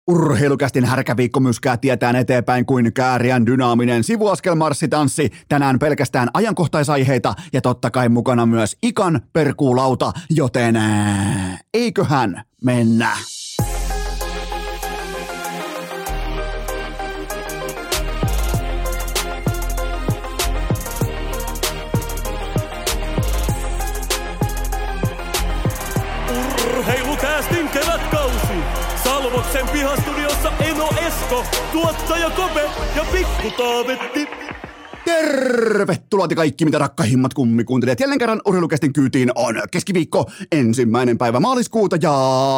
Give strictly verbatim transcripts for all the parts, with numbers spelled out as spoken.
Urheilukästin härkäviikkomyskää tietään eteenpäin kuin kääriän dynaaminen sivuaskelmarssitanssi. Tänään pelkästään ajankohtaisaiheita ja totta kai mukana myös ikan perkuulauta, joten ää, eiköhän mennä. Urheilukästin kevätkausi. Salvoksen pihastudiossa Eno Esko, tuottaja Kope ja Pikku Taavetti. Tervetuloa te kaikki, mitä rakkahimmat kummikuuntelijat. Jälleen kerran Urheilukästin kyytiin on keskiviikko, ensimmäinen päivä maaliskuuta ja...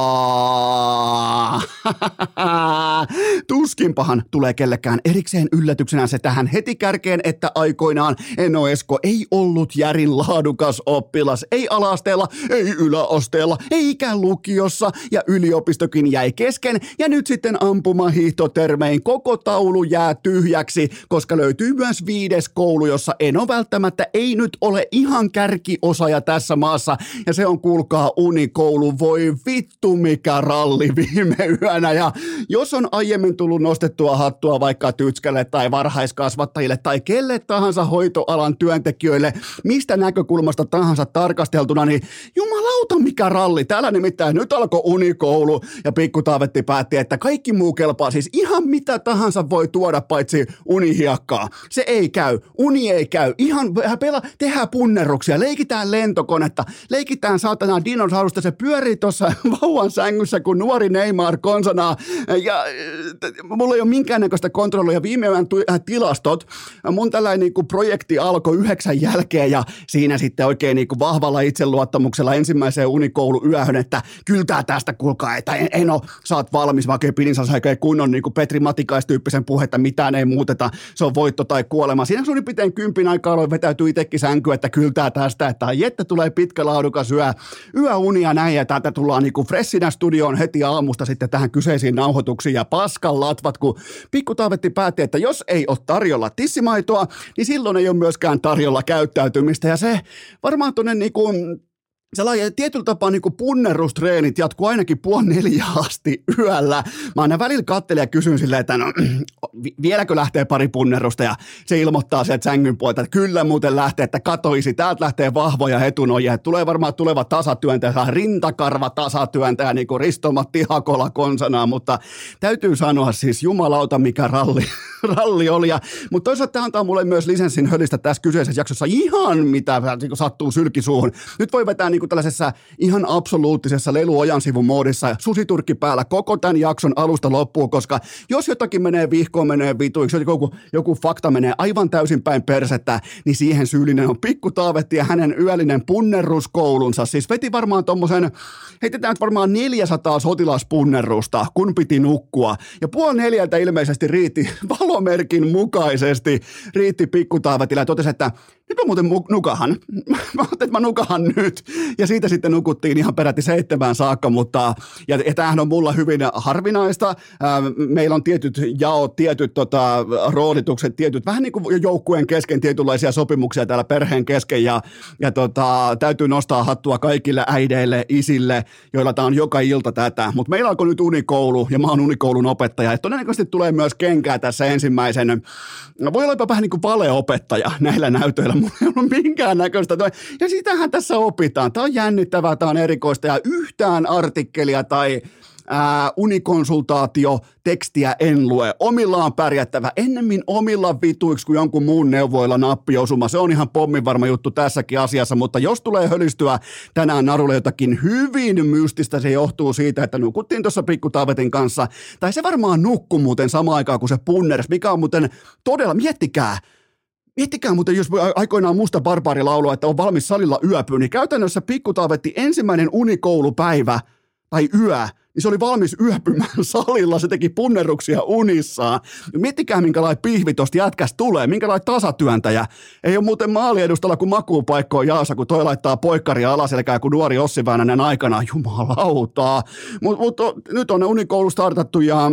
Tuskinpahan tulee kellekään erikseen yllätyksenä se tähän heti kärkeen, että aikoinaan Eno Esko ei ollut järin laadukas oppilas. Ei ala-asteella, ei yläasteella, eikä lukiossa ja yliopistokin jäi kesken. Ja nyt sitten ampumahiihtotermein koko taulu jää tyhjäksi, koska löytyy myös viides koulu, jossa Eno välttämättä ei nyt ole ihan kärkiosaaja tässä maassa. Ja se on, kuulkaa, unikoulu. Voi vittu mikä ralli viime yönä. Ja jos on aiemmin tullut nostettua hattua vaikka tytskälle tai varhaiskasvattajille tai kelle tahansa hoitoalan työntekijöille, mistä näkökulmasta tahansa tarkasteltuna, niin jumalauta mikä ralli. Täällä nimittäin nyt alkoi unikoulu ja Pikku Taavetti päätti, että kaikki muu kelpaa. Siis ihan mitä tahansa voi tuoda paitsi unihiakkaa. Se ei käy. Uni ei käy. Ihan pela, tehdään punnerruksia, leikitään lentokonetta, leikitään saatana dinosaurusta, se pyörii tuossa vauvan sängyssä kuin nuori Neymar konsanaa ja t- mulla ei ole minkäännäköistä kontrollia. Viime yön tu- äh, tilastot, mun tällainen niinku projekti alkoi yhdeksän jälkeen ja siinä sitten oikein niinku vahvalla itseluottamuksella ensimmäiseen unikouluyöhön, että kyllä tää tästä kuulkaa, että en, en ole, sä oot valmis, vaikka ei pidin saisi oikein kunnon niinku Petri Matikais-tyyppisen puhetta, mitään ei muuteta, se on voitto tai kuolema. Siinä suurin piirtein kympin aikaa aloin vetäytyy itsekin sänkyä, että kyltää tästä, että jettä tulee pitkä laadukas yö, yöunia näin, ja täältä tullaan niinku freshinä studioon heti aamusta sitten tähän kyseisiin nauhoituksiin, ja paskan latvat, kun Pikku Taavetti päätti, että jos ei ole tarjolla tissimaitoa, niin silloin ei ole myöskään tarjolla käyttäytymistä, ja se varmaan tuonne niinku... Sellainen tietyllä tapaa niin kuin punnerustreenit jatkuu ainakin puoli neljä asti yöllä. Mä aina välillä kattelin ja kysyn silleen, että no, vieläkö lähtee pari punnerusta, ja se ilmoittaa sieltä sängyn puolelta, että kyllä muuten lähtee, että katoisi, täältä lähtee vahvoja etunojia, että tulee varmaan tuleva tasatyöntäjä, rintakarva tasatyöntäjä, niin kuin Risto-Matti Hakola konsanaan, mutta täytyy sanoa siis jumalauta mikä ralli, ralli oli, ja, mutta toisaalta tämä antaa mulle myös lisenssin hölistä tässä kyseisessä jaksossa ihan mitä niin sattuu sylkisuuhun. Nyt voi vetää niin tällaisessa ihan absoluuttisessa leluojan sivun moodissa susiturkki päällä koko tämän jakson alusta loppuun, koska jos jotakin menee vihkoon, menee vituiksi, joku, joku fakta menee aivan täysin päin persettä, niin siihen syyllinen on Pikku Taavetti ja hänen yöllinen punneruskoulunsa. Siis veti varmaan tommosen, heitetään varmaan neljäsataa sotilaspunnerusta, kun piti nukkua. Ja puoli neljältä ilmeisesti riitti valomerkin mukaisesti, riitti Pikku Taavetilla ja totesi, että nyt mä muuten nukahan. Mä ajattelin, että mä nukahan nyt. Ja siitä sitten nukuttiin ihan peräti seitsemään saakka, mutta ja, ja tämähän on mulla hyvin harvinaista. Meillä on tietyt jaot, tietyt tota, roolitukset, tietyt vähän niin kuin joukkueen kesken tietynlaisia sopimuksia täällä perheen kesken. Ja, ja tota, täytyy nostaa hattua kaikille äideille, isille, joilla tää on joka ilta tätä. Mutta meillä alkoi nyt unikoulu ja mä oon unikoulun opettaja. Et todennäköisesti tulee myös kenkää tässä ensimmäisen. Voi olla vähän niin kuin valeopettaja näillä näytöillä. Mulla ei ollut minkään näköistä. Ja sitähän tässä opitaan. Tämä on jännittävää, tämä on erikoista ja yhtään artikkelia tai ää, unikonsultaatio tekstiä en lue. Omillaan pärjättävä. Ennemmin omilla vituiksi kuin jonkun muun neuvoilla nappiosuma. Se on ihan pomminvarma juttu tässäkin asiassa, mutta jos tulee hölistyä tänään narulle jotakin hyvin mystistä, se johtuu siitä, että nukuttiin tuossa Pikku Taavetin kanssa. Tai se varmaan nukkui muuten samaan aikaan kuin se punners, mikä on muuten todella, miettikää, Miettikää muuten, jos aikoinaan Musta Barbaari laulua, että on valmis salilla yöpyä, niin käytännössä Pikku Taavetti ensimmäinen unikoulupäivä tai yö, niin se oli valmis yöpymään salilla, se teki punnerruksia unissaan. Miettikää, minkälainen pihvi tosta jätkästä tulee, minkälainen tasatyöntäjä. Ei ole muuten maaliedustalla kuin makuupaikkoon jaossa, kun toi laittaa poikkaria alaselkään, kun nuori Ossi Väänänen aikanaan, jumalautaa. Mutta mut, nyt on unikoulu startattu ja...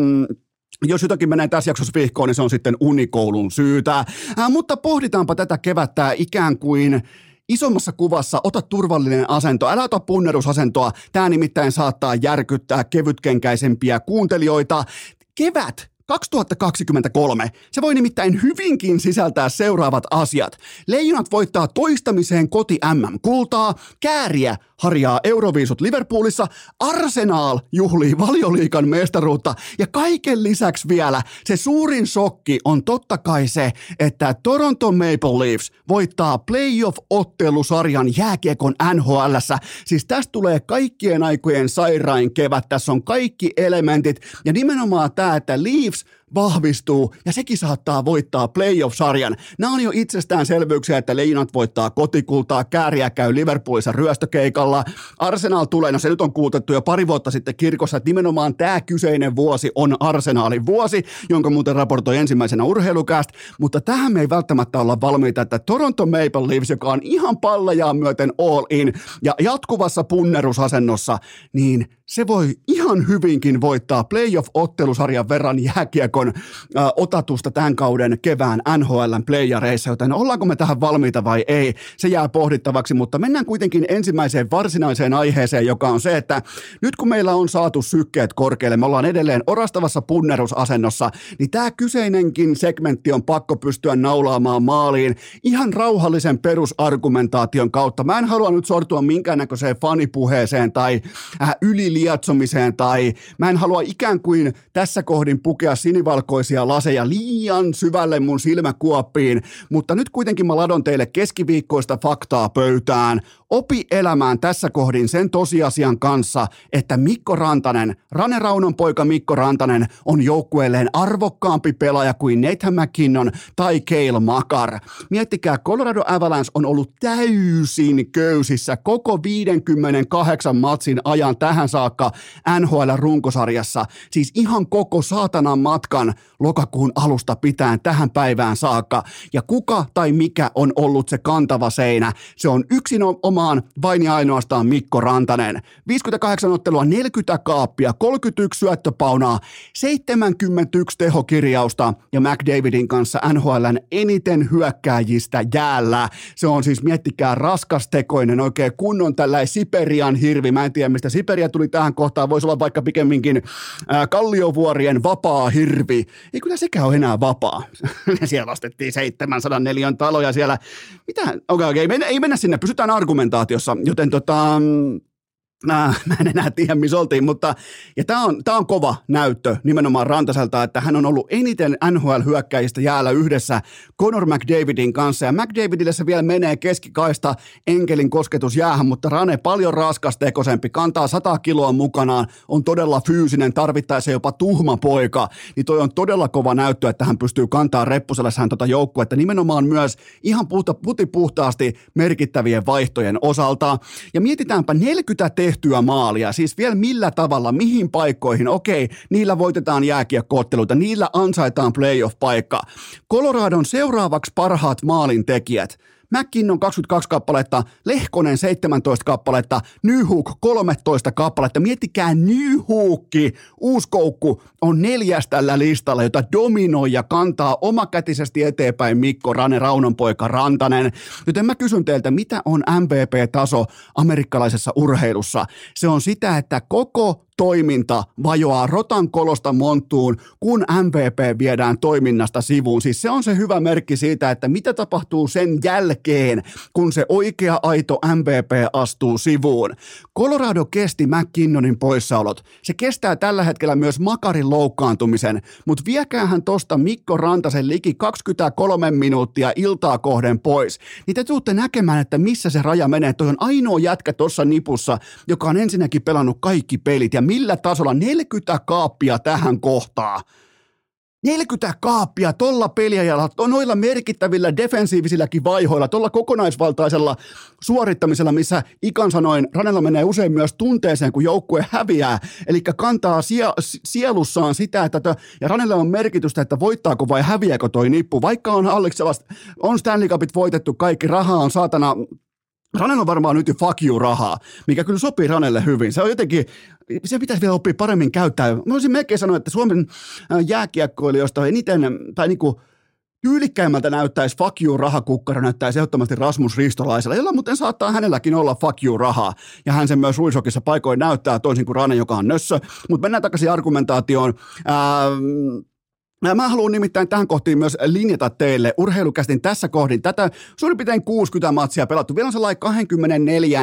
Jos jotakin menee tässä jaksossa vihkoon, niin se on sitten unikoulun syytä. Äh, mutta pohditaanpa tätä kevättä ikään kuin isommassa kuvassa ota turvallinen asento, älä ota punnerusasentoa, tämä nimittäin saattaa järkyttää kevytkenkäisempiä kuuntelijoita. Kevät kaksituhattakaksikymmentäkolme. Se voi nimittäin hyvinkin sisältää seuraavat asiat. Leijonat voittaa toistamiseen koti M M-kultaa, Kääriä harjaa Euroviisut Liverpoolissa, Arsenal juhlii Valioliigan mestaruutta ja kaiken lisäksi vielä se suurin shokki on totta kai se, että Toronto Maple Leafs voittaa playoff-ottelusarjan jääkiekon N H L:ssä. Siis tästä tulee kaikkien aikojen sairain kevät, tässä on kaikki elementit ja nimenomaan tämä, että Leafs vahvistuu ja sekin saattaa voittaa playoff-sarjan. Nämä on jo itsestäänselvyyksiä, että Leijonat voittaa kotikultaa, Kääriä käy Liverpoolissa ryöstökeikalla, Arsenal tulee, no se nyt on kuultettu jo pari vuotta sitten kirkossa, että nimenomaan tämä kyseinen vuosi on Arsenalin vuosi, jonka muuten raportoi ensimmäisenä Urheilucast, mutta tähän me ei välttämättä olla valmiita, että Toronto Maple Leafs, joka on ihan pallajaan myöten all in ja jatkuvassa punnerusasennossa, niin se voi ihan hyvinkin voittaa playoff-ottelusarjan verran jääkiekon äh, otatusta tämän kauden kevään N H L:n playareissa, joten ollaanko me tähän valmiita vai ei, se jää pohdittavaksi, mutta mennään kuitenkin ensimmäiseen varsinaiseen aiheeseen, joka on se, että nyt kun meillä on saatu sykkeet korkealle, me ollaan edelleen orastavassa punnerusasennossa, niin tämä kyseinenkin segmentti on pakko pystyä naulaamaan maaliin ihan rauhallisen perusargumentaation kautta. Mä en halua nyt sortua minkäännäköiseen fanipuheeseen tai äh, yli liatsomiseen tai mä en halua ikään kuin tässä kohdin pukea sinivalkoisia laseja liian syvälle mun silmäkuoppiin, mutta nyt kuitenkin mä ladon teille keskiviikkoista faktaa pöytään. Opi elämään tässä kohdin sen tosiasian kanssa, että Mikko Rantanen, Rane Raunon poika Mikko Rantanen on joukkueelleen arvokkaampi pelaaja kuin Nathan MacKinnon tai Cale Makar. Miettikää, Colorado Avalanche on ollut täysin köysissä koko viisikymmentäkahdeksan matsin ajan tähän saakka N H L-runkosarjassa. Siis ihan koko saatanan matkan lokakuun alusta pitäen tähän päivään saakka. Ja kuka tai mikä on ollut se kantava seinä? Se on yksin oma vain ja ainoastaan Mikko Rantanen. viisikymmentäkahdeksan ottelua, neljäkymmentä kaappia, kolmekymmentäyksi syöttöpaunaa, seitsemänkymmentäyksi tehokirjausta ja McDavidin kanssa N H L:n eniten hyökkääjistä jäällä. Se on siis, miettikää, raskastekoinen, oikein kunnon tällainen Siperian hirvi. Mä en tiedä, mistä Siperia tuli tähän kohtaan. Voisi olla vaikka pikemminkin ää, Kalliovuorien vapaa hirvi. Ei kyllä sekään ole enää vapaa. Siellä ostettiin seitsemänsadanneljän taloja siellä. Mitä? Okei, okay, okei, okay. ei mennä sinne. Pysytään argumentaatiossa, joten tota... Mä, mä en enää tiedä, missä oltiin, mutta ja tämä on, tää on kova näyttö nimenomaan Rantaselta, että hän on ollut eniten N H L-hyökkäjistä jäällä yhdessä Connor McDavidin kanssa, ja McDavidille se vielä menee keskikaista enkelin kosketus jäähän, mutta Rane paljon raskastekoisempi, kantaa sata kiloa mukanaan, on todella fyysinen, tarvittaessa jopa tuhma poika, niin toi on todella kova näyttö, että hän pystyy kantaa reppusellessaan tota joukkuetta nimenomaan myös ihan puhta, putipuhtaasti merkittävien vaihtojen osalta, ja mietitäänpä neljäkymmentä tehtyä maalia, siis vielä millä tavalla, mihin paikkoihin, okei, niillä voitetaan jääkiekko-otteluita, niillä ansaitaan playoff-paikka. Coloradon seuraavaksi parhaat maalintekijät. MacKinnon kaksikymmentäkaksi kappaletta, Lehkonen seitsemäntoista kappaletta, Newhook kolmetoista kappaletta. Miettikää Newhookki, uuskoukku on neljäs tällä listalla, jota dominoi ja kantaa omakätisesti eteenpäin Mikko Rane Raunonpoika Rantanen. Joten mä kysyn teiltä, mitä on M V P-taso amerikkalaisessa urheilussa? Se on sitä, että koko toiminta vajoaa rotan kolosta monttuun, kun M V P viedään toiminnasta sivuun. Siis se on se hyvä merkki siitä, että mitä tapahtuu sen jälkeen, kun se oikea aito M V P astuu sivuun. Colorado kesti MacKinnonin poissaolot. Se kestää tällä hetkellä myös Makarin loukkaantumisen, mutta viekäähän tosta Mikko Rantasen liki kaksikymmentäkolme minuuttia iltaa kohden pois. Niin te tuutte näkemään, että missä se raja menee. Toi on ainoa jätkä tuossa nipussa, joka on ensinnäkin pelannut kaikki pelit ja millä tasolla neljäkymmentä kaappia tähän kohtaan. neljäkymmentä kaappia tolla peliajalla, noilla merkittävillä defensiivisilläkin vaihoilla, tolla kokonaisvaltaisella suorittamisella, missä ikan sanoin, Ranella menee usein myös tunteeseen, kun joukkue häviää, eli kantaa sie- sielussaan sitä, että tö, ja Ranelle on merkitystä, että voittaako vai häviääkö toi nippu, vaikka on Alliksella, on Stanley Cupit voitettu kaikki, rahaa on saatana. Ranella on varmaan nyt fuck you -rahaa, mikä kyllä sopii Ranelle hyvin. Se on jotenkin, se pitäisi vielä oppia paremmin käyttää. Mä voisin melkein sanoa, että Suomen jääkiekkoilijoista eniten, tai niinku tyylikkäimmältä näyttäisi fuck you rahakukkaro, näyttäisi ehdottomasti Rasmus Ristolaisella, jolla muuten saattaa hänelläkin olla fuck you rahaa. Ja hän sen myös Ruisokissa paikoin näyttää, toisin kuin Rane, joka on nössö. Mutta mennään takaisin argumentaatioon. Ähm, Mä haluan nimittäin tähän kohtiin myös linjata teille urheilukästin tässä kohdin. Tätä suurin piirtein kuusikymmentä matsia pelattu. Vielä on sellainen kaksikymmentäneljä,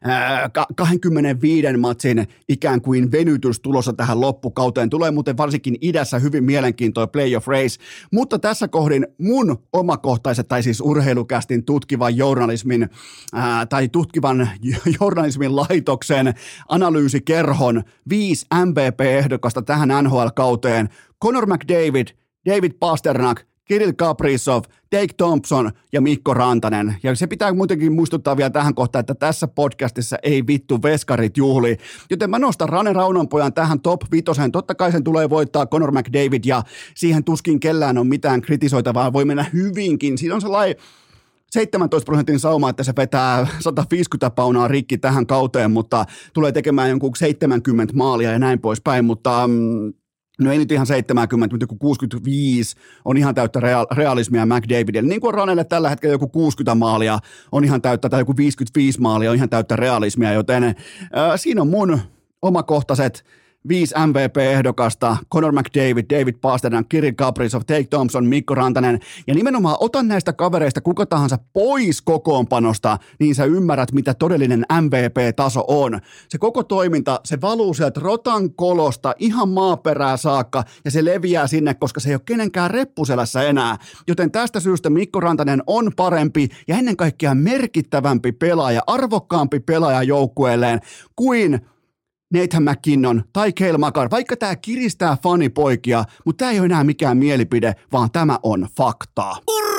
kaksikymmentäviisi matsin ikään kuin venytys tulossa tähän loppukauteen. Tulee muuten varsinkin idässä hyvin mielenkiintoinen playoff race. Mutta tässä kohdin mun omakohtaiset, tai siis urheilukästin tutkivan journalismin, ää, tai tutkivan journalismin laitoksen analyysikerhon viisi M V P-ehdokasta tähän N H L-kauteen. Connor McDavid, David Pasternak, Kirill Kaprizov, Take Thompson ja Mikko Rantanen. Ja se pitää muutenkin muistuttaa vielä tähän kohtaan, että tässä podcastissa ei vittu veskarit juhli. Joten mä nostan Rane Raunanpojan tähän top vitoseen. Totta kai sen tulee voittaa Connor McDavid ja siihen tuskin kellään on mitään kritisoitavaa. Voi mennä hyvinkin. Siinä on sellainen seitsemäntoista prosentin sauma, että se vetää sata viisikymmentä paunaa rikki tähän kauteen, mutta tulee tekemään jonkun seitsemänkymmentä maalia ja näin poispäin, mutta mm, no ei nyt ihan seitsemänkymmentä, mutta joku kuusikymmentäviisi on ihan täyttä real- realismia McDavidille. Niin kuin Ranelle tällä hetkellä joku kuusikymmentä maalia on ihan täyttä, tai joku viisikymmentäviisi maalia on ihan täyttä realismia, joten äh, siinä on mun omakohtaiset viisi M V P-ehdokasta, Connor McDavid, David Pasternak, Kirill Kaprizov, Take Thompson, Mikko Rantanen, ja nimenomaan otan näistä kavereista kuka tahansa pois kokoonpanosta, niin sä ymmärrät, mitä todellinen M V P-taso on. Se koko toiminta, se valuu sieltä rotan kolosta ihan maaperää saakka, ja se leviää sinne, koska se ei ole kenenkään reppuselässä enää. Joten tästä syystä Mikko Rantanen on parempi ja ennen kaikkea merkittävämpi pelaaja, arvokkaampi pelaaja joukkueelleen kuin Nathan McKinnon tai Cale Makar, vaikka tämä kiristää fanipoikia, mutta tämä ei ole enää mikään mielipide, vaan tämä on faktaa.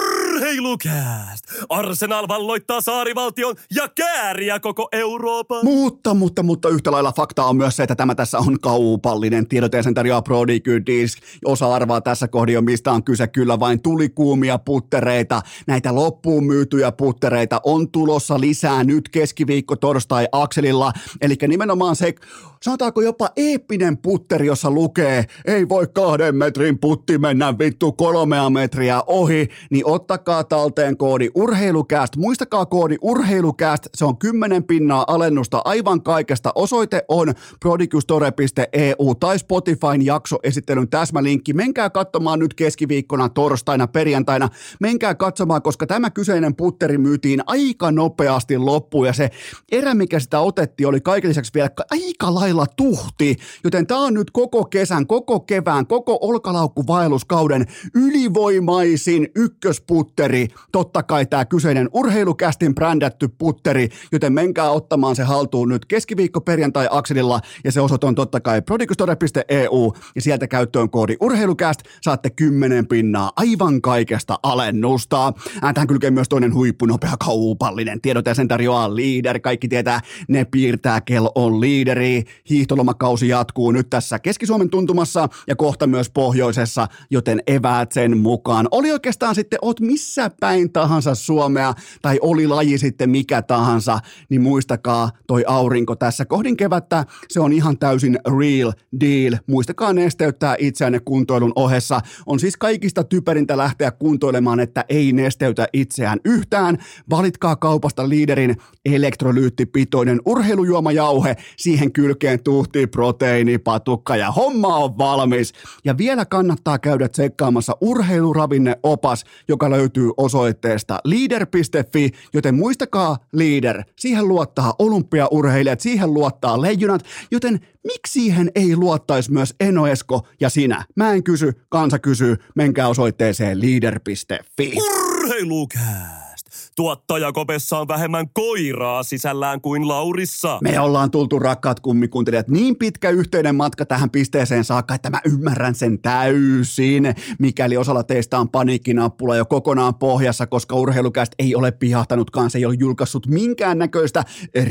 Urheilukääst! Arsenal valloittaa saarivaltion ja kääriä koko Euroopan. Mutta, mutta, mutta yhtä lailla fakta on myös se, että tämä tässä on kaupallinen tiedote ja sen tarjoaa Prodigy Disc. Osa arvaa tässä kohdin jo, mistä on kyse, kyllä vain tulikuumia puttereita. Näitä loppuun myytyjä puttereita on tulossa lisää nyt keskiviikko torstai Akselilla. Eli nimenomaan se, sanotaanko jopa eeppinen putteri, jossa lukee, ei voi kahden metrin putti mennä vittu kolmea metriä ohi, niin ottakaa talteen koodi urheilukääst. Muistakaa koodi urheilukääst, se on kymmenen pinnaa alennusta aivan kaikesta. Osoite on prodigystore piste e u tai Spotifyn jaksoesittelyn täsmälinkki. Menkää katsomaan nyt keskiviikkona, torstaina, perjantaina. Menkää katsomaan, koska tämä kyseinen putteri myytiin aika nopeasti loppuun ja se erä, mikä sitä otettiin, oli kaiken lisäksi vielä aika lailla tuhti, joten tämä on nyt koko kesän, koko kevään, koko olkalaukkuvaelluskauden ylivoimaisin ykkösputteri. Totta kai tämä kyseinen urheilukästin brändätty putteri, joten menkää ottamaan se haltuun nyt keskiviikko perjantai Akselilla ja se osoite on totta kai prodigystore piste e u ja sieltä käyttöön koodi urheilukäst, saatte kymmenen pinnaa aivan kaikesta alennusta. Tähän kylkee myös toinen huippunopea kaupallinen tiedote ja sen tarjoaa Leader. Kaikki tietää, ne piirtää, kello on Leaderi. Hiihtolomakausi jatkuu nyt tässä Keski-Suomen tuntumassa ja kohta myös pohjoisessa, joten eväät sen mukaan. Oli oikeastaan sitten, oot missä päin tahansa Suomea tai oli laji sitten mikä tahansa, niin muistakaa toi aurinko tässä kohdin kevättä, se on ihan täysin real deal. Muistakaa nesteyttää itseänne kuntoilun ohessa. On siis kaikista typerintä lähteä kuntoilemaan, että ei nesteytä itseään yhtään. Valitkaa kaupasta Leaderin elektrolyyttipitoinen urheilujuomajauhe, siihen kylkeen tuhti proteiinipatukka ja homma on valmis. Ja vielä kannattaa käydä tsekkaamassa urheiluravinneopas, joka löytyy osoitteesta leader piste fi, joten muistakaa Leader. Siihen luottaa olympiaurheilijat, siihen luottaa leijonat, joten miksi siihen ei luottaisi myös Eno Esko ja sinä? Mä en kysy, kansa kysyy, menkää osoitteeseen leader piste fi. Urheilukääst! Tuottajakopessa on vähemmän koiraa sisällään kuin Laurissa. Me ollaan tultu, rakkaat kummikuuntelijat, niin pitkä yhteinen matka tähän pisteeseen saakka, että mä ymmärrän sen täysin, mikäli osalla teistä on paniikkinappula jo kokonaan pohjassa, koska Urheilukäst ei ole pihahtanutkaan, se ei ole julkaissut minkäännäköistä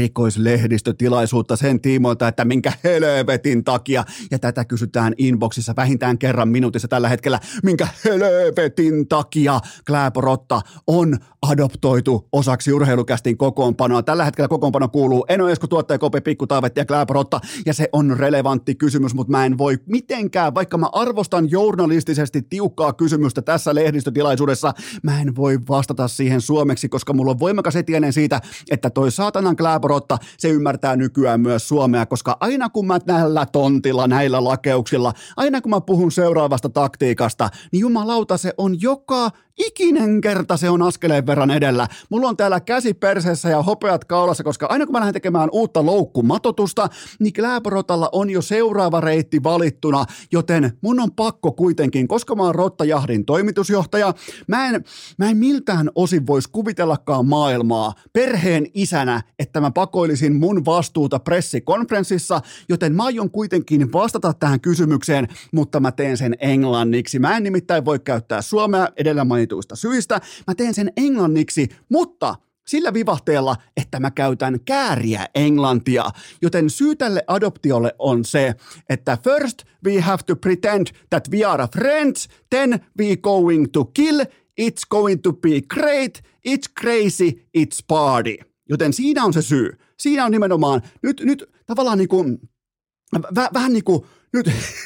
erikoislehdistötilaisuutta sen tiimoilta, että minkä helvetin takia, ja tätä kysytään inboxissa vähintään kerran minuutissa tällä hetkellä, minkä helvetin takia Kläbo Rotta on adoptoitu adoptoitu osaksi urheilukästin kokoonpanoa. Tällä hetkellä kokoonpano kuuluu Eno Esko, tuottaja Kope, Pikku Taavetti ja Kläbo Rotta, ja se on relevantti kysymys, mutta mä en voi mitenkään, vaikka mä arvostan journalistisesti tiukkaa kysymystä tässä lehdistötilaisuudessa, mä en voi vastata siihen suomeksi, koska mulla on voimakas etiäinen siitä, että toi saatanan Kläbo Rotta, se ymmärtää nykyään myös suomea, koska aina kun mä näillä tontilla, näillä lakeuksilla, aina kun mä puhun seuraavasta taktiikasta, niin jumalauta, se on joka ikinen kerta se on askeleen verran edellä. Mulla on täällä käsi perseessä ja hopeat kaulassa, koska aina kun mä lähden tekemään uutta loukkumatotusta, niin Kläbo Rotalla on jo seuraava reitti valittuna, joten mun on pakko kuitenkin, koska mä oon Rottajahdin toimitusjohtaja, mä en, mä en miltään osin voisi kuvitellakaan maailmaa perheen isänä, että mä pakoilisin mun vastuuta pressikonferenssissa, joten mä aion kuitenkin vastata tähän kysymykseen, mutta mä teen sen englanniksi. Mä en nimittäin voi käyttää suomea edellä mainituista syistä. Mä teen sen englanniksi, mutta sillä vivahteella, että mä käytän kääriä englantia. Joten syy tälle adoptiolle on se, että first we have to pretend that we are friends, then we going to kill, it's going to be great, it's crazy, it's party. Joten siinä on se syy. Siinä on nimenomaan, nyt, nyt tavallaan niin kuin, väh, vähän niin kuin, nyt...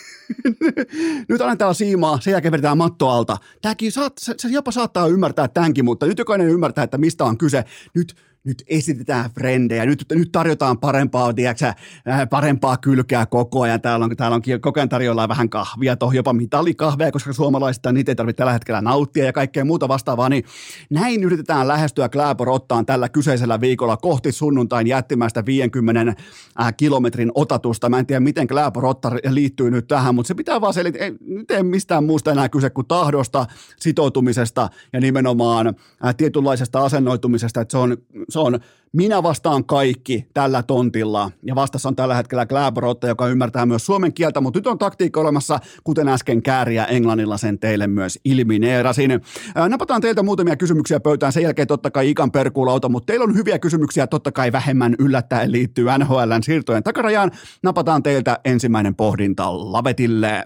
Nyt annetaan siimaa, sen jälkeen vedetään matto alta. Tämäkin saat, se, se jopa saattaa ymmärtää tämänkin, mutta nyt jokainen ymmärtää, että mistä on kyse. Nyt, nyt esitetään frendejä, nyt, nyt tarjotaan parempaa, tiedätkö, parempaa kylkeä koko ajan. Täällä on, täällä on koko ajan tarjolla vähän kahvia, toh jopa mitalikahveja, koska suomalaisista niitä ei tarvitse tällä hetkellä nauttia ja kaikkea muuta vastaavaa. Niin näin yritetään lähestyä Kläbo Rottaan tällä kyseisellä viikolla kohti sunnuntain jättimäistä viidenkymmenen kilometrin otatusta. Mä en tiedä, miten Kläbo Rotta liittyy nyt tähän, mutta se pitää vaan selittää. Ei, nyt ei mistään muusta enää kyse kuin tahdosta, sitoutumisesta ja nimenomaan ää, tietynlaisesta asennoitumisesta, että se on Se on minä vastaan kaikki tällä tontilla, ja vastassa on tällä hetkellä Kläbo Rotta, joka ymmärtää myös suomen kieltä, mutta nyt on taktiikka olemassa, kuten äsken kääriä englannilla sen teille myös ilmineerasin. Napataan teiltä muutamia kysymyksiä pöytään, sen jälkeen totta kai ikan perkuulauta, mutta teillä on hyviä kysymyksiä, totta kai vähemmän yllättäen liittyy N H L:n siirtojen takarajaan. Napataan teiltä ensimmäinen pohdinta lavetille.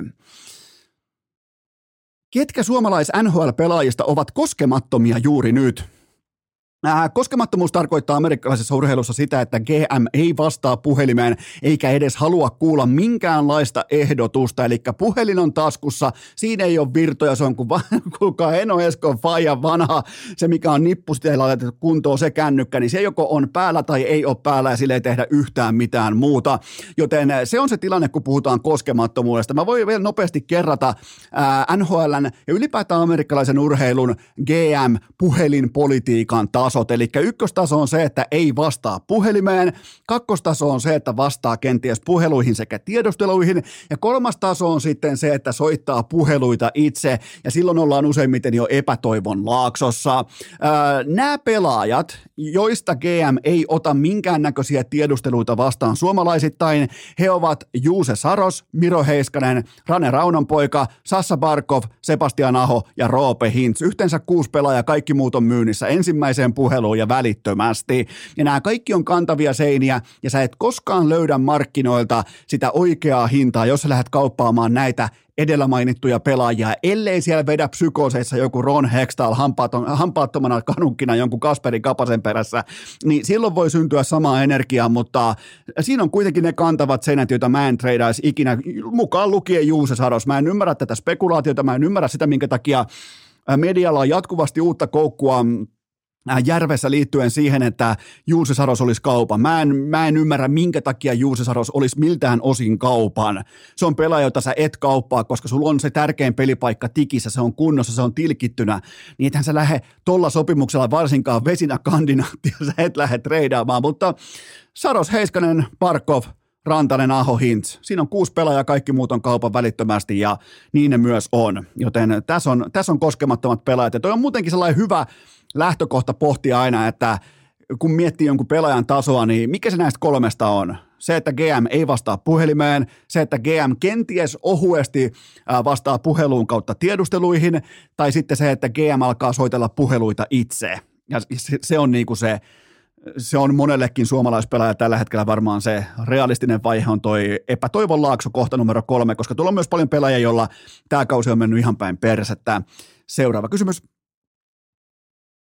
Ketkä suomalais-N H L-pelaajista ovat koskemattomia juuri nyt? Koskemattomuus tarkoittaa amerikkalaisessa urheilussa sitä, että G M ei vastaa puhelimeen eikä edes halua kuulla minkäänlaista ehdotusta, eli puhelin on taskussa, siinä ei ole virtoja, se on kuin kuulkaa Eno Eskon faija vanha, se mikä on nippusti laitettu kuntoon se kännykkä, niin se joko on päällä tai ei ole päällä ja sille ei tehdä yhtään mitään muuta, joten se on se tilanne, kun puhutaan koskemattomuudesta. Mä voin vielä nopeasti kerrata ää, N H L:n ja ylipäätään amerikkalaisen urheilun G M-puhelinpolitiikan taso. Eli ykköstaso on se, että ei vastaa puhelimeen, kakkostaso on se, että vastaa kenties puheluihin sekä tiedusteluihin, ja kolmas taso on sitten se, että soittaa puheluita itse, ja silloin ollaan useimmiten jo epätoivon laaksossa. Nämä pelaajat, joista G M ei ota minkäännäköisiä tiedusteluita vastaan suomalaisittain, he ovat Juuse Saros, Miro Heiskanen, Rane Raunonpoika, Sassa Barkov, Sebastian Aho ja Roope Hintz. Yhteensä kuusi pelaajaa, kaikki muut on myynnissä ensimmäiseen puheluun ja välittömästi. Ja nämä kaikki on kantavia seiniä, ja sä et koskaan löydä markkinoilta sitä oikeaa hintaa, jos sä lähdet kauppaamaan näitä edellä mainittuja pelaajia, ellei siellä vedä psykooseissa joku Ron Hextall hampaattomana kanukkina jonkun Kasperi Kapasen perässä, niin silloin voi syntyä samaa energiaa, mutta siinä on kuitenkin ne kantavat seinät, joita mä en treidaisi ikinä, mukaan lukien Juuse Saros. Mä en ymmärrä tätä spekulaatiota, mä en ymmärrä sitä, minkä takia medialla on jatkuvasti uutta koukkua Järvessä liittyen siihen, että Juuse Saros olisi kaupan. Mä en, mä en ymmärrä, minkä takia Juuse Saros olisi miltään osin kaupan. Se on pelaaja, jota sä et kauppaa, koska sulla on se tärkein pelipaikka tikissä, se on kunnossa, se on tilkittynä. Niin ethän sä lähde tolla sopimuksella varsinkaan vesinä kandidaattia, sä et lähde treidaamaan. Mutta Saros, Heiskanen, Barkov, Rantanen, Aho, Hintz. Siinä on kuusi pelaajaa, kaikki muut on kaupan välittömästi ja niin ne myös on. Joten tässä on, tässä on koskemattomat pelaajat. Ja toi on muutenkin sellainen hyvä lähtökohta pohtia aina, että kun miettii jonkun pelaajan tasoa, niin mikä se näistä kolmesta on? Se, että G M ei vastaa puhelimeen, se, että G M kenties ohuesti vastaa puheluun kautta tiedusteluihin, tai sitten se, että G M alkaa soitella puheluita itse. Ja se on niin kuin se, se on monellekin suomalaispelaaja tällä hetkellä varmaan se realistinen vaihe on toi epätoivon laakso kohta numero kolme, koska tuolla on myös paljon pelaajia, joilla tämä kausi on mennyt ihan päin persettä. Seuraava kysymys.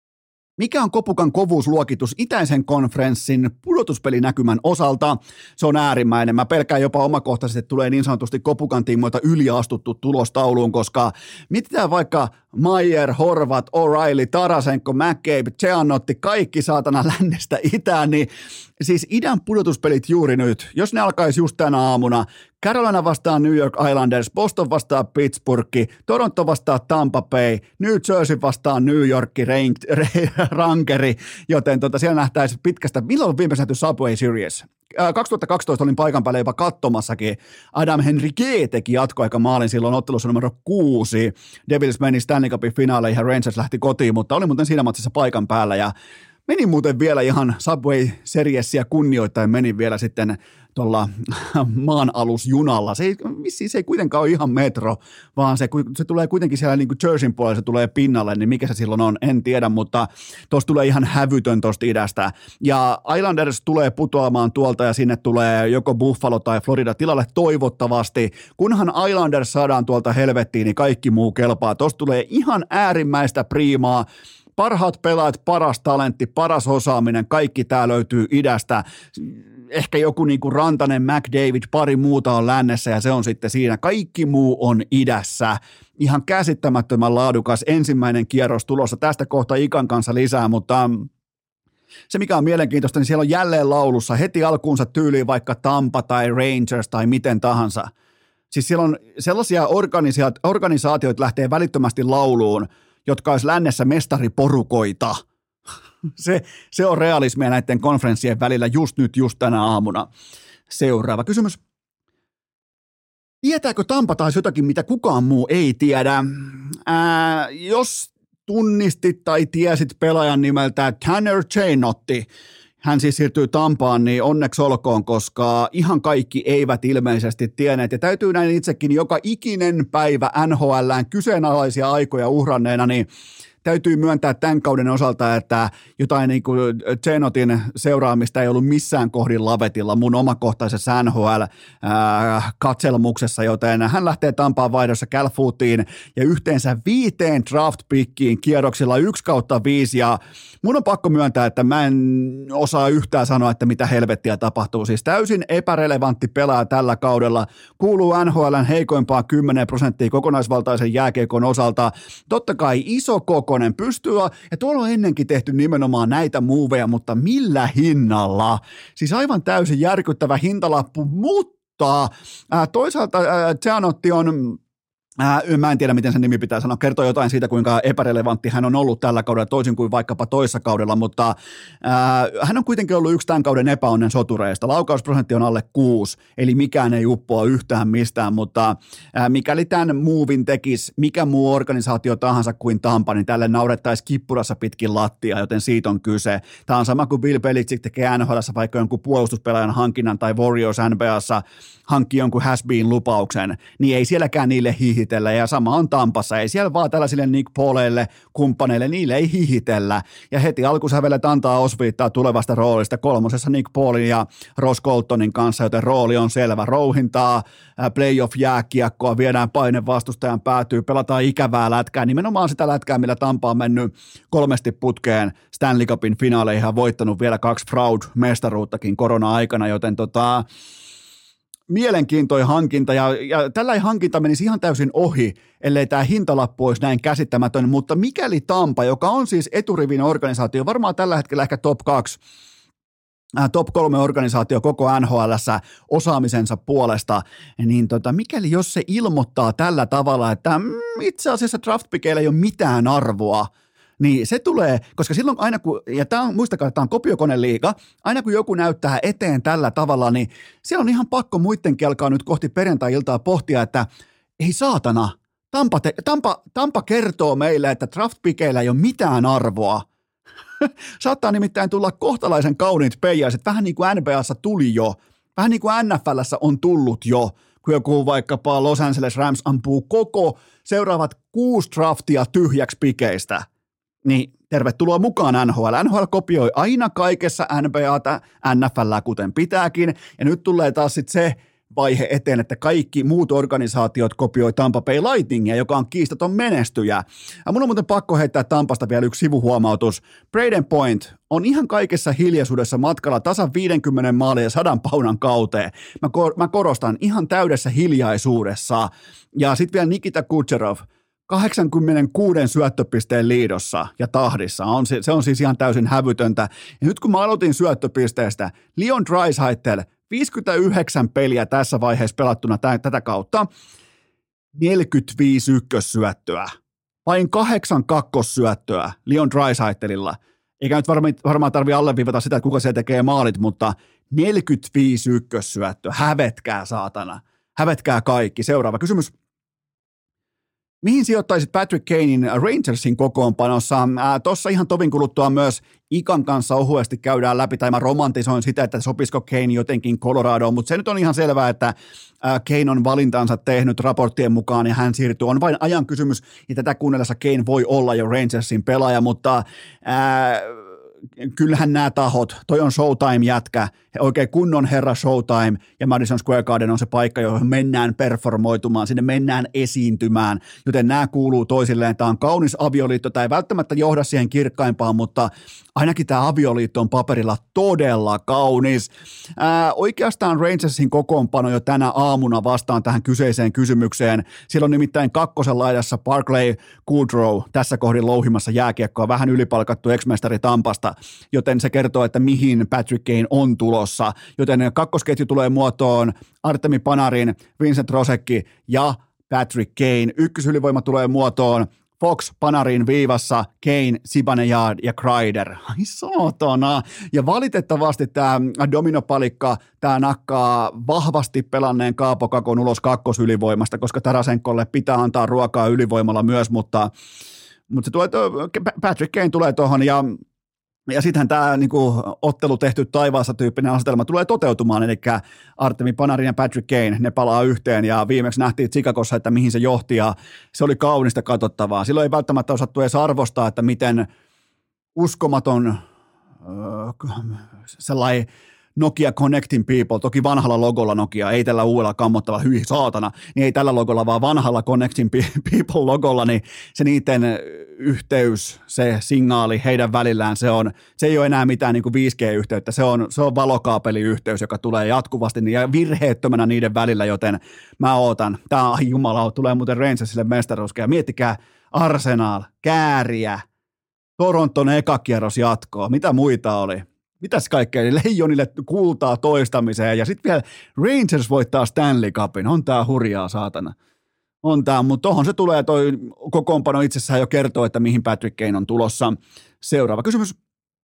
Mikä on Kopukan kovuusluokitus itäisen konferenssin pudotuspelinäkymän osalta? Se on äärimmäinen. Mä pelkään jopa omakohtaisesti, että tulee niin sanotusti Kopukan tiimoilta yliastuttu tulostauluun, koska mietitään vaikka Maier, Horvat, O'Reilly, Tarasenko, McCabe, Giannotti, kaikki saatana lännestä itään, niin siis idän pudotuspelit juuri nyt, jos ne alkaisi just tänä aamuna, Carolina vastaa New York Islanders, Boston vastaa Pittsburgh, Toronto vastaa Tampa Bay, New Jersey vastaa New York Rankeri, joten tota, siellä nähtäisi pitkästä, milloin on viimeisen nähty Subway Series? kaksituhattakaksitoista olin paikan päällä jopa katsomassakin. Adam Henrique teki jatkoaikamaalin silloin ottelussa numero kuusi. Devils meni Stanley Cupin finaaleihin ja Rangers lähti kotiin, mutta oli muuten siinä matsissa paikan päällä ja menin muuten vielä ihan Subway Seriesia kunnioittain, menin vielä sitten tuolla maanalusjunalla. Se ei, vissiin se ei kuitenkaan ole ihan metro, vaan se, se tulee kuitenkin siellä niin kuin Jerseyn puolella, se tulee pinnalle, niin mikä se silloin on, en tiedä, mutta tuossa tulee ihan hävytön tuosta idästä. Ja Islanders tulee putoamaan tuolta ja sinne tulee joko Buffalo tai Florida tilalle toivottavasti. Kunhan Islanders saadaan tuolta helvettiin, niin kaikki muu kelpaa. Tuosta tulee ihan äärimmäistä priimaa. Parhaat pelaajat, paras talentti, paras osaaminen, kaikki tää löytyy idästä. Ehkä joku niinku Rantanen, McDavid, pari muuta on lännessä ja se on sitten siinä. Kaikki muu on idässä. Ihan käsittämättömän laadukas ensimmäinen kierros tulossa. Tästä kohta Ikan kanssa lisää, mutta se mikä on mielenkiintoista, niin siellä on jälleen laulussa heti alkuunsa tyyliin vaikka Tampa tai Rangers tai miten tahansa. Siis siellä on sellaisia organisa- organisaatioita lähtee välittömästi lauluun, jotka olisi lännessä mestariporukoita. Se, se on realismia näiden konferenssien välillä just nyt, just tänä aamuna. Seuraava kysymys. Tietääkö Tampa taas jotakin, mitä kukaan muu ei tiedä? Ää, jos tunnistit tai tiesit pelaajan nimeltä Tanner Giannotti, hän siis siirtyy Tampaan, niin onneksi olkoon, koska ihan kaikki eivät ilmeisesti tienneet. Ja täytyy näin itsekin joka ikinen päivä N H L:ään kyseenalaisia aikoja uhranneena, niin täytyy myöntää tämän kauden osalta, että jotain niin kuin Giannottin seuraamista ei ollut missään kohdin lavetilla mun omakohtaisessa N H L-katselmuksessa, joten hän lähtee Tampaan vaihdossa Cal Footiin ja yhteensä viiteen draft-pikkiin kierroksilla yksi kautta viisi ja mun on pakko myöntää, että mä en osaa yhtään sanoa, että mitä helvettiä tapahtuu. Siis täysin epärelevantti pelaaja tällä kaudella, kuuluu N H L:n heikoimpaan kymmenen prosenttia kokonaisvaltaisen jääkiekon osalta. Totta kai iso kokonen pystyy, ja tuolla on ennenkin tehty nimenomaan näitä muuveja, mutta millä hinnalla? Siis aivan täysin järkyttävä hintalappu, mutta ää, toisaalta ää, Giannotti on... Äh, mä en tiedä, miten sen nimi pitää sanoa. Kertoo jotain siitä, kuinka epärelevantti hän on ollut tällä kaudella, toisin kuin vaikkapa toissa kaudella, mutta äh, hän on kuitenkin ollut yksi tämän kauden epäonnen sotureista. Laukausprosentti on alle kuusi, eli mikään ei uppoa yhtään mistään, mutta äh, mikäli tämän muuvin tekisi mikä muu organisaatio tahansa kuin Tampa, niin tälle naurettaisiin kippurassa pitkin lattia, joten siitä on kyse. Tämä on sama kuin Bill Belichick tekee N H L:ssä vaikka jonkun puolustuspelaajan hankinnan tai Warriors N B A:ssa hankki jonkun has-been lupauksen, niin ei sielläkään niille hihitellä, ja sama on Tampassa, ei siellä vaan tällaisille Nick Pauleille, kumppaneille, niille ei hihitellä, ja heti alkusävelet antaa osviittaa tulevasta roolista kolmosessa Nick Paulin ja Ross Coltonin kanssa, joten rooli on selvä, rouhintaa, playoff-jääkiekkoa, viedään paine vastustajan päätyy, pelataan ikävää lätkää, nimenomaan sitä lätkää, millä Tampa on mennyt kolmesti putkeen Stanley Cupin finaaleihin ja voittanut vielä kaksi Fraud-mestaruuttakin korona-aikana, joten tota... mielenkiintoinen hankinta, ja, ja tällä hankinta menisi ihan täysin ohi, ellei tämä hintalappu olisi näin käsittämätön, mutta mikäli Tampa, joka on siis eturivin organisaatio, varmaan tällä hetkellä ehkä top kaksi, äh, top kolme organisaatio koko N H L:ssä osaamisensa puolesta, niin tota, mikäli jos se ilmoittaa tällä tavalla, että mm, itse asiassa draftpikeillä ei ole mitään arvoa, niin se tulee, koska silloin aina kun, ja tämä on, muistakaa, että tämä on kopiokoneliiga, aina kun joku näyttää eteen tällä tavalla, niin siellä on ihan pakko muittenkin alkaa nyt kohti perjantai-iltaa pohtia, että ei saatana, Tampa, te, Tampa, Tampa kertoo meille, että draftpikeillä ei ole mitään arvoa. Saattaa nimittäin tulla kohtalaisen kauniit peijaiset, vähän niin kuin N B A:ssa tuli jo, vähän niin kuin N F L:ssä on tullut jo, kun joku vaikkapa Los Angeles Rams ampuu koko seuraavat kuusi draftia tyhjäksi pikeistä. Niin tervetuloa mukaan N H L. N H L kopioi aina kaikessa N B A:ta, N F L:ää kuten pitääkin, ja nyt tulee taas sitten se vaihe eteen, että kaikki muut organisaatiot kopioi Tampa Bay Lightningia, joka on kiistaton menestyjä. Ja mun on muuten pakko heittää Tampasta vielä yksi sivuhuomautus. Brayden Point on ihan kaikessa hiljaisuudessa matkalla tasan viisikymmentä maalia ja sadan paunan kauteen. Mä, kor- mä korostan ihan täydessä hiljaisuudessa. Ja sitten vielä Nikita Kucherov, kahdeksankymmentäkuusi syöttöpisteen liidossa ja tahdissa. On se, se on siis ihan täysin hävytöntä. Ja nyt kun mä aloitin syöttöpisteestä, Leon Draisaitl, viisikymmentäyhdeksän peliä tässä vaiheessa pelattuna tä, tätä kautta, neljäkymmentäviisi ykkössyöttöä, vain kahdeksan kakkossyöttöä Leon Draisaitlilla. Eikä nyt varmaan, varmaan tarvitse alleviivata sitä, että kuka siellä tekee maalit, mutta neljäkymmentäviisi ykkössyöttöä, hävetkää saatana, hävetkää kaikki. Seuraava kysymys. Mihin sijoittaisit Patrick Kanein Rangersin kokoonpanossa? Tuossa ihan tovin kuluttua myös Ikan kanssa ohuesti käydään läpi, tai mä romantisoin sitä, että sopisiko Kane jotenkin Coloradoon, mutta se nyt on ihan selvää, että Kane on valintansa tehnyt raporttien mukaan, ja hän siirtyy. On vain ajan kysymys, ja tätä kuunnellessa Kane voi olla jo Rangersin pelaaja, mutta ää, kyllähän nämä tahot, toi on Showtime-jätkä, oikein kunnon herra Showtime, ja Madison Square Garden on se paikka, johon mennään performoitumaan, sinne mennään esiintymään, joten nämä kuuluu toisilleen. Tämä on kaunis avioliitto, tämä ei välttämättä johda siihen kirkkaimpaan, mutta ainakin tämä avioliitto on paperilla todella kaunis. Ää, oikeastaan Rangersin kokoonpano jo tänä aamuna vastaan tähän kyseiseen kysymykseen. Siellä on nimittäin kakkosen laidassa Barclay Goodrow tässä kohdin louhimassa jääkiekkoa, vähän ylipalkattu ex-mestari Tampasta, joten se kertoo, että mihin Patrick Kane on tulossa. Joten kakkosketju tulee muotoon Artemi Panarin, Vincent Rosekki ja Patrick Kane. Ykkösylivoima tulee muotoon Fox, Panarin viivassa, Kane, Zibanejad ja Kreider. Ai saatana. Ja valitettavasti tämä dominopalikka, tämä nakkaa vahvasti pelanneen Kaapo Kakon ulos kakkosylivoimasta, koska Tarasenkolle pitää antaa ruokaa ylivoimalla myös, mutta, mutta se tulee, Patrick Kane tulee tuohon ja Ja sittenhän tämä niinku, ottelu tehty taivaassa tyyppinen asetelma tulee toteutumaan, eli Artemi Panarin ja Patrick Kane, ne palaa yhteen, ja viimeksi nähtiin Chicagossa, että mihin se johti, ja se oli kaunista katsottavaa. Silloin ei välttämättä osattu edes arvostaa, että miten uskomaton äh, sellainen Nokia Connecting People, toki vanhalla logolla Nokia, ei tällä uudella kammottava, hyi saatana, niin ei tällä logolla, vaan vanhalla Connecting People logolla, niin se niiden yhteys, se signaali heidän välillään, se on, se ei ole enää mitään niin kuin viisi G-yhteyttä, se on, se on valokaapeliyhteys, joka tulee jatkuvasti ja virheettömänä niiden välillä, joten mä ootan, tää on, ai jumala, tulee muuten Rangersille mestaruuskeja, miettikää Arsenal, Kääriä, Toronton ekakierros jatkoa, mitä muita oli? Mitäs kaikkea, eli Leijonille kultaa toistamiseen, ja sitten vielä Rangers voittaa Stanley Cupin, on tää hurjaa saatana. On tää, mutta tohon se tulee, toi kokoonpano itsessään jo kertoo, että mihin Patrick Kane on tulossa. Seuraava kysymys.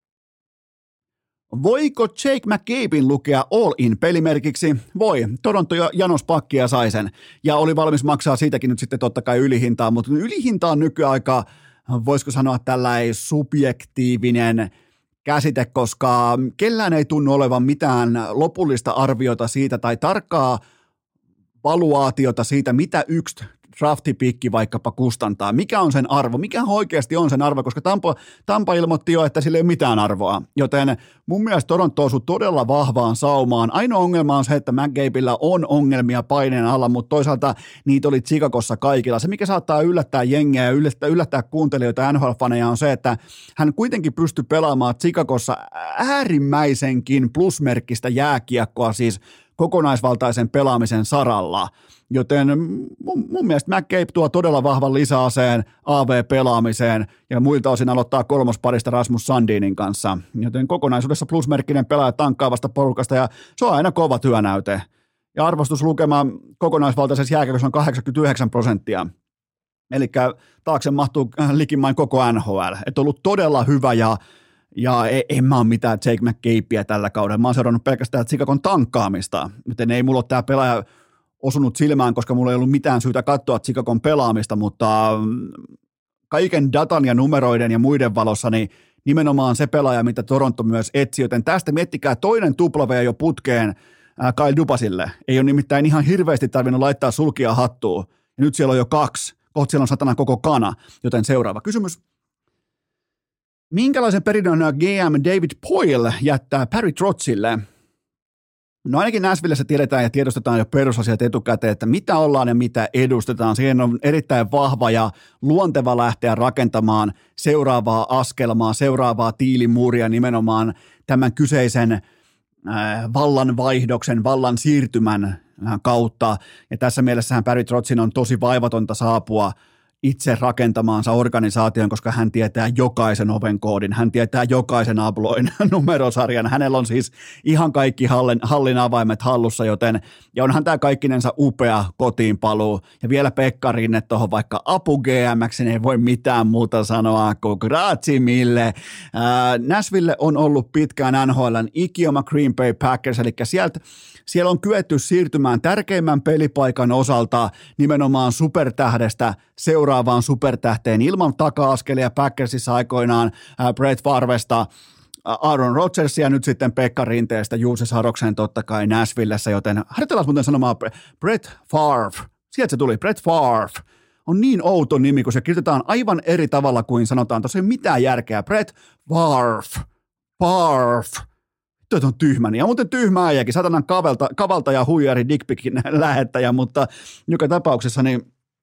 Voiko Jake McCabein lukea all-in pelimerkiksi? Voi. Toronto janos pakkia sai sen, ja oli valmis maksaa siitäkin nyt sitten totta kai ylihintaa, mutta ylihinta on nykyaika, voisiko sanoa tällainen subjektiivinen käsite, koska kellään ei tunnu olevan mitään lopullista arviota siitä tai tarkkaa valuaatiota siitä, mitä yksi draftipikki vaikkapa kustantaa. Mikä on sen arvo? Mikä oikeasti on sen arvo? Koska Tampa, Tampa ilmoitti jo, että sillä ei ole mitään arvoa. Joten mun mielestä Toronto osui todella vahvaan saumaan. Ainoa ongelma on se, että McCabeillä on ongelmia paineen alla, mutta toisaalta niitä oli Chicagossa kaikilla. Se, mikä saattaa yllättää jengiä ja yllättää, yllättää kuuntelijoita ja N H L-faneja on se, että hän kuitenkin pystyi pelaamaan Chicagossa äärimmäisenkin plusmerkkistä jääkiekkoa, siis kokonaisvaltaisen pelaamisen saralla, joten mun, mun mielestä McCabe tuo todella vahvan lisäaseen A V-pelaamiseen ja muilta osin aloittaa kolmosparista Rasmus Sandinin kanssa, joten kokonaisuudessa plusmerkkinen pelaaja tankkaavasta porukasta ja se on aina kova työnäyte. Ja arvostuslukema kokonaisvaltaisessa jääkiekossa on kahdeksankymmentäyhdeksän prosenttia, eli taakse mahtuu likimain koko N H L, että on ollut todella hyvä ja Ja en mä ole mitään Jake McCabea tällä kaudella. Mä oon seurannut pelkästään Chicagon tankkaamista, joten ei mulla ole tämä pelaaja osunut silmään, koska mulla ei ollut mitään syytä katsoa Chicagon pelaamista, mutta kaiken datan ja numeroiden ja muiden valossa niin nimenomaan se pelaaja, mitä Toronto myös etsi, joten tästä miettikää toinen tupla jo putkeen Kyle Dubasille. Ei ole nimittäin ihan hirveästi tarvinnut laittaa sulkia hattuun. Ja nyt siellä on jo kaksi, kohta siellä on satana koko kana, joten seuraava kysymys. Minkälaisen perinnön G M David Poile jättää Barry Trotzille? No ainakin Nashvillessä tiedetään ja tiedostetaan jo perusasiat etukäteen, että mitä ollaan ja mitä edustetaan. Siihen on erittäin vahva ja luonteva lähteä rakentamaan seuraavaa askelmaa, seuraavaa tiilimuuria nimenomaan tämän kyseisen äh, vallanvaihdoksen, vallan siirtymän äh, kautta. Ja tässä mielessähän Barry Trotzin on tosi vaivatonta saapua itse rakentamaansa organisaation, koska hän tietää jokaisen ovenkoodin, hän tietää jokaisen abloin numerosarjan. Hänellä on siis ihan kaikki hallin, hallin avaimet hallussa, joten ja onhan tämä kaikkinensa upea kotiinpaluu. Ja vielä Pekka Rinne tuohon vaikka apu G M:ksi, niin ei voi mitään muuta sanoa kuin grazie mille. Ää, Nashville on ollut pitkään N H L:n ikioma Green Bay Packers, eli sieltä Siellä on kyetty siirtymään tärkeimmän pelipaikan osalta nimenomaan supertähdestä seuraavaan supertähteen ilman taka-askelia Packersissa aikoinaan äh, Brett Favresta, Aaron Rodgersia ja nyt sitten Pekka Rinteestä Juuse Saroksen totta kai Nashvillessä, joten harjoitellaan muuten sanomaan Brett Favre. Sieltä se tuli, Brett Favre. On niin outo nimi, kun se kirjoitetaan aivan eri tavalla kuin sanotaan. Tuossa ei ole mitään järkeä. Brett Favre. Favre. Tuo on tyhmä, ja muuten tyhmä äijäkin, satanan kavalta, kavaltaja, huijari, dickpickin lähettäjä, mutta joka tapauksessa niin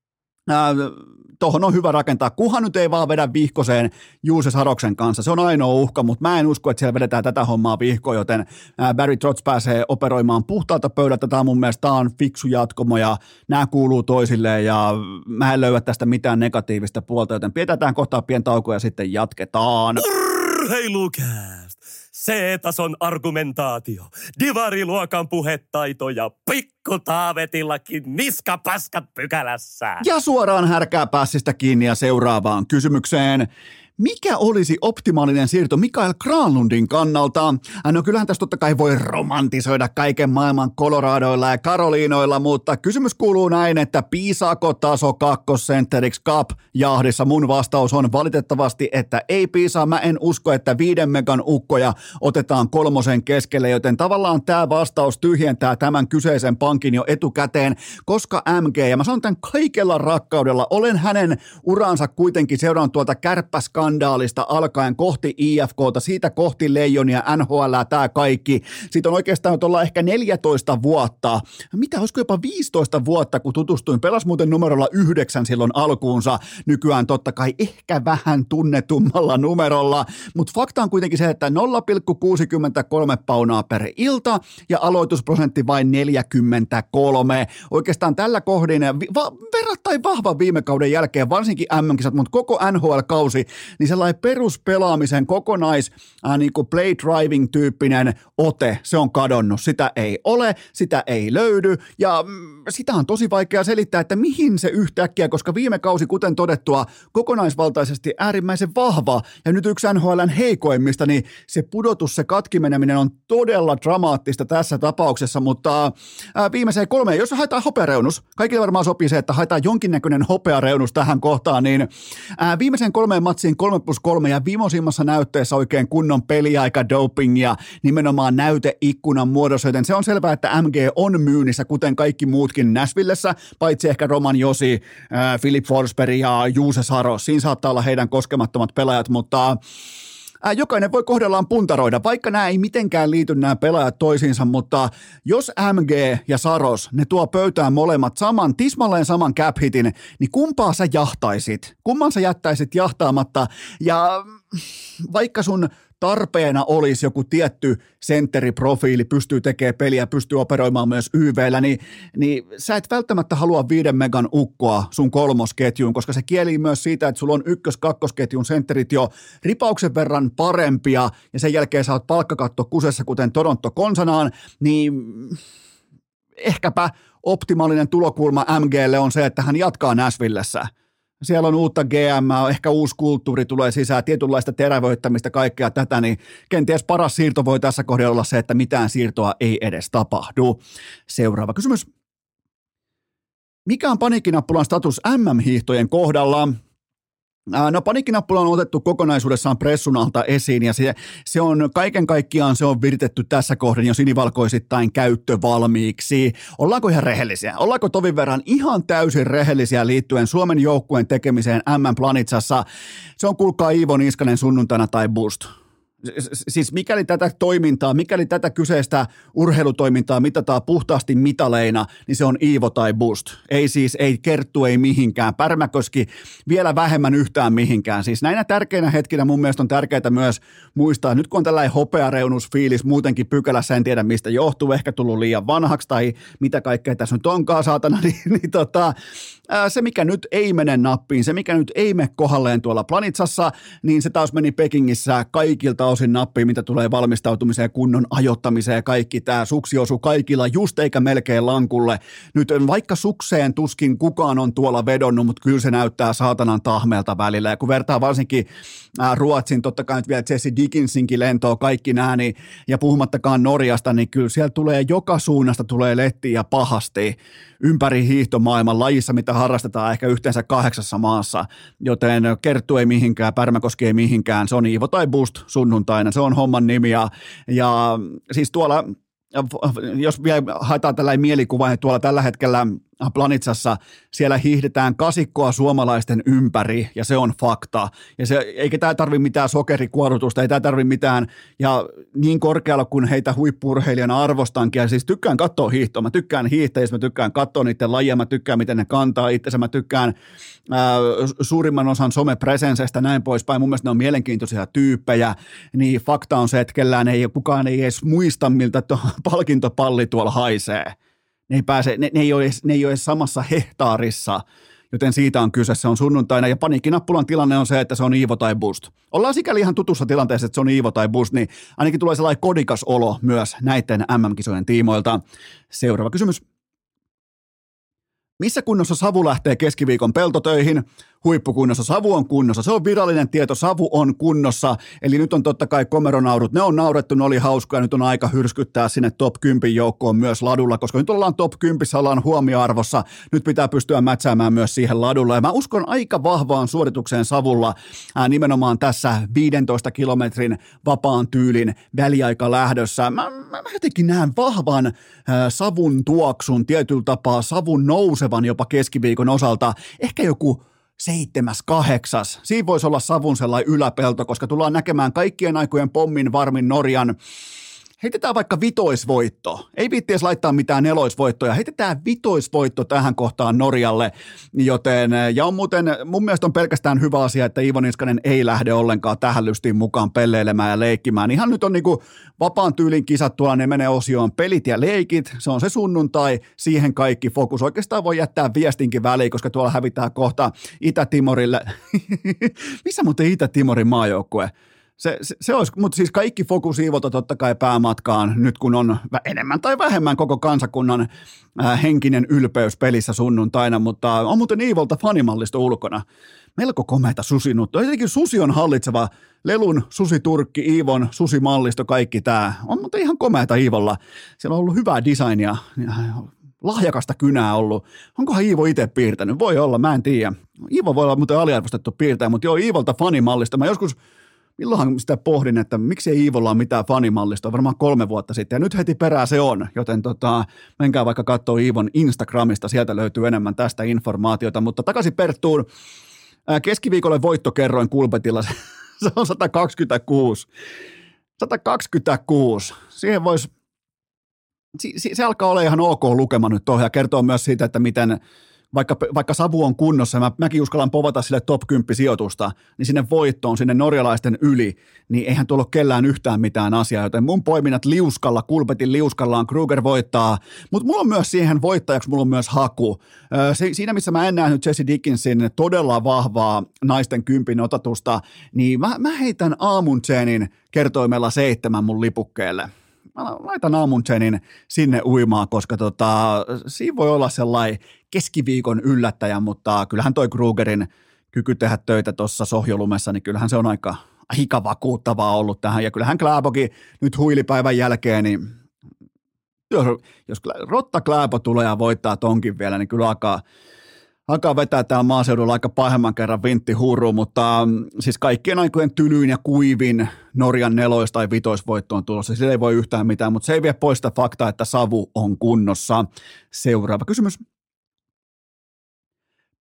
tuohon on hyvä rakentaa, kunhan nyt ei vaan vedä vihkoseen Juuse Saroksen kanssa, se on ainoa uhka, mutta mä en usko, että siellä vedetään tätä hommaa vihkoon, joten ää, Barry Trotz pääsee operoimaan puhtaalta pöydältä, tämä on mun mielestä tää on fiksu jatkomo ja nämä kuuluu toisilleen ja mä en löyä tästä mitään negatiivista puolta, joten pidetään kohtaa pientä taukoa ja sitten jatketaan. Urheilukääst! C-tason argumentaatio, divariluokan puhetaito ja pikku Taavetillakin niskapaskat pykälässä. Ja suoraan härkää pässistä kiinni ja seuraavaan kysymykseen. Mikä olisi optimaalinen siirto Mikael Granlundin kannalta? No kyllähän tässä totta kai voi romantisoida kaiken maailman Coloradoilla ja Karoliinoilla, mutta kysymys kuuluu näin, että piisaako taso kakkosentteriksi Cup-jahdissa? Mun vastaus on valitettavasti, että ei piisaa. Mä en usko, että viiden megan ukkoja otetaan kolmosen keskelle, joten tavallaan tämä vastaus tyhjentää tämän kyseisen pankin jo etukäteen, koska M G, ja mä sanon tämän kaikella rakkaudella, olen hänen uransa kuitenkin seurannut tuolta kärppäskaan skandaalista alkaen kohti I F K:ta, siitä kohti Leijonia, N H L, tämä kaikki. Siitä on oikeastaan olla ehkä neljätoista vuotta, mitä olisiko jopa viisitoista vuotta, kun tutustuin. Pelas muuten numerolla yhdeksän silloin alkuunsa, nykyään totta kai ehkä vähän tunnetummalla numerolla, mutta fakta on kuitenkin se, että nolla pilkku kuusikymmentäkolme paunaa per ilta ja aloitusprosentti vain neljäkymmentäkolme. Oikeastaan tällä kohdin va- verrattain vahvan viime kauden jälkeen, varsinkin M M-kisat, mutta koko N H L-kausi, niin sellainen peruspelaamisen kokonais äh, niin kuin play driving tyyppinen ote, se on kadonnut. Sitä ei ole, sitä ei löydy ja mm, sitä on tosi vaikea selittää, että mihin se yhtäkkiä, koska viime kausi, kuten todettua, kokonaisvaltaisesti äärimmäisen vahva ja nyt yksi N H L:n heikoimmista, niin se pudotus, se katkimeneminen on todella dramaattista tässä tapauksessa, mutta äh, viimeiseen kolmeen, jos haetaan hopeareunus, kaikille varmaan sopii se, että haetaan jonkinnäköinen hopeareunus tähän kohtaan, niin äh, viimeiseen kolmeen matsiin kolme plus kolme ja viimeisimmassa näytteessä oikein kunnon peliaika dopingia nimenomaan näyteikkunan muodossa, joten se on selvää, että M G on myynnissä, kuten kaikki muutkin Nashvillessä, paitsi ehkä Roman Josi, äh, Philip Forsberg ja Juuse Saros. Siinä saattaa olla heidän koskemattomat pelaajat, mutta jokainen voi kohdellaan puntaroida, vaikka nämä ei mitenkään liity nämä pelaajat toisiinsa, mutta jos M G ja Saros, ne tuo pöytään molemmat saman, tismalleen saman cap hitin, niin kumpaa sä jahtaisit? Kumman sä jättäisit jahtaamatta? Ja vaikka sun tarpeena olisi joku tietty sentteriprofiili, pystyy tekemään peliä, pystyy operoimaan myös Y V:llä, niin, niin sä et välttämättä halua viiden megan ukkoa sun kolmosketjuun, koska se kieli myös siitä, että sulla on ykkös-kakkosketjun sentterit jo ripauksen verran parempia, ja sen jälkeen sä oot palkkakatto kusessa, kuten Toronto konsanaan, niin ehkäpä optimaalinen tulokulma M G:lle on se, että hän jatkaa Nashvillessä. Siellä on uutta G M, ehkä uusi kulttuuri tulee sisään, tietynlaista terävöittämistä, kaikkea tätä, niin kenties paras siirto voi tässä kohdassa olla se, että mitään siirtoa ei edes tapahdu. Seuraava kysymys. Mikä on paniikkinappulan status M M-hiihtojen kohdalla? No paniikkinappula on otettu kokonaisuudessaan pressun alta esiin ja se, se on kaiken kaikkiaan se on viritetty tässä kohden jo sinivalkoisittain käyttövalmiiksi. Ollaanko ihan rehellisiä? Ollaanko tovin verran ihan täysin rehellisiä liittyen Suomen joukkueen tekemiseen M M Planitsassa? Se on kuulkaa Iivo Niskanen sunnuntaina tai boost. Siis mikäli tätä toimintaa, mikäli tätä kyseistä urheilutoimintaa mitataan puhtaasti mitaleina, niin se on Iivo tai Bust. Ei siis, ei Kerttu, ei mihinkään. Pärmäkoski vielä vähemmän yhtään mihinkään. Siis näinä tärkeinä hetkinä mun mielestä on tärkeää myös muistaa, nyt kun on tällainen hopeareunusfiilis muutenkin pykälässä, en tiedä mistä johtuu, ehkä tullut liian vanhaksi tai mitä kaikkea tässä nyt onkaan saatana, niin, niin tota, se mikä nyt ei mene nappiin, se mikä nyt ei mene kohdalleen tuolla Planitsassa, niin se taas meni Pekingissä kaikilta osin nappiin, mitä tulee valmistautumiseen, kunnon ajoittamiseen ja kaikki. Tämä suksi osui kaikilla just eikä melkein lankulle. Nyt vaikka sukseen tuskin kukaan on tuolla vedonnut, mutta kyllä se näyttää saatanan tahmeelta välillä. Ja kun vertaa varsinkin ää, Ruotsin, totta kai nyt vielä Jesse Dickinsinkin lentoa, kaikki nämä, niin, ja puhumattakaan Norjasta, niin kyllä siellä tulee joka suunnasta tulee lettiä pahasti ympäri hiihtomaailman lajissa, mitä harrastetaan ehkä yhteensä kahdeksassa maassa, joten Kerttu ei mihinkään, Pärmäkoski ei mihinkään, se on Iivo tai Bust sunnuntaina, se on homman nimi ja, ja siis tuolla, jos vielä haetaan tällainen mielikuva, niin tuolla tällä hetkellä Planitsassa siellä hiihdetään kasikkoa suomalaisten ympäri, ja se on fakta. Ja se, eikä tämä tarvitse mitään sokerikuorutusta, ei tämä tarvitse mitään, ja niin korkealla kuin heitä huippu-urheilijana arvostankin, ja siis tykkään katsoa hiihtoa, mä tykkään hiihtäjistä, mä tykkään katsoa niiden lajia, mä tykkään miten ne kantaa itsensä, mä tykkään ää, suurimman osan somepresensestä, näin poispäin, mun mielestä ne on mielenkiintoisia tyyppejä, niin fakta on se, että kellään ei, kukaan ei edes muista, miltä tuo palkintopalli tuolla haisee. Ne ei, pääse, ne, ne, ei ole, ne ei ole samassa hehtaarissa, joten siitä on kyse, se on sunnuntaina, ja paniikkinappulan tilanne on se, että se on Iivo tai Bust. Ollaan sikäli ihan tutussa tilanteessa, että se on Iivo tai Bust, niin ainakin tulee sellainen kodikas olo myös näiden M M-kisojen tiimoilta. Seuraava kysymys. Missä kunnossa Savu lähtee keskiviikon peltotöihin? Huippukunnossa, Savu on kunnossa, se on virallinen tieto, Savu on kunnossa, eli nyt on totta kai komeronaurut, ne on naurettu, ne oli hauskaa, nyt on aika hyrskyttää sinne top kymmenen joukkoon myös ladulla, koska nyt ollaan top kymmenen, ollaan huomioarvossa, nyt pitää pystyä mätsäämään myös siihen ladulla, ja mä uskon aika vahvaan suoritukseen Savulla, ää, nimenomaan tässä viidentoista kilometrin vapaan tyylin väliaikalähdössä, mä, mä, mä jotenkin näen vahvan ää, Savun tuoksun, tietyllä tapaa Savun nousevan jopa keskiviikon osalta, ehkä joku seitsemäs, kahdeksas. Siinä voisi olla Savun sellainen yläpelto, koska tullaan näkemään kaikkien aikojen pommin varmin Norjan. Heitetään vaikka vitoisvoitto. Ei viitti edes laittaa mitään neloisvoittoja. Heitetään vitoisvoitto tähän kohtaan Norjalle. Joten, ja on muuten, mun mielestä on pelkästään hyvä asia, että Iivo Niskanen ei lähde ollenkaan tähän lystiin mukaan pelleilemään ja leikkimään. Ihan nyt on niinku vapaan tyylin kisat tuolla, ne menee osioon pelit ja leikit. Se on se sunnuntai, siihen kaikki fokus. Oikeastaan voi jättää viestinkin väliin, koska tuolla hävitään kohta Itä-Timorille. Missä muuten Itä-Timorin maajoukkue? Se, se, se olisi, mutta siis kaikki fokus Iivolta totta kai päämatkaan, nyt kun on enemmän tai vähemmän koko kansakunnan äh, henkinen ylpeys pelissä sunnuntaina, mutta on muuten Iivolta fanimallisto ulkona. Melko komeata susinuttua. Jotenkin susi on hallitseva, Lelun susiturkki, Iivon susimallisto, kaikki tämä. On muuten ihan komeata Iivolla. Siellä on ollut hyvää designia, lahjakasta kynää ollut. Onkohan Iivo itse piirtänyt? Voi olla, mä en tiedä. Iivo voi olla muuten aliarvostettu piirtäjä, mutta joo, Iivolta fanimallista. Mä joskus milloinhan sitä pohdin, että miksi ei Iivolla ole mitään fanimallista, varmaan kolme vuotta sitten, ja nyt heti perään se on, joten tota, menkää vaikka katsoa Iivon Instagramista, sieltä löytyy enemmän tästä informaatiota, mutta takaisin Perttuun, keskiviikolle voittokerroin Kulpetilla, se on sata kaksikymmentäkuusi, sata kaksikymmentäkuusi, siihen voisi, se alkaa olla ihan ok lukema nyt tuohon, ja kertoo myös siitä, että miten Vaikka, vaikka Savu on kunnossa, mä, mäkin uskallan povata sille top kymmenen sijoitusta, niin sinne voittoon, sinne norjalaisten yli, niin eihän tuolla ole kellään yhtään mitään asiaa, joten mun poiminnat liuskalla, Kulpetin liuskallaan, Kruger voittaa, mutta mulla on myös siihen voittajaksi, mulla on myös haku. Se, siinä, missä mä en nähnyt Jesse Dickinsin todella vahvaa naisten kympin otatusta, niin mä, mä heitän Amundseenin kertoimella seitsemän mun lipukkeelle. Mä laitan Amundsenin sinne uimaan, koska tota, siinä voi olla sellainen keskiviikon yllättäjä, mutta kyllähän toi Krugerin kyky tehdä töitä tuossa sohjolumessa, niin kyllähän se on aika, aika vakuuttavaa ollut tähän. Ja kyllähän Kläbokin nyt huilipäivän jälkeen, niin jos, jos Rotta Kläbo tulee ja voittaa tonkin vielä, niin kyllä alkaa, alkaa vetää täällä maaseudulla aika pahemman kerran vintti hurru, mutta siis kaikkien aikojen tylyin ja kuivin Norjan nelois- tai vitoisvoitto on tulossa. Sillä ei voi yhtään mitään, mutta se ei vie pois sitä faktaa, että Savu on kunnossa. Seuraava kysymys.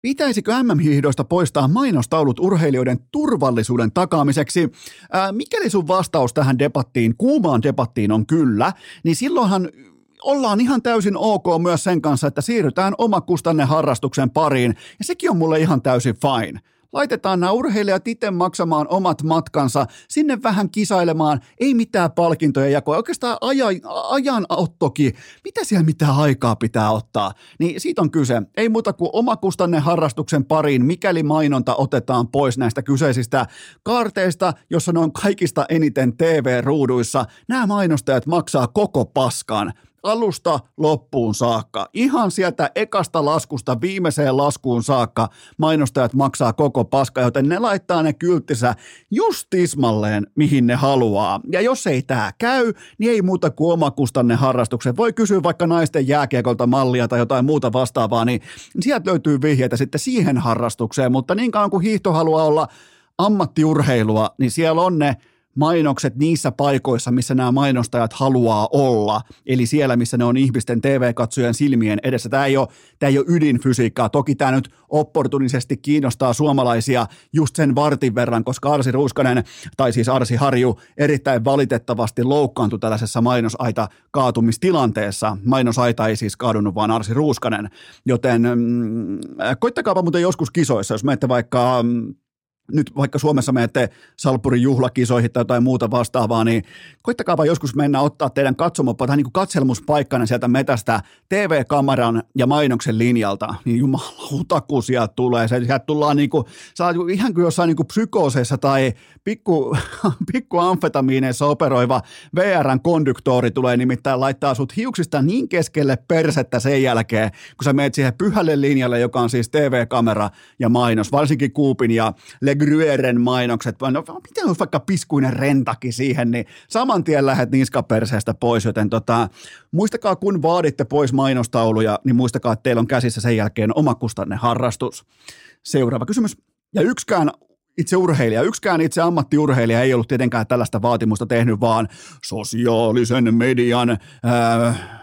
Pitäisikö M M-hiihdoista poistaa mainostaulut urheilijoiden turvallisuuden takaamiseksi? Ää, mikäli sun vastaus tähän debattiin, kuumaan debattiin on kyllä, niin silloinhan ollaan ihan täysin ok myös sen kanssa, että siirrytään omakustanneharrastuksen pariin, ja sekin on mulle ihan täysin fine. Laitetaan nämä urheilijat itse maksamaan omat matkansa, sinne vähän kisailemaan, ei mitään palkintoja jakoa, oikeastaan ajan, ajanottokin, mitä siellä mitään aikaa pitää ottaa, niin siitä on kyse. Ei muuta kuin omakustanneharrastuksen pariin, mikäli mainonta otetaan pois näistä kyseisistä kaarteista, jossa ne on kaikista eniten T V-ruuduissa, nämä mainostajat maksaa koko paskan. Alusta loppuun saakka. Ihan sieltä ekasta laskusta viimeiseen laskuun saakka mainostajat maksaa koko paska, joten ne laittaa ne kylttinsä just tismalleen, mihin ne haluaa. Ja jos ei tää käy, niin ei muuta kuin omakustanne harrastuksen. Voi kysyä vaikka naisten jääkiekolta mallia tai jotain muuta vastaavaa, niin sieltä löytyy vihjeitä sitten siihen harrastukseen, mutta niin kauan kuin hiihto haluaa olla ammattiurheilua, niin siellä on ne mainokset niissä paikoissa, missä nämä mainostajat haluaa olla, eli siellä, missä ne on ihmisten T V-katsojen silmien edessä. Tämä ei ole, tämä ei ole ydinfysiikkaa. Toki tämä nyt opportunisesti kiinnostaa suomalaisia just sen vartin verran, koska Arsi Ruuskanen, tai siis Arsi Harju, erittäin valitettavasti loukkaantui tällaisessa mainosaita kaatumistilanteessa. Mainosaita ei siis kaadunut, vaan Arsi Ruuskanen, joten mm, koittakaapa muuten joskus kisoissa, jos menette vaikka Mm, nyt vaikka Suomessa menette Salpurin juhlakisoihin tai jotain muuta vastaavaa, niin koittakaapa joskus mennä ottaa teidän katsomopa tai niin kuin katselmuspaikkana sieltä metästä T V-kameran ja mainoksen linjalta, niin jumalauta, kun sieltä tulee. Se, sieltä tullaan niin kuin, saa ihan kuin jossain niin kuin psykooseissa tai pikku, pikku amfetamiineissa operoiva V R:n konduktori tulee nimittäin laittaa sut hiuksista niin keskelle persettä sen jälkeen, kun sä meet siihen pyhälle linjalle, joka on siis T V-kamera ja mainos, varsinkin Coopin ja Le Gruyeren mainokset, no miten olisi vaikka piskuinen rentaki siihen, niin saman tien lähdet niskaperseestä pois, joten tota, muistakaa kun vaaditte pois mainostauluja, niin muistakaa, että teillä on käsissä sen jälkeen omakustanne harrastus. Seuraava kysymys. Ja yksikään itse urheilija, yksikään itse ammattiurheilija ei ollut tietenkään tällaista vaatimusta tehnyt, vaan sosiaalisen median ää,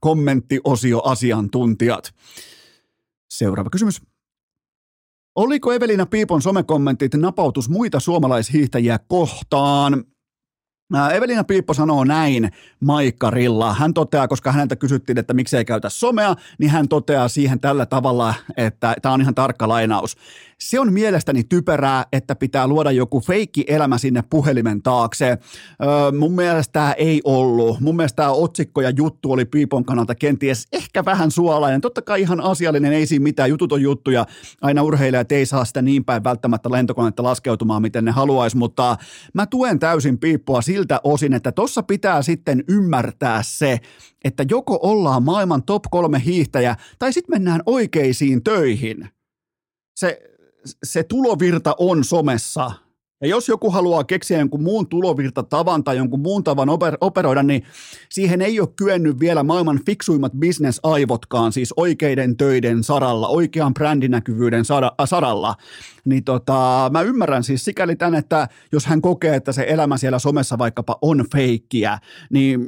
kommenttiosio-asiantuntijat. Seuraava kysymys. Oliko Eveliina Piipon somekommentit napautus muita suomalaishiihtäjiä kohtaan? Eveliina Piippo sanoo näin Maikkarilla. Hän toteaa, koska häneltä kysyttiin, että miksi ei käytä somea, niin hän toteaa siihen tällä tavalla, että tämä on ihan tarkka lainaus. Se on mielestäni typerää, että pitää luoda joku feikki elämä sinne puhelimen taakse. Öö, mun mielestä tämä ei ollut. Mun mielestä tämä otsikko ja juttu oli Piipon kannalta kenties ehkä vähän suolainen. Totta kai ihan asiallinen, ei siinä mitään. Jutut on juttuja. Aina urheilijat ei saa sitä niin päin välttämättä lentokonetta laskeutumaan, miten ne haluaisi, mutta mä tuen täysin Piippoa siltä osin, että tossa pitää sitten ymmärtää se, että joko ollaan maailman top kolme hiihtäjä tai sitten mennään oikeisiin töihin. Se Se tulovirta on somessa. Ja jos joku haluaa keksiä jonkun muun tulovirtatavan tai jonkun muun tavan oper- operoida, niin siihen ei ole kyennyt vielä maailman fiksuimmat bisnesaivotkaan, siis oikeiden töiden saralla, oikean brändinäkyvyyden saralla. Niin tota, mä ymmärrän siis sikäli tämän, että jos hän kokee, että se elämä siellä somessa vaikkapa on feikkiä, niin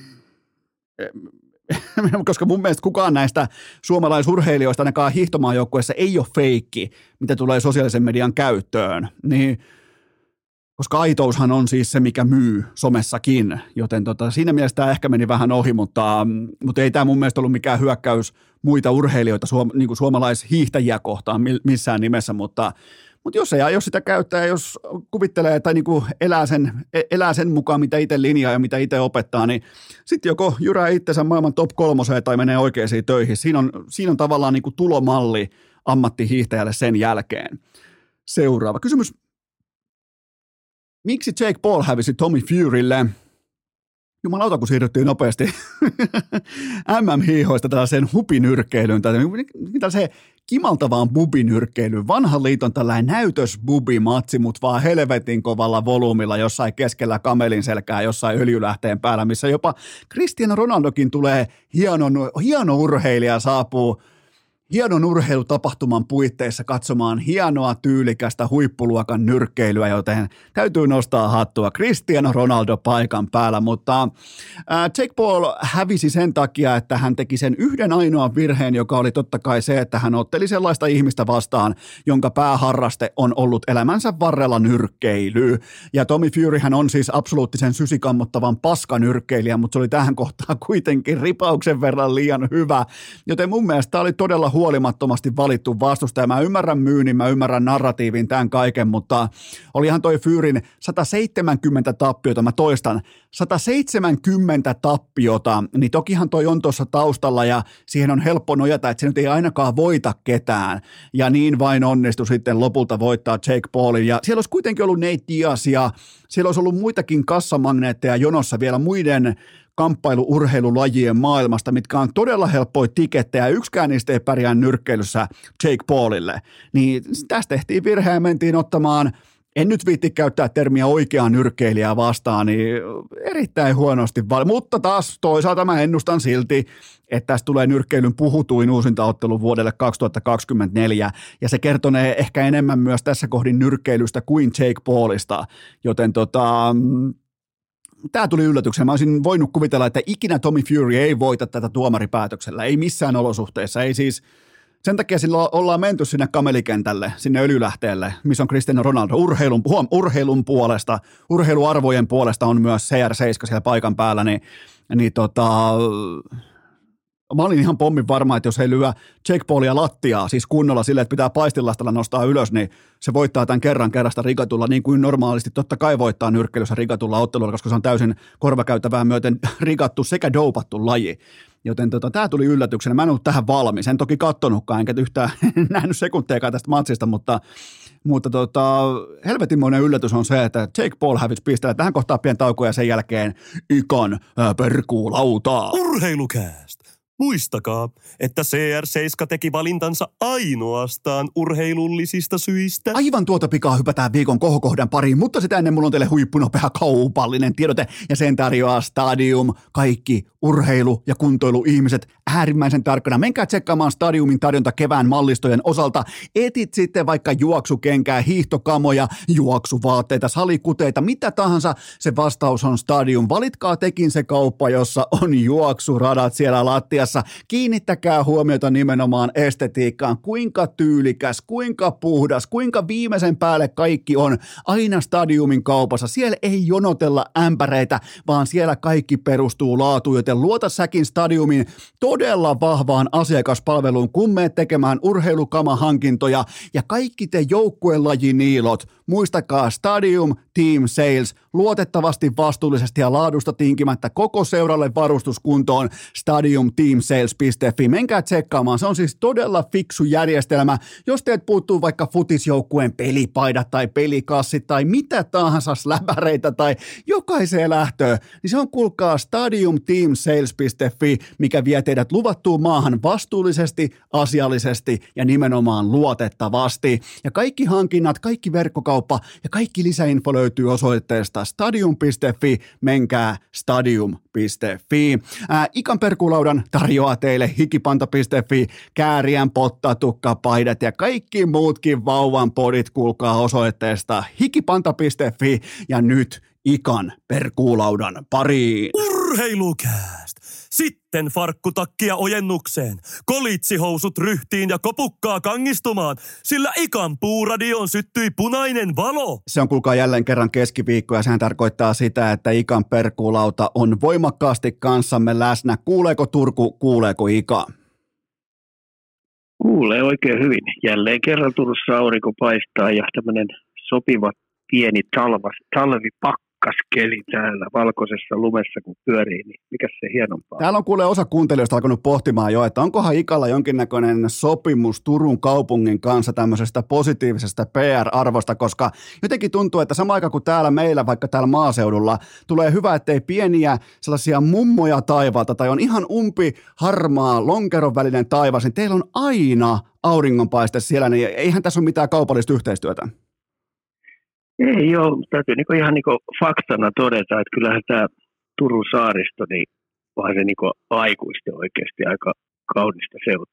koska mun mielestä kukaan näistä suomalaisurheilijoista ainakaan hiihtomaajoukkueessa ei ole feikki, mitä tulee sosiaalisen median käyttöön, niin koska aitoushan on siis se, mikä myy somessakin, joten tota, siinä mielessä tämä ehkä meni vähän ohi, mutta, mutta ei tämä mun mielestä ollut mikään hyökkäys muita urheilijoita, suom, niin kuin suomalaishiihtäjiä kohtaan missään nimessä, mutta Mutta jos ei aio sitä käyttää, jos kuvittelee tai niinku elää, sen, elää sen mukaan, mitä itse linjaa ja mitä itse opettaa, niin sitten joko jyrää itsensä maailman top kolmoseen tai menee oikeisiin töihin. Siinä on, siinä on tavallaan niinku tulomalli ammattihiihtäjälle sen jälkeen. Seuraava kysymys. Miksi Jake Paul hävisi Tommy Furylle? Jumalauta, kun siirryttiin nopeasti M M-hiihoista tällaiseen hupinyrkkeilyyn, tai tällaiseen kimaltavaan bubinyrkkeilyyn. Vanhan liiton tällainen näytösbubimatsi, mutta vaan helvetin kovalla volyymilla jossain keskellä kamelin selkää, jossain öljylähteen päällä, missä jopa Cristiano Ronaldokin tulee, hieno, hieno urheilija saapuu, hienon urheilutapahtuman puitteissa katsomaan hienoa, tyylikästä huippuluokan nyrkkeilyä, joten täytyy nostaa hattua Cristiano Ronaldo paikan päällä, mutta Jake Paul hävisi sen takia, että hän teki sen yhden ainoan virheen, joka oli totta kai se, että hän otteli sellaista ihmistä vastaan, jonka pääharraste on ollut elämänsä varrella nyrkkeily. Ja Tommy Furyhän on siis absoluuttisen sysikammottavan paskanyrkkeilijä, mutta se oli tähän kohtaan kuitenkin ripauksen verran liian hyvä, joten mun mielestä tämä oli todella huolimattomasti valittu vastustaja. Mä ymmärrän myynnin, mä ymmärrän narratiivin, tämän kaiken, mutta olihan toi Furyn sata seitsemänkymmentä tappiota, mä toistan, sata seitsemänkymmentä tappiota, niin tokihan toi on tuossa taustalla ja siihen on helppo nojata, että se nyt ei ainakaan voita ketään. Ja niin vain onnistui sitten lopulta voittaa Jake Paulin. Ja siellä olisi kuitenkin ollut Nate Diaz ja siellä olisi ollut muitakin kassamagneetteja jonossa vielä muiden kamppailu-urheilulajien maailmasta, mitkä on todella helppoja tikettejä, yksikään niistä ei pärjää nyrkkeilyssä Jake Paulille. Niin tästä tehtiin virhe ja mentiin ottamaan, en nyt viitti käyttää termiä oikeaa nyrkkeilijää vastaan, niin erittäin huonosti, mutta taas toisaalta mä ennustan silti, että tästä tulee nyrkkeilyn puhutuin uusintaottelu vuodelle kaksituhattakaksikymmentäneljä, ja se kertonee ehkä enemmän myös tässä kohdin nyrkkeilystä kuin Jake Paulista, joten tota... Tämä tuli yllätyksenä. Mä olisin voinut kuvitella, että ikinä Tommy Fury ei voita tätä tuomaripäätöksellä. Ei missään olosuhteissa. Ei siis, sen takia sillä ollaan menty sinne kamelikentälle, sinne öljylähteelle, missä on Cristiano Ronaldo urheilun, huom, urheilun puolesta. Urheiluarvojen puolesta on myös C R seitsemän siellä paikan päällä. Niin, niin tota... Mä olin ihan pommin varma, että jos he lyö Jake Paulia lattiaa, siis kunnolla sille, että pitää paistilastalla nostaa ylös, niin se voittaa tämän kerran kerrasta rigatulla, niin kuin normaalisti totta kai voittaa nyrkkeilyssä rigatulla ottelulla, koska se on täysin korvakäyttävää myöten rigattu sekä dopattu laji. Joten tota, tämä tuli yllätyksenä. Mä en ollut tähän valmis. En toki kattonutkaan, enkä yhtään nähnyt sekuntejakaan tästä matsista, mutta, mutta tota, helvetinmoinen yllätys on se, että Jake Paul hävisi pisteellä. Tähän kohtaa pieni tauko ja sen jälkeen Ikan ää, perkuulautaa. Urheilukääst! Muistakaa, että C R seitsemän teki valintansa ainoastaan urheilullisista syistä. Aivan tuota pikaa hypätään viikon kohokohdan pariin, mutta sitä ennen mulla on teille huippunopea kaupallinen tiedote ja sen tarjoaa Stadium. Kaikki urheilu- ja kuntoiluihmiset äärimmäisen tarkkana. Menkää tsekkaamaan Stadiumin tarjonta kevään mallistojen osalta. Etit sitten vaikka juoksukenkää, hiihtokamoja, juoksuvaatteita, salikuteita, mitä tahansa. Se vastaus on Stadium. Valitkaa tekin se kauppa, jossa on juoksuradat siellä lattiassa. Kiinnittäkää huomiota nimenomaan estetiikkaan, kuinka tyylikäs, kuinka puhdas, kuinka viimeisen päälle kaikki on aina Stadiumin kaupassa. Siellä ei jonotella ämpäreitä, vaan siellä kaikki perustuu laatuun, joten luota säkin Stadiumin todella vahvaan asiakaspalveluun, kun menet tekemään urheilukamahankintoja ja kaikki te joukkuelajiniilot. Muistakaa Stadium Team Sales, luotettavasti, vastuullisesti ja laadusta tinkimättä koko seuralle varustuskuntoon stadium team sales piste fi. Menkää tsekkaamaan, se on siis todella fiksu järjestelmä. Jos teet puuttuu vaikka futisjoukkueen pelipaidat tai pelikassit tai mitä tahansa släbäreitä tai jokaiseen lähtöön, niin se on kuulkaa stadium team sales piste fi, mikä vie teidät luvattuun maahan vastuullisesti, asiallisesti ja nimenomaan luotettavasti. Ja kaikki hankinnat, kaikki verkkokauppa ja kaikki lisäinfo löytyy osoitteesta stadium piste fi, menkää stadium piste fi. Ää, Ikan perkulaudan tarjoaa teille hikipanta piste fi, Kääriän pottatukkapaidat ja kaikki muutkin vauvan podit, kuulkaa osoitteesta hikipanta piste fi ja nyt Ikan perkuulaudan pariin. Urheilukääst! Sitten farkkutakkia ojennukseen, kolitsihousut ryhtiin ja kopukkaa kangistumaan, sillä Ikan puuradioon syttyi punainen valo. Se on kuulkaa jälleen kerran keskiviikko ja sehän tarkoittaa sitä, että Ikan perkuulauta on voimakkaasti kanssamme läsnä. Kuuleeko Turku, kuuleeko Ika? Kuulee oikein hyvin. Jälleen kerran Turussa aurinko paistaa ja tämmöinen sopiva pieni talva, talvipakkaskeli täällä valkoisessa lumessa, kun pyörii, niin mikä se hienompaa? Täällä on kuule osa kuuntelijoista alkanut pohtimaan jo, että onkohan Ikalla jonkinnäköinen sopimus Turun kaupungin kanssa tämmöisestä positiivisesta P R-arvosta, koska jotenkin tuntuu, että sama aika kuin täällä meillä, vaikka täällä maaseudulla, tulee hyvä, ettei pieniä sellaisia mummoja taivaalta tai on ihan umpi harmaa lonkeron välinen taivas, niin teillä on aina auringonpaiste siellä, niin eihän tässä ole mitään kaupallista yhteistyötä. Ei joo, täytyy niinku ihan niinku faktana todeta, että kyllähän tämä Turun saaristo, niin onhan se niinku aikuisten oikeasti aika kaunista seutua.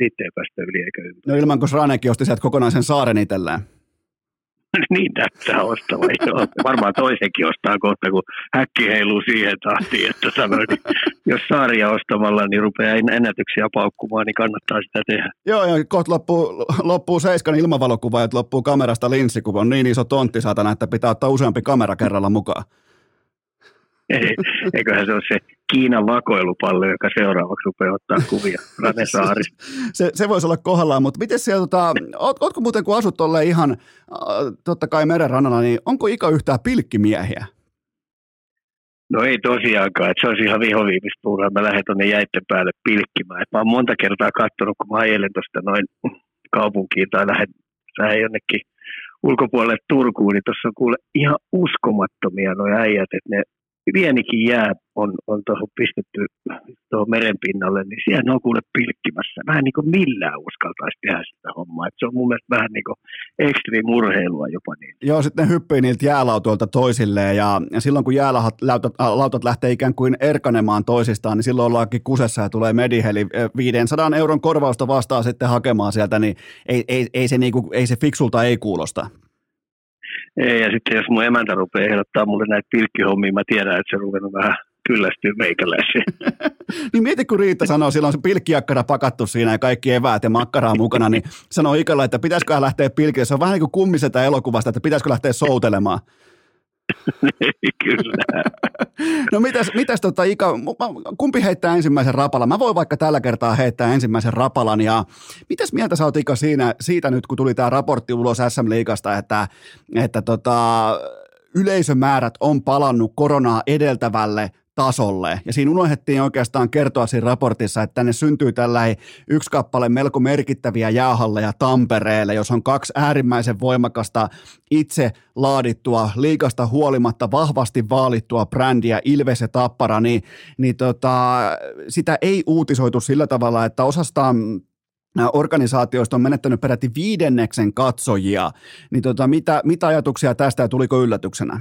Siitä ei päästä yli eikä ympäri. No ilman, kun Ranekin osti sieltä kokonaisen saaren itselleen. Niin näyttää ostava, joo. Varmaan toisenkin ostaa kohta, kun häkki heiluu siihen tahtiin, että sanoi, niin jos saaria ostamalla niin rupeaa ennätyksiä paukkumaan, niin kannattaa sitä tehdä. Joo, joo, kohta loppuu, loppuu seiskan ilmavalokuva, että loppuu kamerasta linssi, kun on niin iso tontti saatana, että pitää ottaa useampi kamera kerralla mukaan. Ei, eiköhän se ole se Kiinan vakoilupallo, joka seuraavaksi rupeaa ottaa kuvia Ranesaarista. se, se voisi olla kohdallaan, mutta miten siellä, tota, oot, ootko muuten kun asut tolleen ihan, äh, totta kai merenrannalla, niin onko Ika yhtään pilkkimiehiä? No ei tosiaankaan, että se olisi ihan vihoviimistä puhua, mä lähden tuonne jäitten päälle pilkkimään. Et mä oon monta kertaa katsonut, kun mä ajelen tuosta noin kaupunkiin tai lähden, lähden jonnekin ulkopuolelle Turkuun, niin tuossa on kuule ihan uskomattomia nuo äijät, että ne pienikin jää on, on tuohon pistetty tuohon merenpinnalle, niin siellä ne on kuule pilkkimässä. Mä en niin kuin millään uskaltaisi tehdä sitä hommaa. Et se on mun mielestä vähän niin kuin ekstriimurheilua jopa niin. Joo, sitten hyppii niiltä jäälautoilta toisilleen ja, ja silloin kun jäälautat lautat lähtee ikään kuin erkanemaan toisistaan, niin silloin ollaankin kusessa ja tulee Mediheli viisisataa euron korvausta vastaan sitten hakemaan sieltä, niin ei, ei, ei, se, niin kuin, ei se fiksulta ei kuulosta. Ei, ja sitten jos mun emäntä rupeaa ehdottaa mulle näitä pilkkihommia, mä tiedän, että se ruvennut vähän kyllästyy meikäläisiin. Niin mieti, kun Riitta sanoo, silloin se pilkkiakkara pakattu siinä ja kaikki eväät ja makkaraa mukana, niin sanoo Ikalle, että pitäisikö lähteä pilkille. Se on vähän niin kuin kummisetä elokuvasta, että pitäisikö lähteä soutelemaan. Kyllä. No mitäs, mitäs tota Ika, kumpi heittää ensimmäisen rapalan? Mä voin vaikka tällä kertaa heittää ensimmäisen rapalan ja mitäs mieltä sä oot Ika siinä, siitä nyt, kun tuli tää raportti ulos S M-liigasta, että, että tota, yleisömäärät on palannut koronaa edeltävälle tasolle. Ja siinä unohdettiin oikeastaan kertoa siinä raportissa, että tänne syntyy tällainen yksi kappale melko merkittäviä jäähalleja Tampereelle, jos on kaksi äärimmäisen voimakasta itse laadittua, liigasta huolimatta vahvasti vaalittua brändiä, Ilves ja Tappara, niin, niin tota, sitä ei uutisoitu sillä tavalla, että osasta organisaatioista on menettänyt peräti viidenneksen katsojia. Niin tota, mitä, mitä ajatuksia tästä ja tuliko yllätyksenä?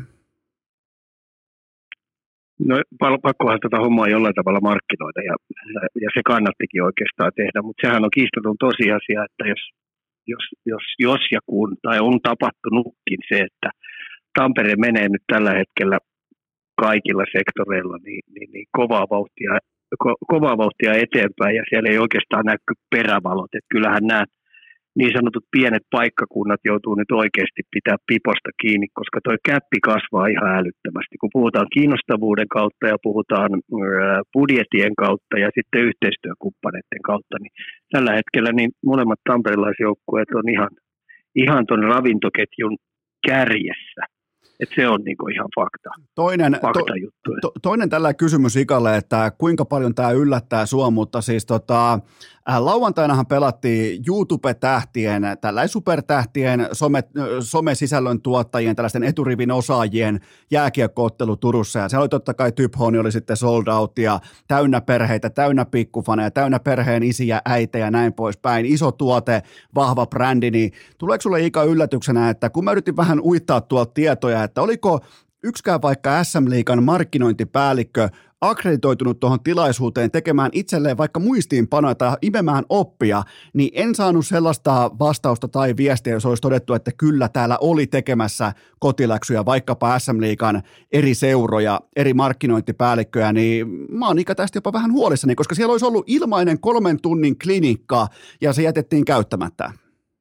No pakkohan tätä hommaa jollain tavalla markkinoida ja, ja se kannattikin oikeastaan tehdä, mutta sehän on kiistaton tosiasia, että jos, jos, jos, jos ja kun, tai on tapahtunutkin se, että Tampere menee nyt tällä hetkellä kaikilla sektoreilla niin, niin, niin kovaa, vauhtia, ko, kovaa vauhtia eteenpäin ja siellä ei oikeastaan näky perävalot, että kyllähän nämä niin sanotut pienet paikkakunnat joutuu nyt oikeasti pitää piposta kiinni, koska toi käppi kasvaa ihan älyttömästi. Kun puhutaan kiinnostavuuden kautta ja puhutaan budjetien kautta ja sitten yhteistyökumppaneiden kautta, niin tällä hetkellä niin molemmat tamperilaisjoukkueet on ihan, ihan ton ravintoketjun kärjessä. Että se on niinku ihan fakta. Toinen, fakta juttu. To, toinen tällä kysymys Ikalle, että kuinka paljon tämä yllättää sua, mutta siis tota, äh, lauantainahan pelattiin YouTube-tähtien, tällainen supertähtien, some, some-sisällön tuottajien, tällaisten eturivin osaajien jääkiekkoottelu Turussa, ja se oli totta kai Typhoni oli sitten sold out, ja täynnä perheitä, täynnä pikkufaneja, täynnä perheen isiä, äitejä ja näin poispäin, iso tuote, vahva brändi, niin tuleeko sulle Ika yllätyksenä, että kun mä yritin vähän uittaa tuolta tietoja, että oliko yksikään vaikka S M-liigan markkinointipäällikkö akkreditoitunut tuohon tilaisuuteen tekemään itselleen vaikka muistiinpanoja tai imemään oppia, niin en saanut sellaista vastausta tai viestiä, jos olisi todettu, että kyllä täällä oli tekemässä kotiläksyjä vaikkapa S M-liigan eri seuroja, eri markkinointipäällikköjä, niin mä oon Ika tästä jopa vähän huolissani, koska siellä olisi ollut ilmainen kolmen tunnin klinikka ja se jätettiin käyttämättä.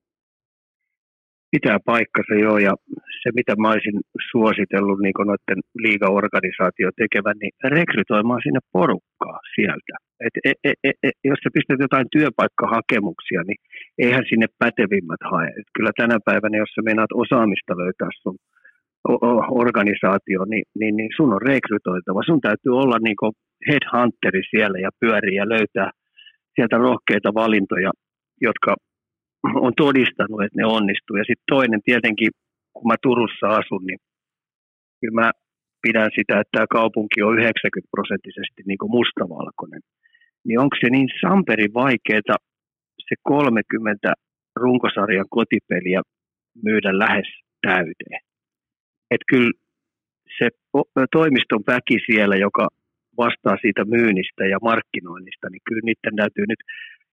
Pitää paikkansa joo, ja se mitä mä olisin suositellut niin noiden liigaorganisaatio tekevän, niin rekrytoimaan sinne porukkaa sieltä. Et, et, et, et, et, jos sä pistät jotain työpaikkahakemuksia, niin eihän sinne pätevimmät hae. Et kyllä tänä päivänä, jos sä meinaat osaamista löytää sun organisaatio, niin, niin, niin sun on rekrytoitava. Sun täytyy olla niin kuin headhunteri siellä ja pyöriä ja löytää sieltä rohkeita valintoja, jotka on todistanut, että ne onnistuu. Ja sitten toinen tietenkin, kun mä Turussa asun, niin kyllä mä pidän sitä, että tämä kaupunki on yhdeksänkymmentä prosenttisesti niin kuin mustavalkoinen. Niin onko se niin samperi vaikeeta se kolmekymmentä runkosarjan kotipeliä myydä lähes täyteen? Että kyllä se toimiston väki siellä, joka vastaa siitä myynnistä ja markkinoinnista, niin kyllä niiden täytyy nyt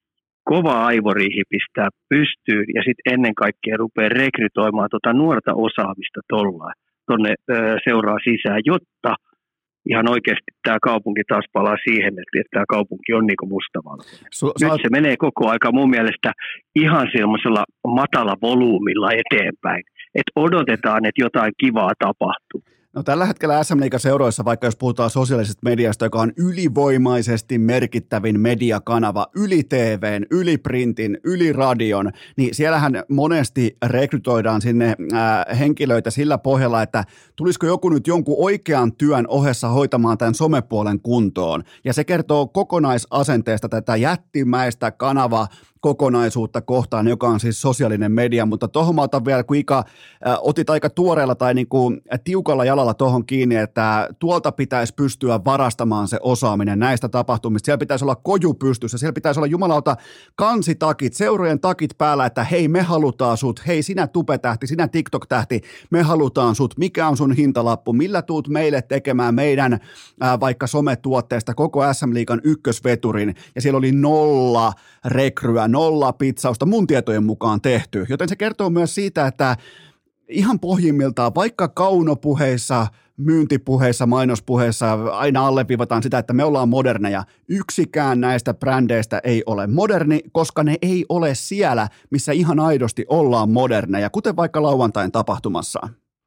kova aivoriihi pistää pystyyn ja sitten ennen kaikkea rupeaa rekrytoimaan tuota nuorta osaamista tuonne seuraa sisään, jotta ihan oikeasti tämä kaupunki taas palaa siihen, että tämä kaupunki on niin kuin mustavalkoinen. Su- Nyt saat... se menee koko aika mun mielestä ihan semmoisella matala volyymilla eteenpäin, että odotetaan, että jotain kivaa tapahtuu. No tällä hetkellä S M-liigan seuroissa, vaikka jos puhutaan sosiaalisesta mediasta, joka on ylivoimaisesti merkittävin mediakanava, yli T V:n, yli printin, yli radion, niin siellähän monesti rekrytoidaan sinne äh, henkilöitä sillä pohjalla, että tulisiko joku nyt jonkun oikean työn ohessa hoitamaan tämän somepuolen kuntoon. Ja se kertoo kokonaisasenteesta tätä jättimäistä kanava kokonaisuutta kohtaan, joka on siis sosiaalinen media, mutta tuohon mä otan vielä, kun Ika äh, otit aika tuoreella tai niin kuin tiukalla jalalla tuohon kiinni, että tuolta pitäisi pystyä varastamaan se osaaminen näistä tapahtumista. Siellä pitäisi olla koju pystyssä, siellä pitäisi olla jumalauta kansitakit, seurojen takit päällä, että hei me halutaan sut, hei sinä tupetähti, sinä TikTok-tähti, me halutaan sut, mikä on sun hintalappu, millä tuut meille tekemään meidän äh, vaikka sometuotteesta koko S M-liigan ykkösveturin, ja siellä oli nolla rekryä, nolla pizzausta mun tietojen mukaan tehty, joten se kertoo myös siitä, että ihan pohjimmiltaan, vaikka kaunopuheissa, myyntipuheissa, mainospuheissa aina alleviivataan sitä, että me ollaan moderneja, yksikään näistä brändeistä ei ole moderni, koska ne ei ole siellä, missä ihan aidosti ollaan moderneja, kuten vaikka lauantain tapahtumassa.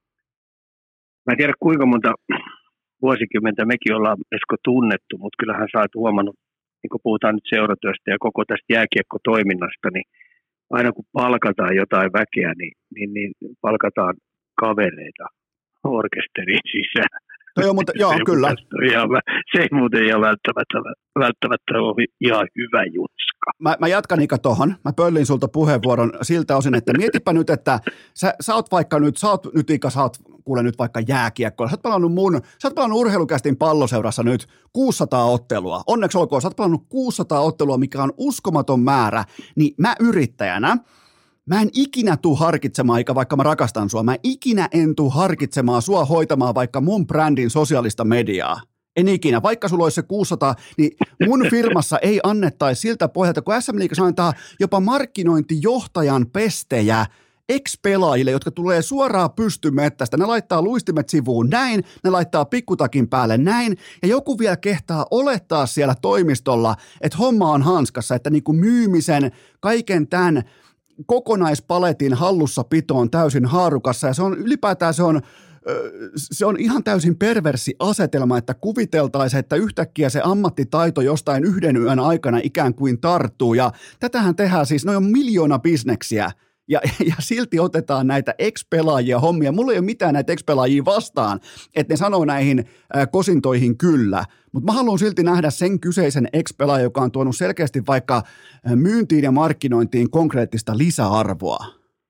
Mä en tiedä kuinka monta vuosikymmentä mekin ollaan, Esko, tunnettu, mutta kyllähän sä oot huomannut, niin kun puhutaan nyt seuratyöstä ja koko tästä jääkiekkotoiminnasta, niin aina kun palkataan jotain väkeä, niin, niin, niin palkataan kavereita orkesteriin sisään. No joo, mutta, joo, kyllä. Ihan, se ei muuten ihan välttämättä, välttämättä ole ihan hyvä jutska. Mä, mä jatkan Ika tohon. Mä pöllin sulta puheenvuoron siltä osin, että mietipä nyt, että sä, sä oot vaikka nyt, sä oot nyt Ika, sä oot kuule nyt vaikka jääkiekkoa. Sä oot pelannut mun, sä oot pelannut urheilukästin palloseurassa nyt kuusisataa ottelua. Onneksi olkoon, sä oot pelannut kuusisataa ottelua, mikä on uskomaton määrä. Niin mä yrittäjänä, mä en ikinä tuu harkitsemaan, eikä vaikka mä rakastan sua, mä ikinä en tuu harkitsemaan sua hoitamaan vaikka mun brändin sosiaalista mediaa. En ikinä. Vaikka sulla olisi se kuusisataa, niin mun firmassa ei annettaisi siltä pohjalta, kun S M-liigassa annetaan jopa markkinointijohtajan pestejä ex-pelaajille, jotka tulee suoraan pystymettästä. Ne laittaa luistimet sivuun näin, ne laittaa pikkutakin päälle näin, ja joku vielä kehtaa olettaa siellä toimistolla, että homma on hanskassa, että niin kuin myymisen, kaiken tämän kokonaispaletin hallussapito on täysin haarukassa, ja se on ylipäätään se on, se on ihan täysin perversi asetelma, että kuviteltaisiin, että yhtäkkiä se ammattitaito jostain yhden yön aikana ikään kuin tarttuu, ja tätähän tehdään siis, no on miljoona bisneksiä, ja, ja silti otetaan näitä ex-pelaajia hommia. Mulla ei ole mitään näitä ex-pelaajia vastaan, että ne sanoo näihin äh, kosintoihin kyllä, mutta mä haluan silti nähdä sen kyseisen ex-pelaajan, joka on tuonut selkeästi vaikka myyntiin ja markkinointiin konkreettista lisäarvoa.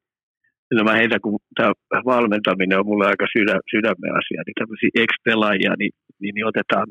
No mä heitän, kun tämä valmentaminen on mulle aika sydä, sydämen asia, niin tämmöisiä ex-pelaajia niin, niin, niin otetaan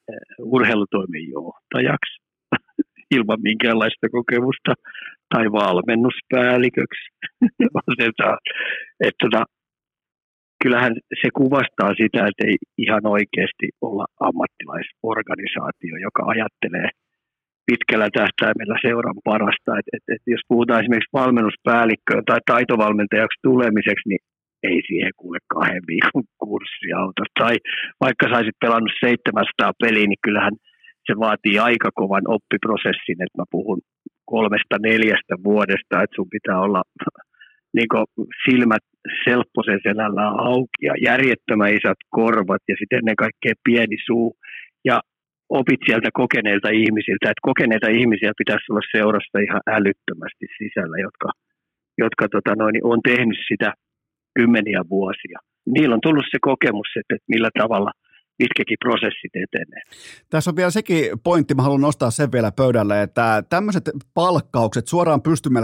urheilutoimenjohtajaksi ilman minkäänlaista kokemusta tai valmennuspäälliköksi otetaan. Että tota, kyllähän se kuvastaa sitä, että ei ihan oikeasti olla ammattilaisorganisaatio, joka ajattelee pitkällä tähtäimellä seuran parasta. Et, et, et jos puhutaan esimerkiksi valmennuspäällikköön tai taitovalmentajaksi tulemiseksi, niin ei siihen kuule kahden viikon kurssia auta. Tai vaikka saisit pelannut seitsemänsataa peliä, niin kyllähän se vaatii aika kovan oppiprosessin, että mä puhun kolmesta neljästä vuodesta, että sun pitää olla niin kuin silmät selpposen selällä auki ja järjettömän isät korvat ja sitten ennen kaikkea pieni suu ja opit sieltä kokeneilta ihmisiltä, että kokeneita ihmisiä pitäisi olla seurassa ihan älyttömästi sisällä, jotka, jotka tota noin, on tehnyt sitä kymmeniä vuosia. Niillä on tullut se kokemus, että millä tavalla mitkäkin prosessit etenee. Tässä on vielä sekin pointti, mä haluan nostaa sen vielä pöydälle, että tämmöiset palkkaukset, suoraan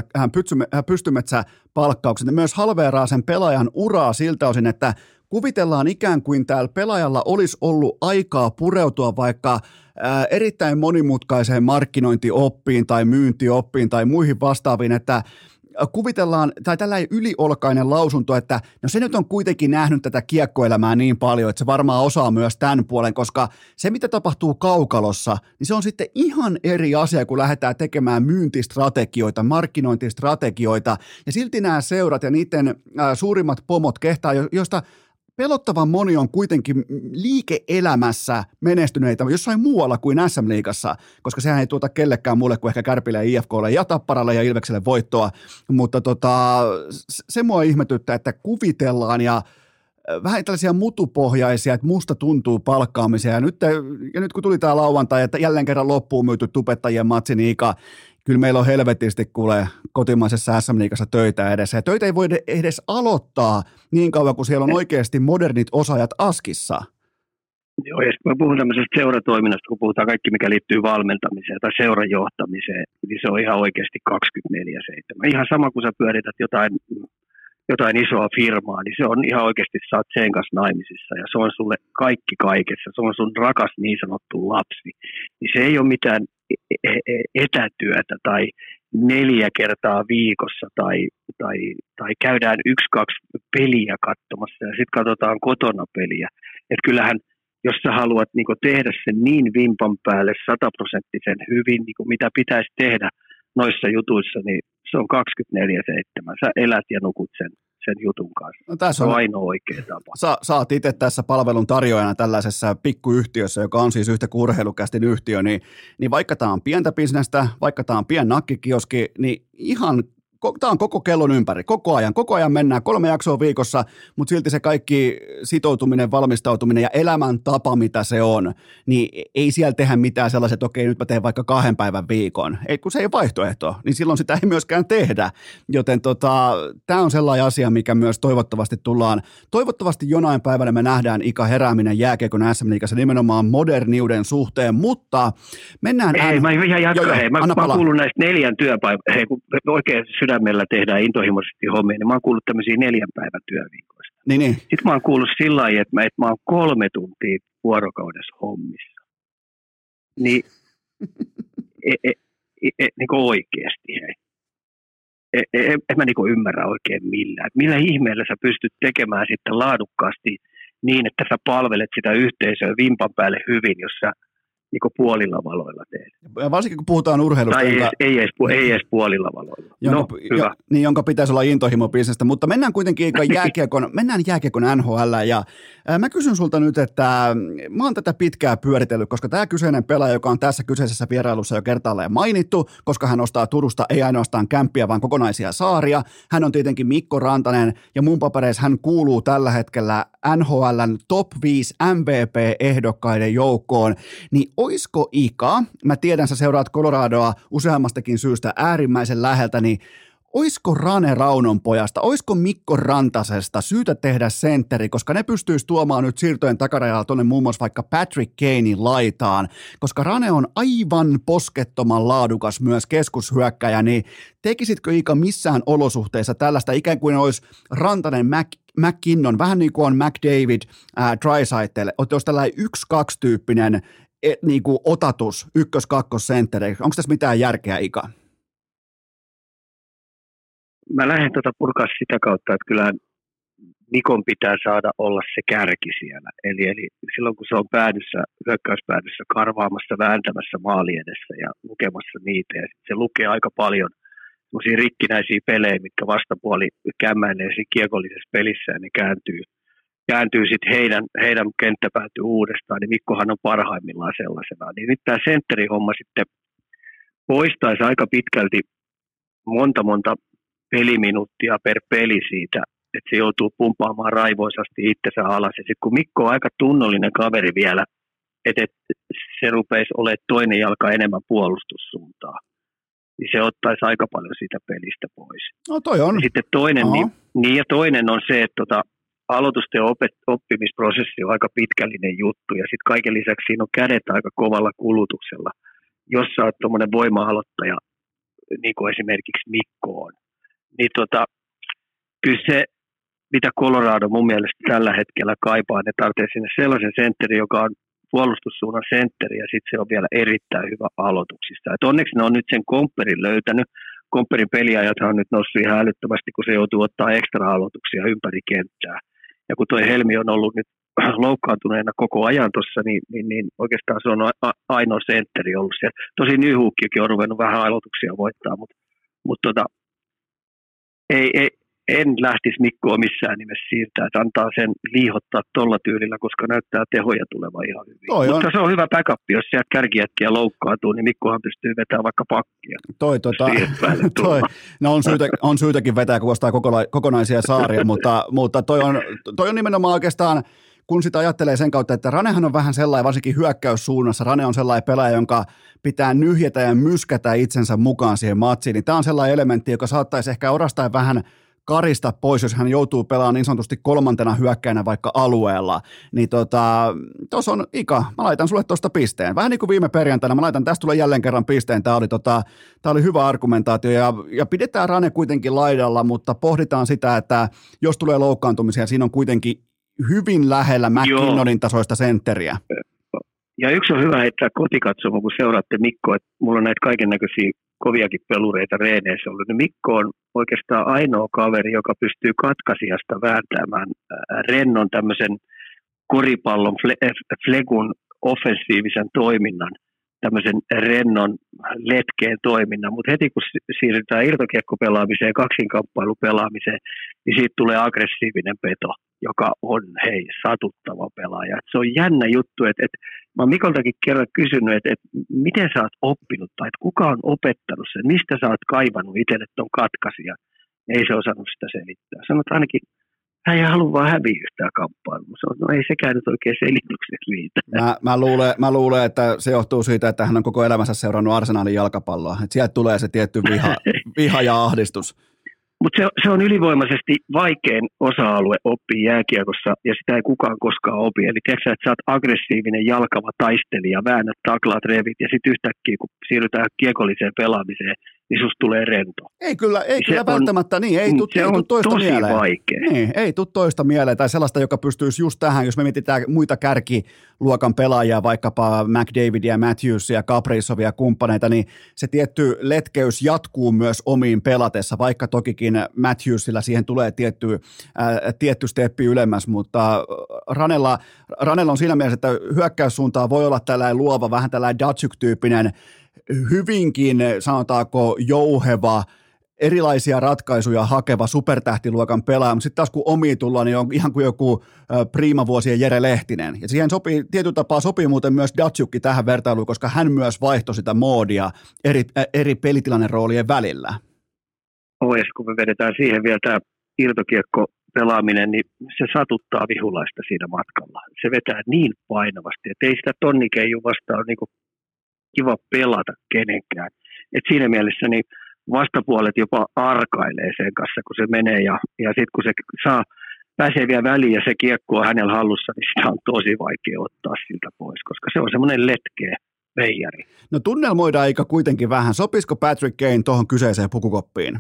pystymetsäpalkkaukset, ne myös halveeraa sen pelaajan uraa siltä osin, että kuvitellaan ikään kuin täällä pelaajalla olisi ollut aikaa pureutua vaikka ää, erittäin monimutkaiseen markkinointioppiin tai myyntioppiin tai muihin vastaaviin, että kuvitellaan, tai tällainen yliolkainen lausunto, että no se nyt on kuitenkin nähnyt tätä kiekkoelämää niin paljon, että se varmaan osaa myös tämän puolen, koska se, mitä tapahtuu kaukalossa, niin se on sitten ihan eri asia, kun lähdetään tekemään myyntistrategioita, markkinointistrategioita, ja silti nämä seurat ja niiden äh, suurimmat pomot kehtaa, josta pelottavan moni on kuitenkin liike-elämässä menestyneitä jossain muualla kuin S M-liigassa, koska sehän ei tuota kellekään muulle kuin ehkä Kärpille ja I F K:lle ja Tapparalle ja Ilvekselle voittoa, mutta tota, se mua ihmetyttää, että kuvitellaan ja vähän tällaisia mutupohjaisia, että musta tuntuu palkkaamisia ja nyt, ja nyt kun tuli tämä lauantai, että jälleen kerran loppuun myyty tubettajien matsi, niin Ika, kyllä meillä on helvetisti kuule kotimaisessa S M-liigassa töitä edessä. Ja töitä ei voi edes aloittaa niin kauan, kun siellä on oikeasti modernit osaajat askissa. Joo, ja kun mä puhun tämmöisestä seuratoiminnasta, kun puhutaan kaikki, mikä liittyy valmentamiseen tai seuran johtamiseen, niin se on ihan oikeasti kaksikymmentäneljä seitsemän. Ihan sama, kun sä pyörität jotain, jotain isoa firmaa, niin se on ihan oikeasti, sä oot sen kanssa naimisissa ja se on sulle kaikki kaikessa. Se on sun rakas niin sanottu lapsi. Niin se ei ole mitään etätyötä tai neljä kertaa viikossa tai, tai, tai käydään yksi, kaksi peliä katsomassa ja sitten katsotaan kotona peliä. Että kyllähän, jos sä haluat niinku tehdä sen niin vimpan päälle sataprosenttisen hyvin, niinku mitä pitäisi tehdä noissa jutuissa, niin se on kaksikymmentäneljä seitsemän. Sä elät ja nukut sen. sen jutun kanssa. No, tässä on, on ainoa oikea tapa. Sa, sä oot itse tässä palvelun tarjoajana tällaisessa pikkuyhtiössä, joka on siis yhtä kuin urheilukästin yhtiö, niin, niin vaikka tämä on pientä bisnestä, vaikka tämä on pien nakkikioski, niin ihan tämä on koko kellon ympäri, koko ajan. Koko ajan mennään kolme jaksoa viikossa, mutta silti se kaikki sitoutuminen, valmistautuminen ja elämäntapa, mitä se on, niin ei siellä tehdä mitään sellaiset, että okei, nyt mä teen vaikka kahden päivän viikon. Ei, kun se ei ole vaihtoehto, niin silloin sitä ei myöskään tehdä. Joten tota, tämä on sellainen asia, mikä myös toivottavasti tullaan, toivottavasti jonain päivänä me nähdään Ika herääminen jääkiekon S M-liigassa nimenomaan moderniuden suhteen, mutta mennään... Hei, ään... mä ihan jatkan, joo, hei, mä, mä oon kuullut näistä neljän työpäivää, hei, kun oikein sydämellä tehdään intohimoisesti hommia, niin mä oon kuullut tämmöisiä neljän päivän työviikoista. Niin, niin. Sitten mä oon kuullut sillä lailla, että mä, että mä oon kolme tuntia vuorokaudessa hommissa. Niin, e, e, e, niin kuin oikeasti, hei. E, e, en mä niin kuin ymmärrä oikein millään. Et millä ihmeellä sä pystyt tekemään sitten laadukkaasti niin, että sä palvelet sitä yhteisöä vimpan päälle hyvin, jos sä niin kuin puolilla valoilla tehdä. Ja varsinkin kun puhutaan urheilusta. Tai jonka, ei, ei, edes, ei edes puolilla valoilla. Jonka, no, hyvä. Jo, niin, jonka pitäisi olla intohimo-bisnestä, mutta mennään kuitenkin jääkiekon, mennään jääkiekon N H L ja ää, mä kysyn sulta nyt, että mä oon tätä pitkää pyöritellyt, koska tämä kyseinen pelaaja, joka on tässä kyseisessä vierailussa jo kertaalleen mainittu, koska hän ostaa Turusta ei ainoastaan kämppiä, vaan kokonaisia saaria. Hän on tietenkin Mikko Rantanen ja mun papereissa hän kuuluu tällä hetkellä N H L:n top viisi M V P-ehdokkaiden joukkoon, niin oisko Ika, mä tiedän sä seuraat Coloradoa useammastakin syystä äärimmäisen läheltä, niin oisko Rane Raunon pojasta, oisko Mikko Rantasesta syytä tehdä sentteri, koska ne pystyisi tuomaan nyt siirtojen takarajalla tuonne muun muassa vaikka Patrick Kanein laitaan, koska Rane on aivan poskettoman laadukas myös keskushyökkäjä, niin tekisitkö Ika missään olosuhteissa tällaista ikään kuin olisi Rantanen Mac, McKinnon, vähän niin kuin on McDavid äh, Draisaitl, että olisi tällainen yksi kaksi tyyppinen e, niin kuin otatus ykkös-kakkosentteri, onko tässä mitään järkeä Ika? Mä lähden tuota purkaa sitä kautta, että kyllä Mikon pitää saada olla se kärki siellä. Eli, eli silloin kun se on päädyssä, hyökkäyspäädyssä karvaamassa, vääntämässä maali edessä ja lukemassa niitä. Ja se lukee aika paljon sellaisia rikkinäisiä pelejä, mitkä vastapuoli kämmäilee siinä kiekollisessa pelissä ja ne kääntyy, kääntyy sitten heidän, heidän kenttä päätyy uudestaan. Niin Mikkohan on parhaimmillaan sellaisena. Niin nyt tämä sentterihomma sitten poistaisi aika pitkälti monta monta peliminuuttia per peli siitä, että se joutuu pumpaamaan raivoisasti itsensä alas. Ja sitten kun Mikko on aika tunnollinen kaveri vielä, että et se rupeisi olemaan toinen jalka enemmän puolustussuuntaa, niin se ottaisi aika paljon siitä pelistä pois. No toi on. Ja sitten toinen, niin, niin ja toinen on se, että tota, aloitusten opet- oppimisprosessi on aika pitkällinen juttu, ja sitten kaiken lisäksi siinä on kädet aika kovalla kulutuksella, jos sä oot tuommoinen voima-aloittaja, niin kuin esimerkiksi Mikko on. Niin tota, kyllä se, mitä Colorado mun mielestä tällä hetkellä kaipaa, ne tarvitsee sinne sellaisen sentteri, joka on puolustussuunnan sentteri, ja sitten se on vielä erittäin hyvä aloituksista. Et onneksi ne on nyt sen kompperin löytänyt, Komppanin peliajathan on nyt noussut ihan älyttömästi, kun se joutuu ottaa ekstra-aloituksia ympäri kenttää. Ja kun tuo Helmi on ollut nyt loukkaantuneena koko ajan tuossa, niin, niin, niin oikeastaan se on a- ainoa sentteri ollut siellä. Tosin Nyhuukkikin on ruvennut vähän aloituksia voittaa, mutta, mutta tota, ei, ei, en lähtisi Mikkoa missään nimessä siirtää, että antaa sen liihottaa tuolla tyylillä, koska näyttää tehoja tulevan ihan hyvin. Toi mutta on. Se on hyvä backup, jos sieltä kärkijätkiä loukkaantuu, niin Mikkohan pystyy vetämään vaikka pakkia. Toi, tota, toi, no on, syytä, on syytäkin vetää, kun ostaa kokonaisia saaria, mutta, mutta toi, on, toi on nimenomaan oikeastaan, kun sitä ajattelee sen kautta, että Ranehan on vähän sellainen, varsinkin hyökkäyssuunnassa, Rane on sellainen pelaaja, jonka pitää nyhjätä ja myskätä itsensä mukaan siihen matsiin, niin tämä on sellainen elementti, joka saattaisi ehkä orastaa vähän karista pois, jos hän joutuu pelaamaan niin sanotusti kolmantena hyökkäänä vaikka alueella, niin tota, tuossa on Ika, mä laitan sulle tuosta pisteen. Vähän niin kuin viime perjantaina, mä laitan, tästä tulee jälleen kerran pisteen, tämä oli, tota, tää oli hyvä argumentaatio, ja, ja pidetään Rane kuitenkin laidalla, mutta pohditaan sitä, että jos tulee loukkaantumisia, siinä on kuitenkin hyvin lähellä McKinnonin tasoista sentteriä. Ja yksi on hyvä heittää kotikatsomo, kun seuraatte Mikkoa, että mulla on näitä kaiken näköisiä koviakin pelureita reeneissä ollut. Mikko on oikeastaan ainoa kaveri, joka pystyy katkaisijasta vääntämään rennon tämmöisen koripallon flegun offensiivisen toiminnan, tämmöisen rennon letkeen toiminnan, mutta heti kun siirrytään irtokiekkopelaamiseen, kaksinkamppailupelaamiseen, niin siitä tulee aggressiivinen peto, joka on hei satuttava pelaaja. Et se on jännä juttu, että et, mä oon Mikoltakin kerran kysynyt, että et, miten sä oot oppinut tai et kuka on opettanut sen, mistä sä oot kaivannut itselle ton katkaisia. Ei se osannut sitä selittää. Sanot ainakin, hän ei halua vaan häviä yhtään kamppailua. No ei sekään nyt oikein selitykseksi riitä. Mä, mä, luulen, mä luulen, että se johtuu siitä, että hän on koko elämänsä seurannut Arsenalin jalkapalloa. Että sieltä tulee se tietty viha, viha ja ahdistus. Mutta se, se on ylivoimaisesti vaikein osa-alue oppia jääkiekossa, ja sitä ei kukaan koskaan opi. Eli tiedätkö, että sä oot aggressiivinen, jalkava taistelija, väännät, taklaat, revit, ja sitten yhtäkkiä, kun siirrytään kiekolliseen pelaamiseen, niin susta tulee rento. Ei kyllä, ei kyllä on, välttämättä niin, ei tule tu, toista tosi mieleen. vaikea. Niin, ei tule toista mieleen, tai sellaista, joka pystyisi just tähän, jos me mietitään muita kärkiluokan pelaajia, vaikkapa McDavidia, Matthewsia, Kaprizovia ja kumppaneita, niin se tietty letkeys jatkuu myös omiin pelatessa, vaikka tokikin Matthewsilla siihen tulee tietty, ää, tietty steppi ylemmäs, mutta Ranella, Ranella on siinä mielessä, että hyökkäyssuuntaa voi olla tällainen luova, vähän tällainen Datsuk-tyyppinen, hyvinkin, sanotaanko, jouheva, erilaisia ratkaisuja hakeva supertähtiluokan pelaaja, mutta sitten taas kun omiin tullaan, niin on ihan kuin joku priimavuosien Jere Lehtinen. Ja siihen sopii, tietyllä tapaa sopii muuten myös Datsukki tähän vertailuun, koska hän myös vaihtoi sitä moodia eri, eri pelitilanneroolien välillä. Oh, ja kun me vedetään siihen vielä tämä irtokiekko pelaaminen, niin se satuttaa vihulaista siinä matkalla. Se vetää niin painavasti, että ei sitä tonnikeiju vastaan niin kuin kiva pelata kenenkään. Et siinä mielessä niin vastapuolet jopa arkailee sen kanssa, kun se menee, ja, ja sitten kun se saa, pääsee vielä väliin ja se kiekko on hänellä hallussa, niin sitä on tosi vaikea ottaa siltä pois, koska se on semmoinen letkeä veijari. No tunnelmoidaan eikä kuitenkin vähän. Sopisiko Patrick Kane tuohon kyseiseen pukukoppiin?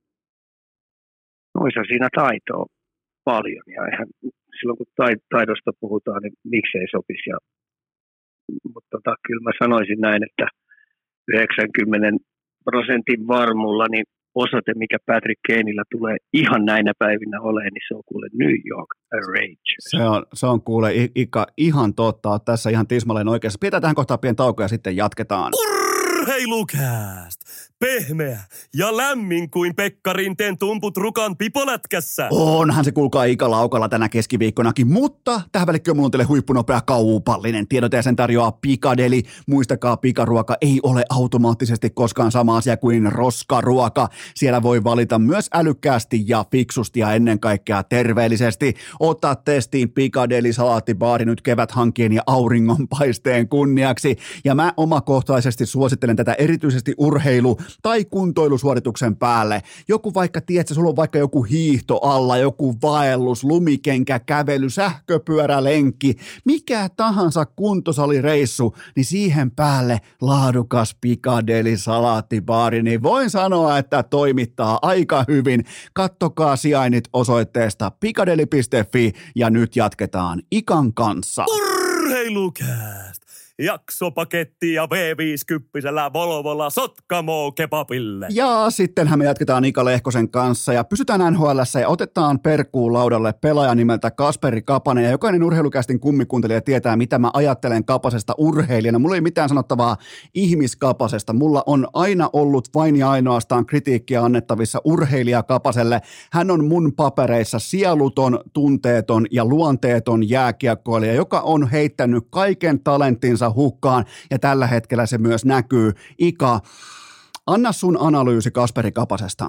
Noissa siinä taitoa paljon, ja eihän, silloin kun taidosta puhutaan, niin miksei sopisi. Ja, mutta tota, kyllä mä sanoisin näin, että yhdeksänkymmentä prosentin varmulla, niin osoite, mikä Patrick Kaneillä tulee ihan näinä päivinä olemaan, niin se on kuule New York Rangers. Se on, se on kuule Ika, ihan totta, oot tässä ihan tismalleen oikeassa. Pidetään tähän kohtaan pieni tauko ja sitten jatketaan. Urheilukääst! Pehmeä ja lämmin kuin Pekka Rinteen tumput Rukan pipolätkässä. Onhan se kuulkaa Ika Laukalla tänä keskiviikkonakin, mutta tähän välikköön mulla on teille huippunopea kaupallinen tiedote ja sen tarjoaa Pikadeli. Muistakaa, pikaruoka ei ole automaattisesti koskaan sama asia kuin roskaruoka. Siellä voi valita myös älykkäästi ja fiksusti ja ennen kaikkea terveellisesti. Ota testiin Pikadeli salaattibaari nyt keväthankien ja auringonpaisteen kunniaksi. Ja mä omakohtaisesti suosittelen tätä erityisesti urheilu- tai kuntoilusuorituksen päälle. Joku vaikka, tiedätkö, sulla on vaikka joku hiihto alla, joku vaellus, lumikenkä, kävely, sähköpyörälenkki, mikä tahansa kuntosalireissu, niin siihen päälle laadukas Pikadeli salaattibaari, niin voin sanoa, että toimittaa aika hyvin. Kattokaa sijainnit osoitteesta pikadeli piste fi ja nyt jatketaan Ikan kanssa. Urheilukääst! jaksopaketti ja V viisikymmentä Volvolla Sotkamo kebabille. Ja sittenhän me jatketaan Ika Lehkosen kanssa ja pysytään N H L:ssä ja otetaan perkuun laudalle pelaaja nimeltä Kasperi Kapanen. Ja jokainen urheilukästin kummikuuntelija tietää, mitä mä ajattelen Kapasesta urheilijana. Mulla ei mitään sanottavaa ihmiskapasesta. Mulla on aina ollut vain ja ainoastaan kritiikkiä annettavissa urheilija Kapaselle. Hän on mun papereissa sieluton, tunteeton ja luonteeton jääkiekkoilija, joka on heittänyt kaiken talenttinsa hukkaan ja tällä hetkellä se myös näkyy. Ika, anna sun analyysi Kasperi Kapasesta.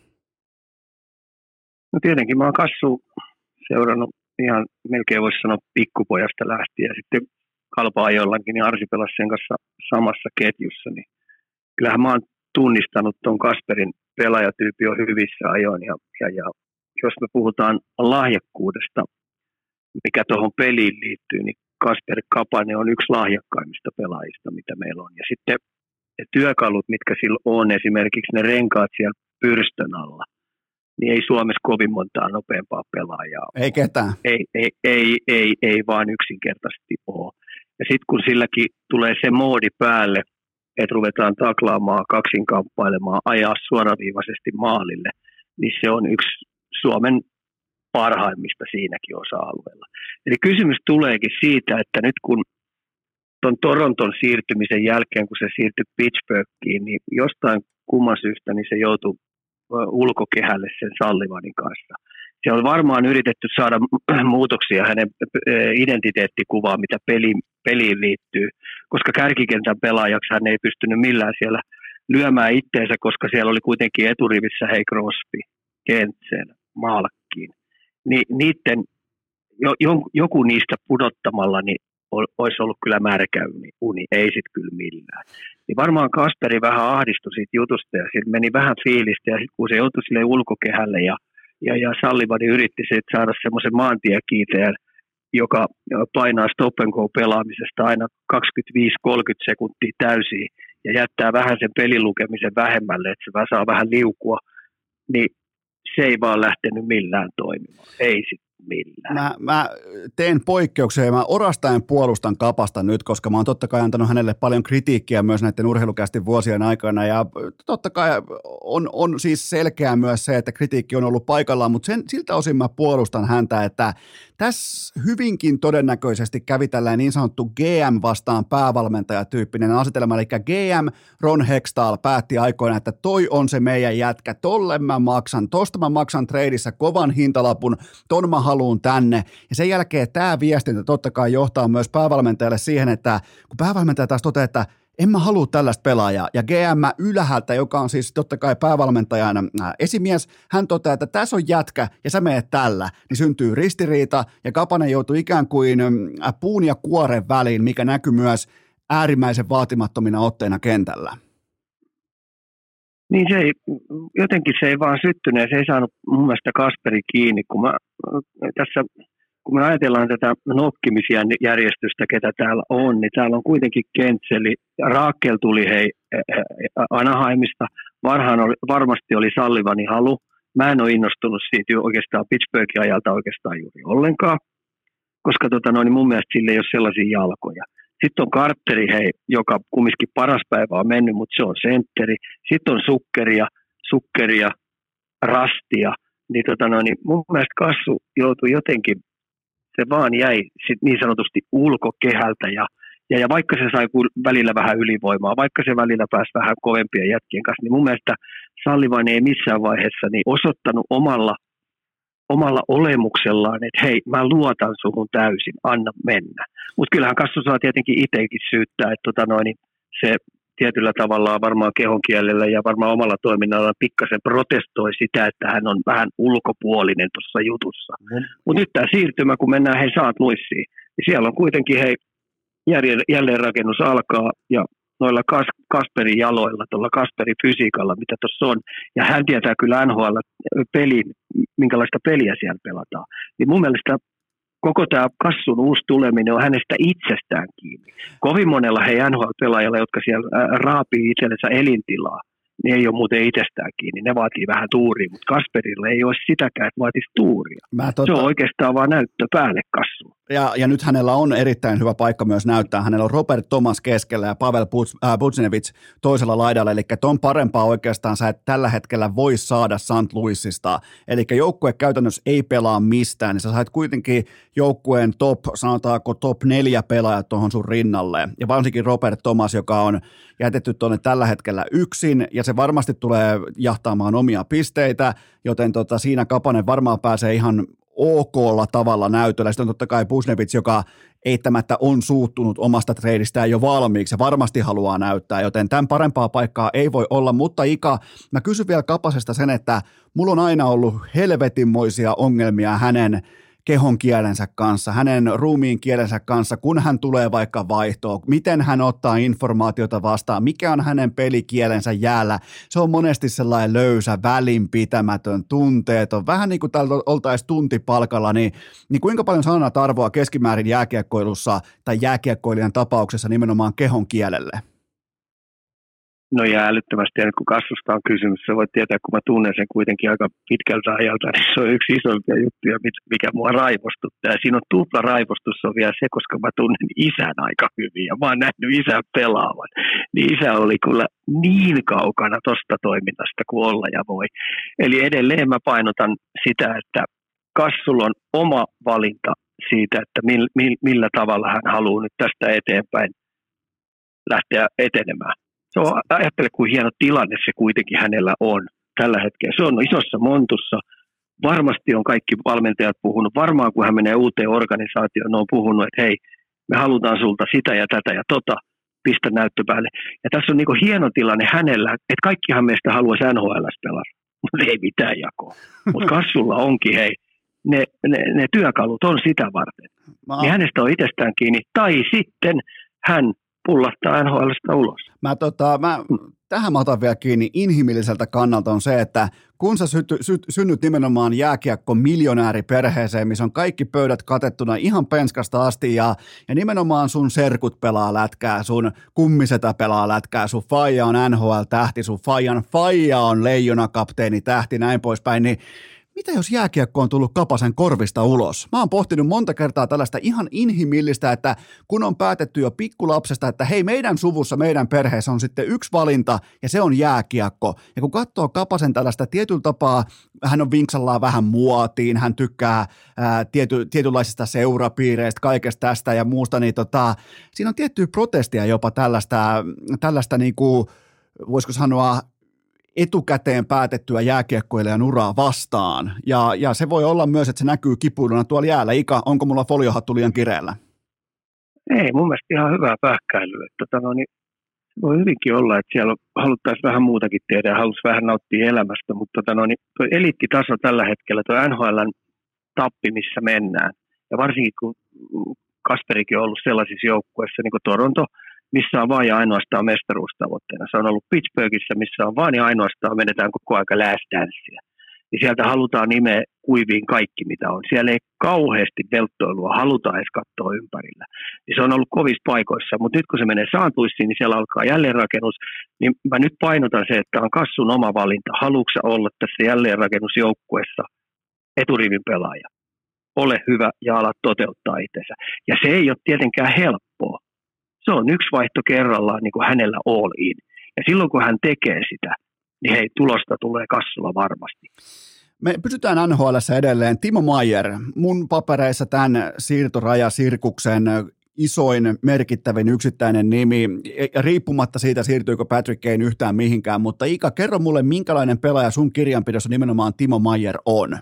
No tietenkin mä oon Kassu seurannut ihan melkein voisi sanoa pikkupojasta lähtien ja sitten Kalpa-ajoillakin, niin Arsi pelasi sen kanssa samassa ketjussa, niin kyllähän mä oon tunnistanut ton Kasperin pelaajatyyppi on hyvissä ajoin ja, ja, ja jos me puhutaan lahjakkuudesta, mikä tuohon peliin liittyy, niin Kasperi Kapanen on yksi lahjakkaimmista pelaajista, mitä meillä on. Ja sitten ne työkalut, mitkä sillä on, esimerkiksi ne renkaat siellä pyrstön alla, niin ei Suomessa kovin montaa nopeampaa pelaajaa. Ei ketään. Ei, ei, ei, ei, ei vaan yksinkertaisesti ole. Ja sitten kun silläkin tulee se moodi päälle, että ruvetaan taklaamaan, kaksinkamppailemaan, ajaa suoraviivaisesti maalille, niin se on yksi Suomen parhaimmista siinäkin osa-alueella. Eli kysymys tuleekin siitä, että nyt kun tuon Toronton siirtymisen jälkeen, kun se siirtyi Pittsburghiin, niin jostain kumman syystä niin se joutui ulkokehälle sen Sullivanin kanssa. Se on varmaan yritetty saada muutoksia hänen identiteettikuvaan, mitä peliin, peliin liittyy, koska kärkikentän pelaajaksi hän ei pystynyt millään siellä lyömään itteensä, koska siellä oli kuitenkin eturivissä Hei Crosby, Kentsen, Malkkiin. Ni, niiden, jo, joku niistä pudottamalla niin olisi ollut kyllä märkä uni, ei sitten kyllä millään. Niin varmaan Kasperi vähän ahdistui siitä jutusta ja siitä meni vähän fiilistä ja sitten kun se joutui sille ulkokehälle ja, ja, ja Sallivani yritti sitten saada semmoisen maantiekiitäjän, joka painaa stop and go pelaamisesta aina kaksikymmentäviisi kolmekymmentä sekuntia täysiin ja jättää vähän sen pelilukemisen vähemmälle, että se saa vähän liukua, niin se ei vaan lähtenyt millään toimimaan, ei sitten millään. Mä, mä teen poikkeuksia ja mä orastaen puolustan Kapasta nyt, koska mä oon totta kai antanut hänelle paljon kritiikkiä myös näiden urheilukästin vuosien aikana ja totta kai on, on siis selkeää myös se, että kritiikki on ollut paikallaan, mutta sen, siltä osin mä puolustan häntä, että tässä hyvinkin todennäköisesti kävi tällainen niin sanottu G M vastaan päävalmentajatyyppinen asetelma, eli G M Ron Hextall päätti aikoina, että toi on se meidän jätkä, tolle mä maksan, tosta mä maksan treidissä kovan hintalapun, ton mä haluun tänne, ja sen jälkeen tämä viestintä totta kai johtaa myös päävalmentajalle siihen, että kun päävalmentaja taas toteaa, että en mä halua tällaista pelaajaa, ja G M ylhäältä, joka on siis totta kai päävalmentajan esimies, hän toteaa, että tässä on jätkä, ja sä meet tällä, niin syntyy ristiriita, ja Kapanen joutui ikään kuin puun ja kuoren väliin, mikä näkyy myös äärimmäisen vaatimattomina otteina kentällä. Niin se ei, jotenkin se ei vaan syttynyt ja se ei saanut mun mielestä Kasperi kiinni, kun mä, tässä, kun me ajatellaan tätä nokkimisjärjestystä, ketä täällä on, niin täällä on kuitenkin Kentseli, Raakel tuli hei Anaheimista, varhaan oli, varmasti oli Sallivani halu, mä en ole innostunut siitä oikeastaan Pittsburghin ajalta oikeastaan juuri ollenkaan, koska tota noin, mun mielestä sillä ei ole sellaisia jalkoja. Sitten on Carteri, hei, joka kumminkin paras päivä on mennyt, mutta se on sentteri. Sitten on Sukkeria, Sukkeria, Rastia. Niin, tota noin, niin mun mielestä Kassu joutui jotenkin, se vaan jäi sit niin sanotusti ulkokehältä. Ja, ja, ja vaikka se sai välillä vähän ylivoimaa, vaikka se välillä pääsi vähän kovempien jätkien kanssa, niin mun mielestä Sullivan ei missään vaiheessa niin osoittanut omalla omalla olemuksellaan, että hei, mä luotan suhun täysin, anna mennä. Mutta kyllähän Kassu saa tietenkin itsekin syyttää, että tota noin, se tietyllä tavalla varmaan kehonkielellä ja varmaan omalla toiminnalla pikkasen protestoi sitä, että hän on vähän ulkopuolinen tuossa jutussa. Mm. Mutta nyt tämä siirtymä, kun mennään hei saat luissiin, niin siellä on kuitenkin hei jälleenrakennus alkaa ja noilla Kas- Kasperin jaloilla, tuolla Kasperin fysiikalla, mitä tuossa on, ja hän tietää kyllä N H L-pelin, minkälaista peliä siellä pelataan. Niin mun mielestä koko tämä Kassun uusi tuleminen on hänestä itsestään kiinni. Kovin monella hei N H L-pelaajalla, jotka siellä raapii itsellensä elintilaa, niin ei ole muuten itsestään kiinni. Ne vaatii vähän tuuria, mutta Kasperilla ei ole sitäkään, että vaatisi tuuria. Totta... Se on oikeastaan vaan näyttö päälle Kassuun. Ja, ja nyt hänellä on erittäin hyvä paikka myös näyttää. Hänellä on Robert Thomas keskellä ja Pavel Buchnevich toisella laidalla, eli ton parempaa oikeastaan sä et tällä hetkellä voi saada Saint Louisista. Eli joukkue käytännössä ei pelaa mistään, niin sä sait kuitenkin joukkueen top, sanotaanko top neljä pelaajat tuohon sun rinnalle. Ja varsinkin Robert Thomas, joka on jätetty tuonne tällä hetkellä yksin, ja se varmasti tulee jahtaamaan omia pisteitä, joten tota, siinä Kapanen varmaan pääsee ihan ok:lla tavalla näytöllä. Sitten on totta kai Buchnevich, joka eittämättä on suuttunut omasta treidistään jo valmiiksi ja varmasti haluaa näyttää, joten tämän parempaa paikkaa ei voi olla, mutta Ika, mä kysyn vielä Kapasesta sen, että mulla on aina ollut helvetinmoisia ongelmia hänen kehon kielensä kanssa, hänen ruumiin kielensä kanssa, kun hän tulee vaikka vaihtoon, miten hän ottaa informaatiota vastaan, mikä on hänen pelikielensä jäällä. Se on monesti sellainen löysä, välinpitämätön, tunteeton, vähän niin kuin täällä oltaisiin tuntipalkalla, niin, niin kuinka paljon sanat arvoa keskimäärin jääkiekkoilussa tai jääkiekkoilijan tapauksessa nimenomaan kehon kielelle? No ja älyttömästi, ja nyt kun kasvusta on kysymys, sä voit tietää, kun mä tunnen sen kuitenkin aika pitkältä ajalta, niin se on yksi isompia juttuja, mikä mua raivostuttaa. Ja siinä on tupla raivostus on vielä se, koska mä tunnen isän aika hyvin, ja mä oon nähnyt isän pelaavan. Niin isä oli kyllä niin kaukana tosta toiminnasta kuin olla ja voi. Eli edelleen mä painotan sitä, että Kassulla on oma valinta siitä, että millä, millä tavalla hän haluaa nyt tästä eteenpäin lähteä etenemään. Se on, ajattele, kuin hieno tilanne se kuitenkin hänellä on tällä hetkellä. Se on isossa montussa. Varmasti on kaikki valmentajat puhunut. Varmaan kun hän menee uuteen organisaatioon, ne on puhunut, että hei, me halutaan sulta sitä ja tätä ja tota, pistä näyttö päälle. Ja tässä on niin hieno tilanne hänellä, että kaikkihan meistä haluaisi N H L:ssä pelata, mutta ei mitään jakoa. Mutta Kassulla onkin, hei, ne, ne, ne työkalut on sitä varten. Mä... Niin hänestä on itsestään kiinni. Tai sitten hän pullahtaa N H L:stä ulos. Mä, tota, mä, tähän mä otan vielä kiinni inhimilliseltä kannalta on se, että kun sä sy- sy- synnyt nimenomaan jääkiekko miljonääriperheeseen, missä on kaikki pöydät katettuna ihan penskasta asti ja, ja nimenomaan sun serkut pelaa lätkää, sun kummisetä pelaa lätkää, sun faija on N H L-tähti, sun faijan faija on leijonakapteeni tähti, näin poispäin, niin mitä jos jääkiekko on tullut Kapasen korvista ulos? Mä oon pohtinut monta kertaa tällaista ihan inhimillistä, että kun on päätetty jo pikkulapsesta, että hei, meidän suvussa, meidän perheessä on sitten yksi valinta ja se on jääkiekko. Ja kun katsoo Kapasen tällaista tietyllä tapaa, hän on vinksallaan vähän muotiin, hän tykkää ää, tiety, tietynlaisista seurapiireistä, kaikesta tästä ja muusta, niin tota, siinä on tiettyä protestia jopa tällaista, tällaista niin kuin, voisiko sanoa, etukäteen päätettyä jääkiekkoilijan uraa vastaan. Ja, ja se voi olla myös, että se näkyy kipuiluna tuolla jäällä. Ika, onko mulla foliohattu liian kireellä? Ei, mun mielestä ihan hyvää pähkäilyä. Tota, no, niin, voi hyvinkin olla, että siellä haluttaisiin vähän muutakin tehdä ja haluttaisiin vähän nauttia elämästä, mutta tota, no, niin, tuo eliittitaso tällä hetkellä, tuo N H L:n tappi, missä mennään. Ja varsinkin kun Kasperikin on ollut sellaisissa joukkueissa, niin kuin Toronto, missä on vain ja ainoastaan mestaruustavoitteena. Se on ollut Pittsburghissa, missä on vain ja ainoastaan menetään koko aika last dancea. Ja sieltä halutaan nimeä kuiviin kaikki, mitä on. Siellä ei kauheasti velttoilua haluta edes katsoa ympärillä. Ja se on ollut kovissa paikoissa, mutta nyt kun se menee Saint Louisiin, niin siellä alkaa jälleenrakennus. Niin mä nyt painotan se, että on Kassun oma valinta. Haluatko olla tässä jälleenrakennusjoukkueessa eturivin pelaaja? Ole hyvä ja ala toteuttaa itsensä. Ja se ei ole tietenkään helppoa. Se on yksi vaihto kerrallaan niin kuin hänellä all in. Ja silloin kun hän tekee sitä, niin hei, tulosta tulee Kassulla varmasti. Me pysytään N H L:ssä edelleen. Timo Meier, mun papereissa tämän siirtorajasirkuksen isoin merkittävin yksittäinen nimi, riippumatta siitä siirtyykö Patrick Kane yhtään mihinkään, mutta Ika, kerro mulle, minkälainen pelaaja sun kirjanpidossa nimenomaan Timo Meier on?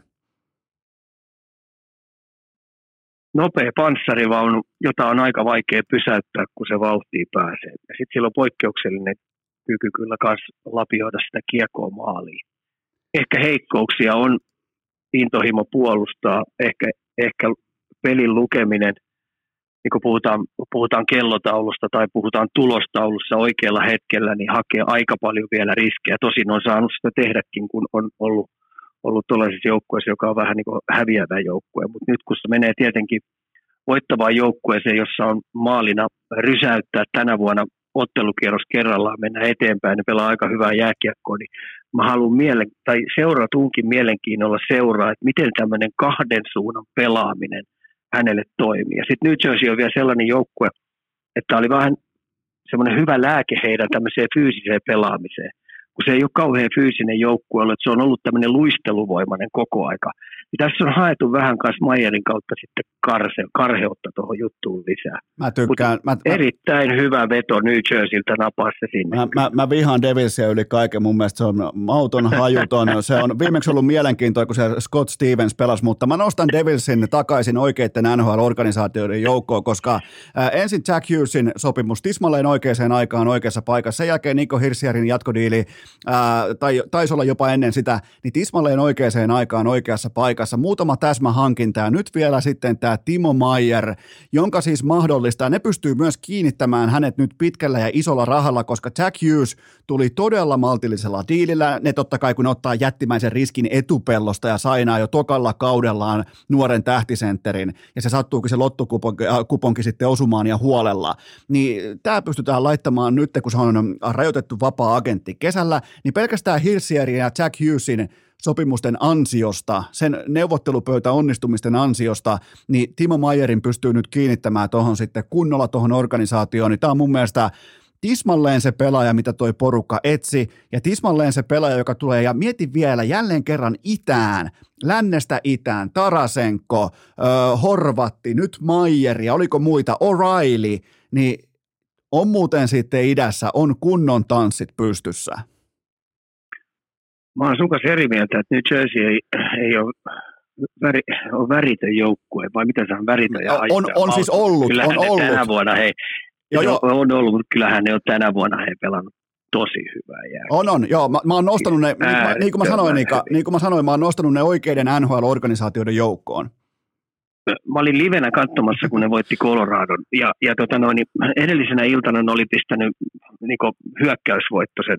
Nopea panssarivaunu, jota on aika vaikea pysäyttää, kun se vauhtiin pääsee. Ja sitten sillä on poikkeuksellinen kyky kyllä myös lapioida sitä kiekkoa maaliin. Ehkä heikkouksia on intohimo puolustaa, ehkä, ehkä pelin lukeminen, niin kun puhutaan, puhutaan kellotaulusta tai puhutaan tulostaulussa oikealla hetkellä, niin hakee aika paljon vielä riskejä. Tosin on saanut sitä tehdäkin, kun on ollut ollut tuollaisessa joukkueessa, joka on vähän niin kuin häviävä joukkue, mutta nyt kun se menee tietenkin voittavaan joukkueeseen, jossa on maalina rysäyttää tänä vuonna ottelukierros kerrallaan, mennä eteenpäin ja pelaa aika hyvää jääkiekkoa, niin mä haluan mielen, tai seuratunkin mielenkiinnolla seuraa, että miten tämmöinen kahden suunnan pelaaminen hänelle toimii. Ja sitten New Jersey on vielä sellainen joukkue, että oli vähän semmoinen hyvä lääke heidän tämmöiseen fyysiseen pelaamiseen. Kun se ei ole kauhean fyysinen joukkue ollut, että se on ollut tämmöinen luisteluvoimainen koko aika. Ja tässä on haettu vähän kanssa Meyerin kautta sitten karse, karheutta tuohon juttuun lisää. Mä tykkään. Mä, erittäin mä, hyvä veto New Jerseyltä, napaa se sinne. Mä, mä, mä vihaan Devilsia yli kaiken, mun mielestä se on mauton, hajuton. Se on viimeksi ollut mielenkiintoinen, kun se Scott Stevens pelasi, mutta mä nostan Devilsin takaisin oikeiden N H L-organisaatioiden joukkoon, koska ää, ensin Jack Hughesin sopimus tismalleen oikeaan aikaan oikeassa paikassa, sen jälkeen Nico Hirsierin jatkodiili, ää, tai taisi olla jopa ennen sitä, niin tismalleen oikeaan aikaan oikeassa paikassa. Muutama täsmähankinta ja nyt vielä sitten tämä Timo Meier, jonka siis mahdollistaa, ne pystyy myös kiinnittämään hänet nyt pitkällä ja isolla rahalla, koska Jack Hughes tuli todella maltillisella diilillä. Ne totta kai kun ottaa jättimäisen riskin etupellosta ja sainaa jo tokalla kaudellaan nuoren tähtisentterin ja se sattuukin se lottokuponki sitten osumaan ja huolella, niin tämä pystytään laittamaan nyt, kun se on rajoitettu vapaa-agentti kesällä, niin pelkästään Hirsierin ja Jack Hughesin sopimusten ansiosta, sen neuvottelupöytä onnistumisten ansiosta, niin Timo Meyerin pystyy nyt kiinnittämään tuohon sitten kunnolla tuohon organisaatioon, niin tämä on mun mielestä tismalleen se pelaaja, mitä toi porukka etsi, ja tismalleen se pelaaja, joka tulee, ja mieti vielä jälleen kerran itään, lännestä itään, Tarasenko, äh, Horvatti, nyt Meyer, ja oliko muita, O'Reilly, niin on muuten sitten idässä, on kunnon tanssit pystyssä. Mä oon sun kanssa eri mieltä, että New Jersey ei, ei ole, väri, on väritön joukkue, vai mitä se on väritön ja On, on siis ollut, kyllähän on ollut. Tänä vuonna he, joo, joo. On ollut, mutta kyllähän ne on tänä vuonna he pelannut tosi hyvää jääkiekkoa. On, on, joo. Mä, mä oon nostanut ne, Ää, niin kuin mä sanoin, Nika, niin kuin mä sanoin, mä oon nostanut ne oikeiden N H L-organisaatioiden joukkoon. Mä olin livenä katsomassa, kun ne voitti Coloradon, ja, ja tota noin, edellisenä iltana ne oli pistänyt niin hyökkäysvoittoisen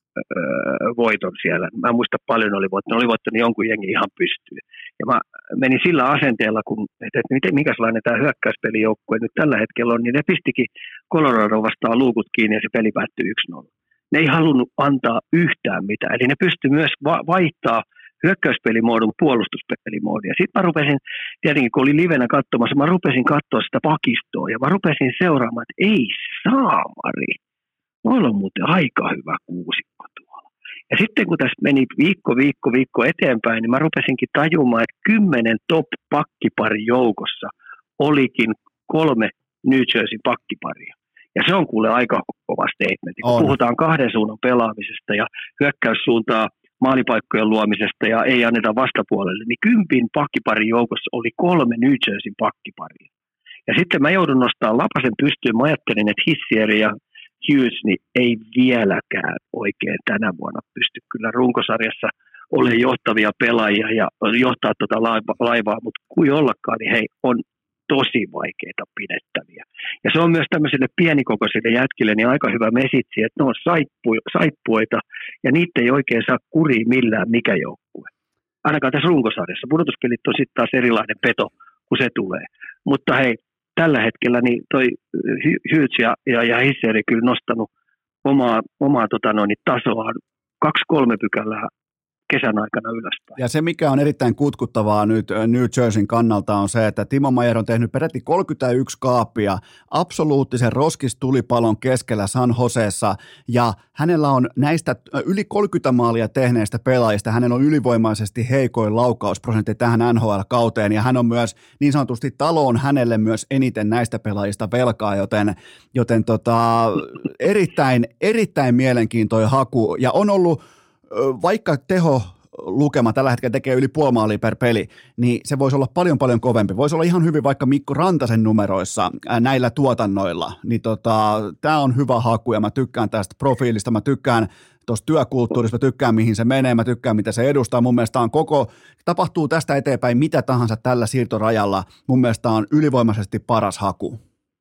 voiton siellä. Mä en muista paljon oli voittanut. Oli voittanut jonkun jengi ihan pystyyn. Ja mä menin sillä asenteella, kun, että, että miten, minkälainen tämä hyökkäyspelijoukkue nyt tällä hetkellä on, niin ne pistikin Colorado vastaan luukut kiinni ja se peli päättyi yksi nolla. Ne ei halunnut antaa yhtään mitään. Eli ne pystyi myös va- vaihtaa hyökkäyspelimoodun puolustuspelimoodin. Ja sitten mä rupesin, tietenkin kun olin livenä katsomassa, mä rupesin katsoa sitä pakistoa ja mä rupesin seuraamaan, että ei saamari. Noilla on muuten aika hyvä kuusikko tuolla. Ja sitten kun tässä meni viikko, viikko, viikko eteenpäin, niin mä rupesinkin tajumaan, että kymmenen top-pakkipari joukossa olikin kolme New Jersey pakkiparia. Ja se on kuule aika kova statement. Kun puhutaan kahden suunnan pelaamisesta ja hyökkäyssuuntaa maalipaikkojen luomisesta ja ei anneta vastapuolelle, niin kympin pakkiparin joukossa oli kolme New Jersey pakkiparia. Ja sitten mä joudun nostamaan lapasen pystyyn. Mä ajattelin, että Hissieri ja Hughes niin ei vieläkään oikein tänä vuonna pysty kyllä runkosarjassa olemaan johtavia pelaajia ja johtaa tuota laivaa, mutta kui ollakaan, niin hei, on tosi vaikeita pidettäviä. Ja se on myös tämmöisille pienikokoisille jätkille niin aika hyvä mesitsi, että ne on saippu, saippuita ja niitä ei oikein saa kuriin millään mikä joukkue. Ainakaan tässä runkosarjassa. Pudotuspelit on sitten taas erilainen peto, kun se tulee. Mutta hei, tällä hetkellä niin toi Hughes ja, ja, ja Hissieri kyllä nostanut omaa, omaa tota noin, tasoaan kaksi kolme pykälää kesän aikana ylöspäin. Ja se, mikä on erittäin kutkuttavaa nyt New Jerseyn kannalta, on se, että Timo Meier on tehnyt peräti kolmekymmentäyksi kaappia absoluuttisen roskistulipalon keskellä San Joseessa, ja hänellä on näistä yli kolmekymmentä maalia tehneistä pelaajista, hänellä on ylivoimaisesti heikoin laukausprosentti tähän N H L-kauteen, ja hän on myös niin sanotusti taloon hänelle myös eniten näistä pelaajista velkaa, joten, joten tota, erittäin, erittäin mielenkiintoinen haku, ja on ollut vaikka teho lukema tällä hetkellä tekee yli puoli maalia per peli, niin se voisi olla paljon paljon kovempi. Voisi olla ihan hyvin vaikka Mikko Rantasen numeroissa näillä tuotannoilla. Niin tota, tämä on hyvä haku ja mä tykkään tästä profiilista, mä tykkään tuosta työkulttuurista, mä tykkään mihin se menee, mä tykkään mitä se edustaa. Mun mielestä on koko, tapahtuu tästä eteenpäin mitä tahansa tällä siirtorajalla. Mun mielestä on ylivoimaisesti paras haku.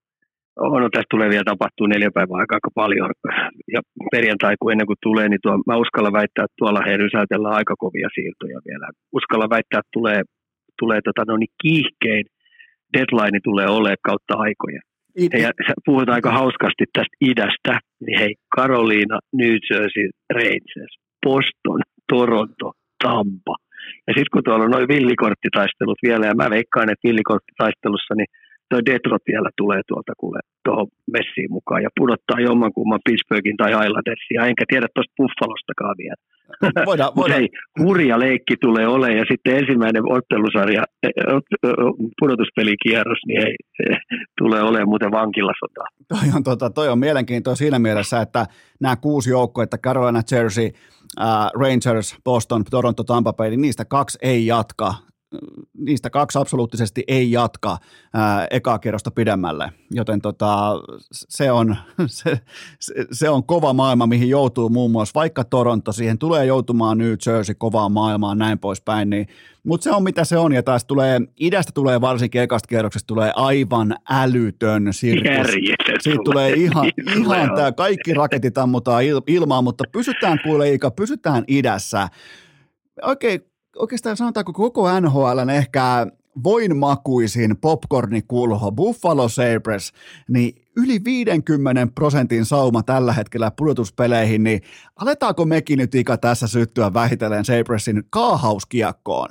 Oh, no tästä tulee vielä tapahtuu neljä päivää aika, aika paljon. Ja perjantai, kun ennen kuin tulee, niin tuo, mä uskallan väittää, että tuolla he rysäytellään aika kovia siirtoja vielä. Uskallan väittää, että tulee, tulee tota, no niin kiihkein deadline tulee olemaan kautta aikoja. It, ja sä puhut aika hauskasti tästä idästä, niin hei, Carolina, New Jersey, Rangers, Boston, Toronto, Tampa. Ja sitten kun tuolla on noin villikorttitaistelut vielä, ja mä veikkaan, että villikorttitaistelussa, niin toi Detroit vielä tulee tuolta kuule tuohon messiin mukaan ja pudottaa jommankumman Pittsburghin tai Islandersia, enkä tiedä tuosta Buffalostakaan vielä. Voidaan, voidaan. Hei, hurja leikki tulee olemaan ja sitten ensimmäinen ottelusarja, pudotuspelikierros, niin hei, tulee olemaan muuten vankilasota. Toi on, tota, toi on mielenkiintoista siinä mielessä, että nämä kuusi joukkuetta, Carolina, Jersey, äh, Rangers, Boston, Toronto, Tampa Bay, niin niistä kaksi ei jatka. Niistä kaksi absoluuttisesti ei jatka ää, ekaa kierrosta pidemmälle, joten tota, se, on, se, se on kova maailma, mihin joutuu muun muassa vaikka Toronto, siihen tulee joutumaan New Jersey kovaan maailmaan näin poispäin, niin, mutta se on mitä se on, ja taas tulee, idästä tulee varsinkin ekasta kierroksesta tulee aivan älytön sirkus. Siitä tulee ihan, ihan tämä, kaikki raketit ammutaan il, ilmaan, mutta pysytään kuule Iika, pysytään idässä. Oikein. Oikeastaan sanotaanko koko N H L:n ehkä voinmakuisin popcornikulho Buffalo Sabres, niin yli viidenkymmenen prosentin sauma tällä hetkellä pudotuspeleihin, niin aletaanko mekin nyt Ika tässä syttyä vähitellen Sabresin kaahauskiekkoon?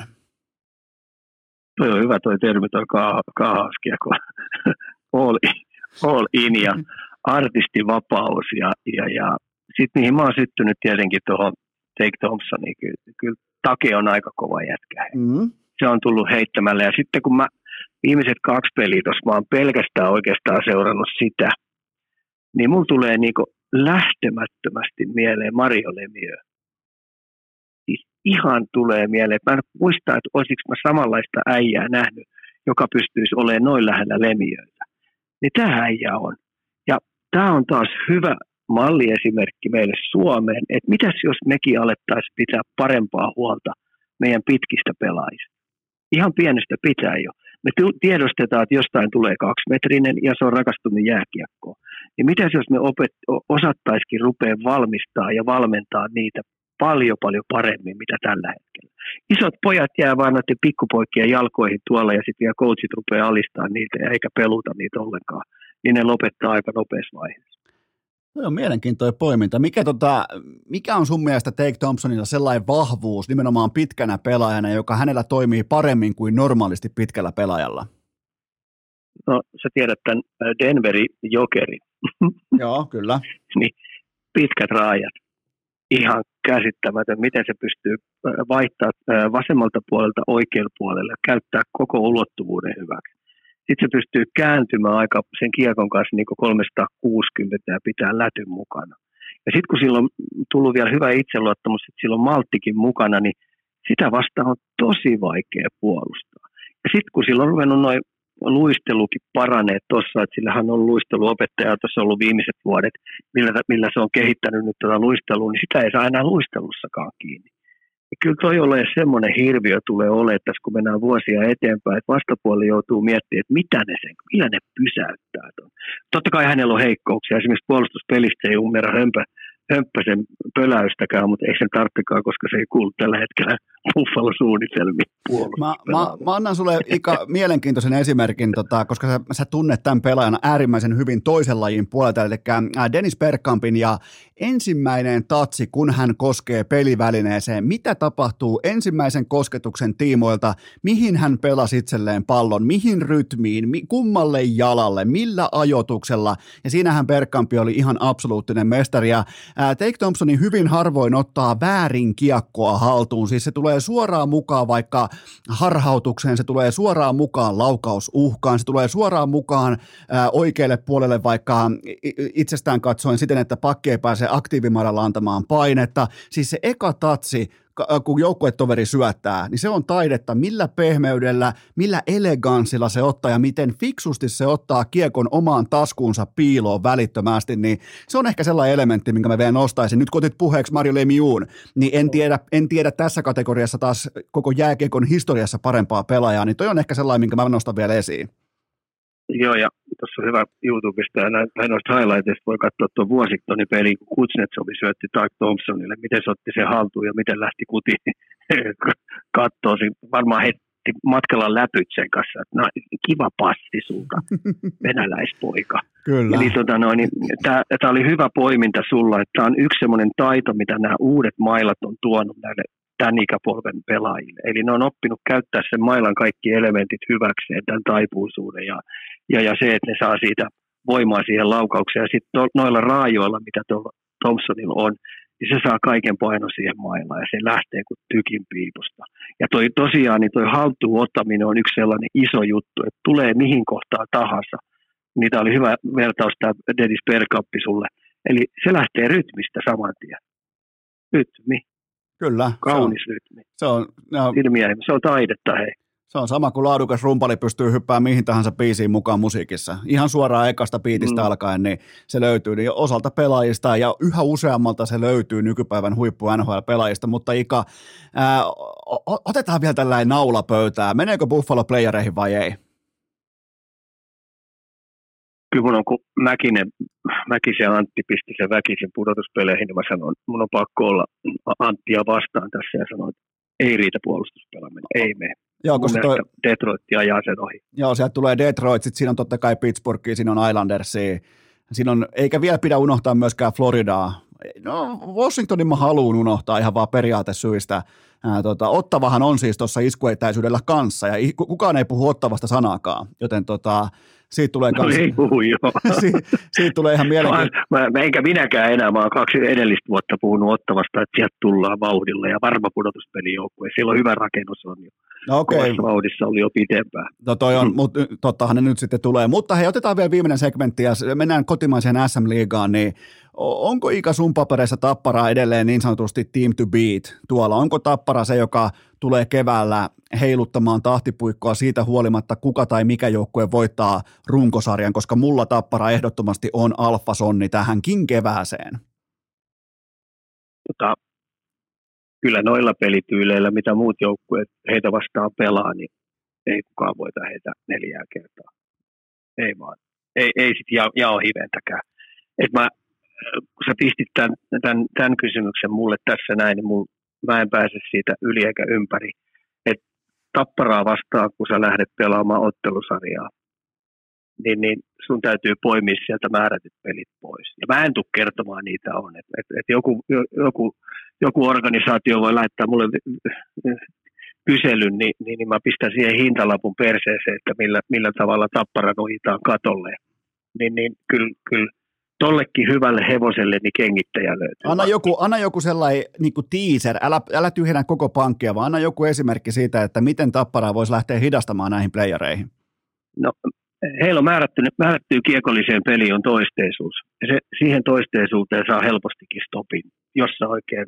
Toi on hyvä toi termi, toi kaahauskiekko. all, all in ja artistivapaus ja, ja, ja sitten mihin mä oon syttynyt tietenkin tuohon Take Thompsoniin, kyllä, kyllä Take on aika kova jätkä. Mm-hmm. Se on tullut heittämällä. Ja sitten kun mä viimeiset kaksi peliä tuossa, mä oon pelkästään oikeastaan seurannut sitä, niin mulla tulee niinku lähtemättömästi mieleen Mario Lemieux. Siis ihan tulee mieleen. Mä en muista, että olisiko mä samanlaista äijää nähnyt, joka pystyisi olemaan noin lähellä Lemieuxtä. Niin tää äijä on. Ja tää on taas hyvä malliesimerkki meille Suomeen, että mitäs jos mekin alettaisiin pitää parempaa huolta meidän pitkistä pelaajista. Ihan pienestä pitää jo. Me tiedostetaan, että jostain tulee kaksimetrinen ja se on rakastunut jääkiekkoon. Niin mitäs jos me opet- osattaisikin rupea valmistaa ja valmentaa niitä paljon paljon paremmin, mitä tällä hetkellä. Isot pojat jää vaan noiden pikkupoikien jalkoihin tuolla ja sitten vielä coachit rupeaa alistamaan niitä ja eikä peluta niitä ollenkaan. Niin ne lopettaa aika nopeassa vaiheessa. Tuo on mielenkiintoinen poiminta. Mikä, tota, mikä on sun mielestä Take Thompsonilla sellainen vahvuus nimenomaan pitkänä pelaajana, joka hänellä toimii paremmin kuin normaalisti pitkällä pelaajalla? No sä tiedät tämän Denverin Jokeri. Joo, kyllä. Niin, pitkät raajat. Ihan käsittämätön, miten se pystyy vaihtamaan vasemmalta puolelta oikealle puolelle ja käyttää koko ulottuvuuden hyväksi. Sitten se pystyy kääntymään aika sen kiekon kanssa niin kuin kolmesataakuusikymmentä ja pitää lätyn mukana. Ja sitten kun sillä on tullut vielä hyvä itseluottamus, että sillä on malttikin mukana, niin sitä vastaan on tosi vaikea puolustaa. Ja sitten kun sillä on ruvennut noin luistelukin paranee tuossa, että sillähän on luisteluopettaja tuossa ollut viimeiset vuodet, millä, millä se on kehittänyt nyt tätä luistelua, niin sitä ei saa enää luistelussakaan kiinni. Ja kyllä toi ole semmoinen hirviö tulee olemaan tässä, kun mennään vuosia eteenpäin, että vastapuoli joutuu miettimään, että mitä ne sen, millä ne pysäyttää ton. Totta kai hänellä on heikkouksia, esimerkiksi puolustuspelistä ei ymmärrä hömpä, hömppäsen pöläystäkään, mutta ei sen tarvitsekaan, koska se ei kuulu tällä hetkellä Buffalo-suunnitelmiin mä, mä, mä annan sulle Ika mielenkiintoisen esimerkin, tota, koska sä, sä tunnet tämän pelaajan äärimmäisen hyvin toisen lajin puolelta, eli Dennis Bergkampin ja ensimmäinen tatsi, kun hän koskee pelivälineeseen. Mitä tapahtuu ensimmäisen kosketuksen tiimoilta, mihin hän pelasi itselleen pallon, mihin rytmiin, mi, kummalle jalalle, millä ajotuksella, ja siinähän Bergkampi oli ihan absoluuttinen mestari, ja ää, Take Thompsonin hyvin harvoin ottaa väärin kiekkoa haltuun, siis se tulee suoraan mukaan vaikka harhautukseen, se tulee suoraan mukaan laukausuhkaan, se tulee suoraan mukaan ää, oikealle puolelle vaikka itsestään katsoen siten, että pakki ei pääse aktiivimadalla antamaan painetta. Siis se eka tatsi, kun joukkuetoveri syöttää, niin se on taidetta, millä pehmeydellä, millä eleganssilla se ottaa ja miten fiksusti se ottaa kiekon omaan taskuunsa piiloon välittömästi, niin se on ehkä sellainen elementti, minkä mä vielä nostaisin. Nyt kun otit puheeksi Mario Lemieux'n, niin en tiedä, en tiedä tässä kategoriassa taas koko jääkiekon historiassa parempaa pelaajaa, niin toi on ehkä sellainen, minkä mä nostan vielä esiin. Joo, ja tuossa on hyvä YouTubesta ja näin noista highlighteista voi katsoa tuon Washingtonin peliin, kun Kuznetsovi syötti Take Thompsonille, miten se otti sen haltuun ja miten lähti kutiin katsoa. Varmaan heti matkalla läpyt sen kanssa, että no, kiva passi sulta, venäläispoika. Kyllä. Eli tota noin, niin, tämä oli hyvä poiminta sulla, että tämä on yksi semmoinen taito, mitä nämä uudet mailat on tuonut näille tämän ikäpolven pelaajille. Eli ne on oppinut käyttää sen mailan kaikki elementit hyväkseen, tämän taipuisuuden ja, ja, ja se, että ne saa siitä voimaa siihen laukaukseen. Ja sitten no, noilla raajoilla, mitä tuolla Thompsonilla on, niin se saa kaiken painon siihen mailaan ja se lähtee kuin tykin piipusta. Ja toi, tosiaan niin toi haltuun ottaminen on yksi sellainen iso juttu, että tulee mihin kohtaan tahansa. Niitä oli hyvä vertaus tämä Dennis Bergkamp sulle. Eli se lähtee rytmistä saman tien. Rytmi. Kyllä. Kaunis se on, rytmi. Se on, no, se on taidetta, hei. Se on sama kuin laadukas rumpali pystyy hyppäämään mihin tahansa biisiin mukaan musiikissa. Ihan suoraan ekasta biitistä mm. alkaen, niin se löytyy niin osalta pelaajista ja yhä useammalta se löytyy nykypäivän huippu N H L-pelaajista. Mutta Ika, ää, otetaan vielä tällainen naula pöytään. Meneekö Buffalo playereihin vai ei? Kyllä mun on, kun Mäkinen, Mäkisen Antti pisti sen väkisen pudotuspeleihin, niin mä sanoin, mun on pakko olla Anttia vastaan tässä ja sanoin, että ei riitä puolustuspelaaminen, ei mene. Joo, koska toi, Detroit ajaa sen ohi. Joo, sieltä tulee Detroit, sitten siinä on totta kai Pittsburghia, siinä on Islandersia, siinä on, eikä vielä pidä unohtaa myöskään Floridaa. No, Washingtonin mä haluan unohtaa ihan vaan periaatesyistä. Ää, tota, Ottavahan on siis tuossa iskuetäisyydellä kanssa, ja kukaan ei puhu Ottavasta sanaakaan, joten tota, siitä tulee no kans... ei puhu, joo. si- siitä tulee ihan mielenkiintoista. Mä, mä, enkä minäkään enää, mä oon kaksi edellistä vuotta puhunut Ottavasta, että sieltä tullaan vauhdilla, ja varma pudotuspelijoukkue. Siellä on hyvä rakennus on jo. No okei. Kovassa vauhdissa oli jo pitempään. No toi on, mm. mutta tottahan ne nyt sitten tulee. Mutta hei, otetaan vielä viimeinen segmentti ja mennään kotimaiseen S M-liigaan, niin onko Ika sun papereissa Tappara edelleen niin sanotusti team to beat tuolla? Onko Tappara se, joka tulee keväällä heiluttamaan tahtipuikkoa siitä huolimatta, kuka tai mikä joukkue voittaa runkosarjan, koska mulla Tappara ehdottomasti on alfasonni tähänkin kevääseen? Tota, kyllä noilla pelityyleillä, mitä muut joukkueet heitä vastaan pelaa, niin ei kukaan voita heitä neljää kertaa. Ei vaan. Ei, ei sitten ja, jao hiventäkään. Et mä, kun sä pistit tämän, tämän, tämän kysymyksen mulle tässä näin, niin mul, mä en pääse siitä yli eikä ympäri. Et Tapparaa vastaan, kun sä lähdet pelaamaan ottelusarjaa, niin, niin sun täytyy poimia sieltä määrätyt pelit pois. Ja mä en tule kertomaan niitä on. Et, et, et joku, joku, joku organisaatio voi laittaa mulle kyselyn, niin, niin, niin mä pistän siihen hintalapun perseeseen, että millä, millä tavalla Tappara nohitaan katolle. Niin, niin kyllä, kyllä tollekin hyvälle hevoselle niin kengittäjä löytyy. Anna joku, anna joku sellainen niin kuin teaser, älä, älä tyhjennä koko pankkia, vaan anna joku esimerkki siitä, että miten Tapparaa voisi lähteä hidastamaan näihin playereihin. No, heillä on määrätty, määrättyy kiekolliseen peliin on toisteisuus. Ja se, siihen toisteisuuteen saa helpostikin stopin, jos sä oikein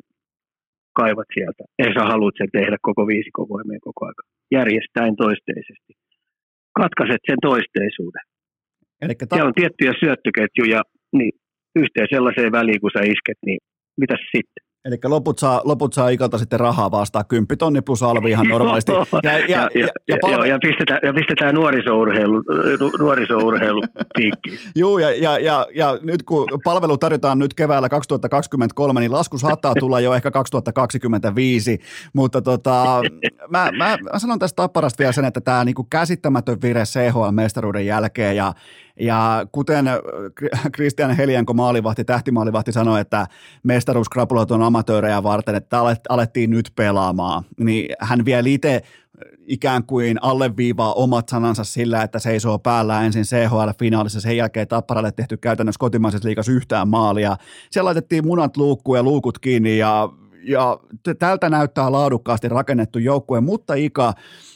kaivat sieltä. Ei sä haluat sen tehdä koko viisikon voimien koko ajan. Järjestäen toisteisesti. Katkaiset sen toisteisuuden. Elikkä ta- Siellä on tiettyjä syöttyketjuja, niin yhteen sellaiseen väliin, kun sä isket, niin mitäs sitten? Eli loput saa, loput saa Ikalta sitten rahaa vastaan, kymppitonni plus alvi ihan normaalisti. Ja, ja, ja, ja, ja, palve- ja, pistetään, ja pistetään nuorisourheilu, nuorisourheilu piikkiin. Joo, ja, ja, ja, ja nyt kun palvelu tarjotaan nyt keväällä kaksituhattakaksikymmentäkolme, niin lasku saattaa tulla jo ehkä kaksituhattakaksikymmentäviisi, mutta tota, mä, mä, mä sanon tästä Tapparasta vielä sen, että tämä niinku käsittämätön vire C H L-mestaruuden jälkeen, ja Ja kuten Christian Helianko maalivahti, tähtimaalivahti sanoi, että mestaruuskrapulat on amatöörejä varten, että alettiin nyt pelaamaan, niin hän vielä itse ikään kuin alleviivaa omat sanansa sillä, että seisoo päällä ensin C H L-finaalissa, sen jälkeen Tapparalle tehty käytännössä kotimaisessa liigassa yhtään maalia. Siellä laitettiin munat luukkuun ja luukut kiinni, ja, ja tältä näyttää laadukkaasti rakennettu joukkue, mutta Ika,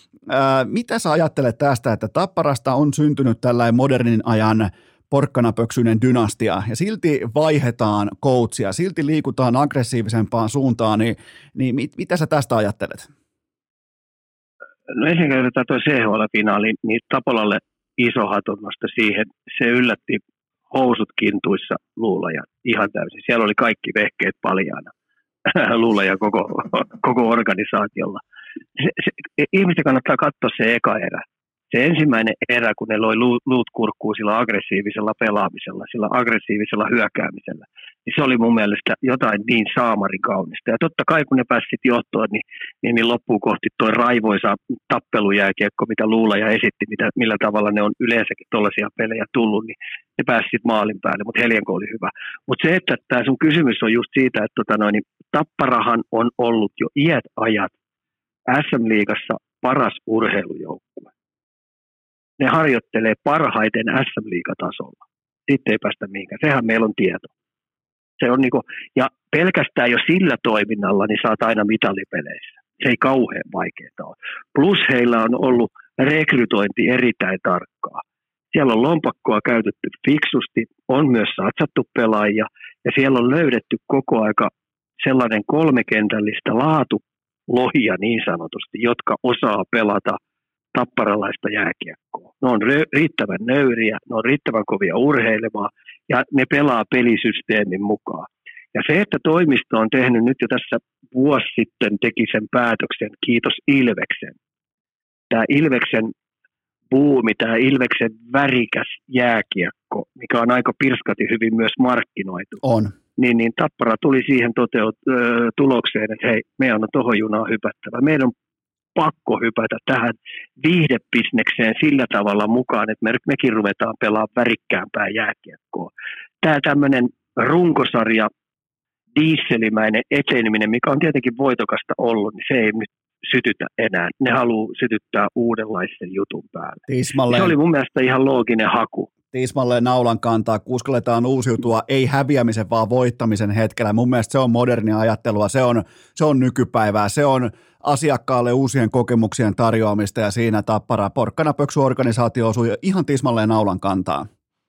Ää, mitä sä ajattelet tästä, että Tapparasta on syntynyt tällainen modernin ajan porkkanapöksyinen dynastia ja silti vaihdetaan coachia, silti liikutaan aggressiivisempaan suuntaan, niin, niin mit, mitä sä tästä ajattelet? No ensin käytetään tuo C H L-finaali, niin Tapolalle iso hatunnosto siihen. Se yllätti housut kintuissa Luulaja ihan täysin. Siellä oli kaikki vehkeet paljaana Luulaja koko, koko organisaatiolla. Se, se, ihmisten kannattaa katsoa se eka erä. Se ensimmäinen erä, kun ne loi luut kurkkuun sillä aggressiivisella pelaamisella, sillä aggressiivisella hyökkäämisellä, niin se oli mun mielestä jotain niin saamarin kaunista. Ja totta kai kun ne pääsit johtoon, niin, niin, niin loppuun kohti toi raivoisa tappelujääkiekko, mitä Luulaja esitti, mitä, millä tavalla ne on yleensäkin tuollaisia pelejä tullut, niin ne pääsi sitten maalin päälle, mutta Heljenko oli hyvä. Mutta se, että tämä sun kysymys on just siitä, että tota noin, niin Tapparahan on ollut jo iät ajat S M-liigassa paras urheilujoukkue. Ne harjoittelee parhaiten S M-liigatasolla. Sitten ei päästä mihinkään. Sehän meillä on tieto. Se on niinku, ja pelkästään jo sillä toiminnalla niin saat aina mitalipeleissä. Se ei kauhean vaikeaa ole. Plus heillä on ollut rekrytointi erittäin tarkkaa. Siellä on lompakkoa käytetty fiksusti, on myös satsattu pelaajia, ja siellä on löydetty koko aika sellainen kolmekentällistä laatulohia niin sanotusti, jotka osaa pelata tapparalaista jääkiekkoa. Ne on riittävän nöyriä, ne on riittävän kovia urheilemaan, ja ne pelaa pelisysteemin mukaan. Ja se, että toimisto on tehnyt nyt jo tässä vuosi sitten teki sen päätöksen, kiitos Ilveksen. Tämä Ilveksen buumi, tämä Ilveksen värikäs jääkiekko, mikä on aika pirskati hyvin myös markkinoitu. On. Niin, niin Tappara tuli siihen toteut, ö, tulokseen, että hei, meidän on tohon junaan hypättävä. Meidän on pakko hypätä tähän viihdebisnekseen sillä tavalla mukaan, että me, mekin ruvetaan pelaamaan värikkäämpää jääkiekkoa. Tämä tämmöinen runkosarja, dieselimäinen eteneminen, mikä on tietenkin voitokasta ollut, niin se ei nyt sytytä enää. Ne haluaa sytyttää uudenlaisen jutun päälle. Tismalleen, se oli mun mielestä ihan looginen haku. Tismalleen naulan kantaa, kun uskalletaan uusiutua, ei häviämisen, vaan voittamisen hetkellä. Mun mielestä se on modernia ajattelua, se on, se on nykypäivää, se on asiakkaalle uusien kokemuksien tarjoamista ja siinä Tappara porkkana pöksy-organisaatio osuu ihan tismalleen naulan kantaa.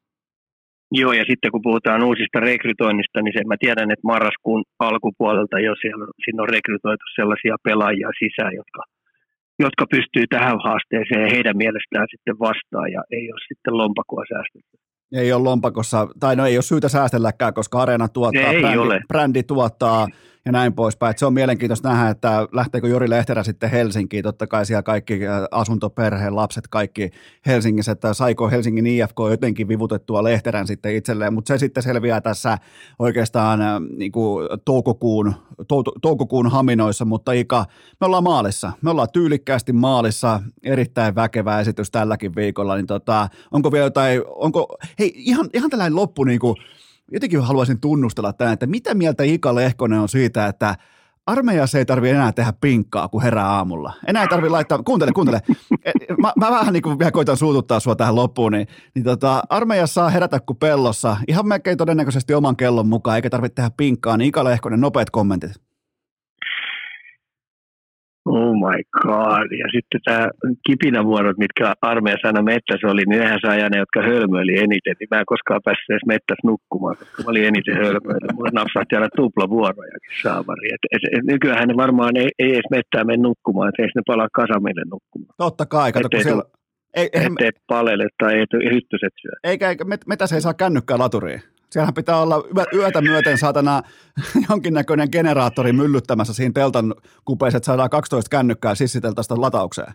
Joo, ja sitten kun puhutaan uusista rekrytoinnista, niin sen mä tiedän, että marraskuun alkupuolelta jo siellä, siinä on rekrytoitu sellaisia pelaajia sisään, jotka, jotka pystyy tähän haasteeseen ja heidän mielestään sitten vastaan, ja ei ole sitten lompakkoa säästetty. Ei ole lompakossa, tai no ei ole syytä säästelläkään, koska Areena tuottaa, brändi, brändi tuottaa ja näin poispäin. Että se on mielenkiintoista nähdä, että lähteekö Jori Lehterä sitten Helsinkiin, totta kai siellä kaikki asuntoperheen lapset, kaikki Helsingissä, että saiko Helsingin I F K jotenkin vivutettua Lehterän sitten itselleen, mutta se sitten selviää tässä oikeastaan niin kuin toukokuun, tou- toukokuun haminoissa, mutta Ika, me ollaan maalissa, me ollaan tyylikkäästi maalissa, erittäin väkevä esitys tälläkin viikolla, niin tota, onko vielä jotain, onko, hei ihan, ihan tällainen loppu niin kuin, jotenkin haluaisin tunnustella tämän, että mitä mieltä Ika Lehkonen on siitä, että armeijassa ei tarvitse enää tehdä pinkkaa, kun herää aamulla. Enää ei tarvitse laittaa, kuuntele, kuuntele. Mä, mä vähän niin kuin vielä koitan suututtaa sua tähän loppuun, niin, niin tota, armeijassa saa herätä kuin pellossa, ihan melkein todennäköisesti oman kellon mukaan, eikä tarvitse tehdä pinkkaa, niin Ika Lehkonen, nopeat kommentit. Oh my god. Ja sitten tämä kipinävuorot, mitkä armeijassa aina mettässä oli, niin nehän sai ne, jotka hölmöili eniten. Niin mä en koskaan päässyt edes mettässä nukkumaan, koska mä olin eniten hölmöillä. Mulla napsahti aina tuplavuorojakin saamari. Et, et, et, nykyään ne varmaan ei, ei edes mettää mene nukkumaan, että ei ne palaa kasamille nukkumaan. Totta kai. Kato, ettei siellä... ei, ettei palele tai ei hyttyset syö. Eikä, eikä metässä ei saa kännykkää laturiin. Siellähän pitää olla yötä myöten saatana jonkinnäköinen generaattori myllyttämässä siinä teltan kupeessa, että saadaan kaksitoista kännykkää sissiteltästä lataukseen.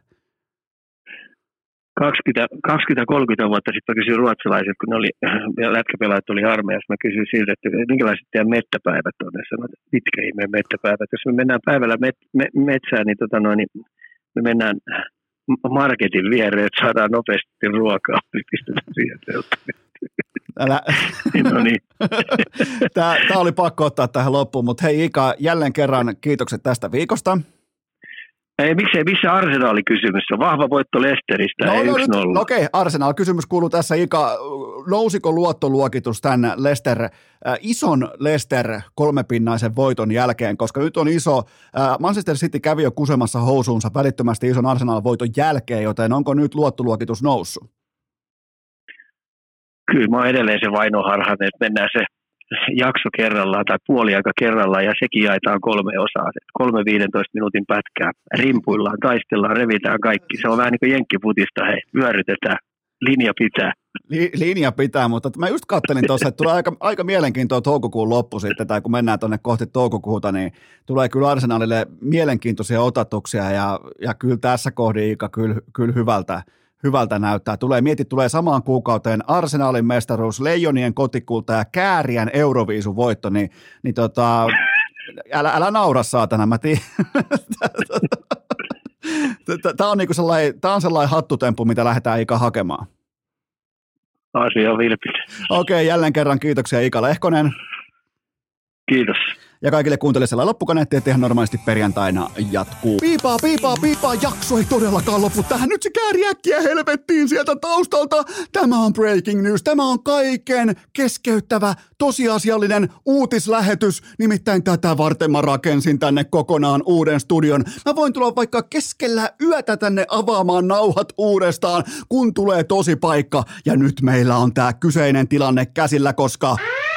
kaksikymmentä kolmekymmentä vuotta sitten mä kysyin ruotsalaiset, kun ne oli, lätkäpelaajat oli armeijassa, mä kysyin siltä, että minkälaiset teidän mettäpäivät on. Ne sanoivat, että mitkä ihmeen mettäpäivät. Jos me mennään päivällä met, me, metsään, niin, tota noin, niin me mennään marketin viereen, että saadaan nopeasti ruokaa, niin pistetään siihen teltaan. Älä. No niin. Tämä, tämä oli pakko ottaa tähän loppuun, mutta hei Ika, jälleen kerran kiitokset tästä viikosta. Ei, miksei, missä Arsenaali kysymys on? Vahva voitto Lesteristä, no, ei no, yksi nolla. Okei, okay, Arsenal kysymys kuuluu tässä Ika, nousiko luottoluokitus tämän Leicester, äh, ison Leicester kolmepinnaisen voiton jälkeen, koska nyt on iso, äh, Manchester City kävi jo kusemassa housuunsa välittömästi ison Arsenal-voiton jälkeen, joten onko nyt luottoluokitus noussut? Kyllä mä oon edelleen se vainoharhainen, että mennään se jakso kerrallaan tai puoliaika kerrallaan ja sekin jaetaan kolme osaa. Kolme viidentoista minuutin pätkää. Rimpuillaan, taistellaan, revitään kaikki. Se on vähän niin kuin jenkkifutista, hei, vyörytetään. Linja pitää. Li, linja pitää, mutta mä just kattelin tuossa, että tulee aika, aika mielenkiintoa toukokuun loppu sitten, tai kun mennään tuonne kohti toukokuuta, niin tulee kyllä Arsenalille mielenkiintoisia otatuksia ja, ja kyllä tässä kohdin Ika kyllä, kyllä hyvältä. Hyvältä näyttää. Tulee, mieti, tulee samaan kuukauteen Arsenalin mestaruus, Leijonien kotikulta ja Kääriän Euroviisun voitto, niin, niin tota, älä, älä naura saatana, mä tiedän. Tämä on, niinku sellainen, tämä on sellainen hattutemppu, mitä lähdetään Ika hakemaan. Asia on vilpitön. Okei, okay, jälleen kerran kiitoksia Ika Lehkonen. Kiitos. Ja kaikille kuuntelijoille loppukaneetti, että ihan normaalisti perjantaina jatkuu. Piipaa, piipaa, piipaa, jakso ei todellakaan lopu tähän. Nyt se kääri äkkiä helvettiin sieltä taustalta. Tämä on Breaking News. Tämä on kaiken keskeyttävä, tosiasiallinen uutislähetys. Nimittäin tätä varten mä rakensin tänne kokonaan uuden studion. Mä voin tulla vaikka keskellä yötä tänne avaamaan nauhat uudestaan, kun tulee tosi paikka. Ja nyt meillä on tää kyseinen tilanne käsillä, koska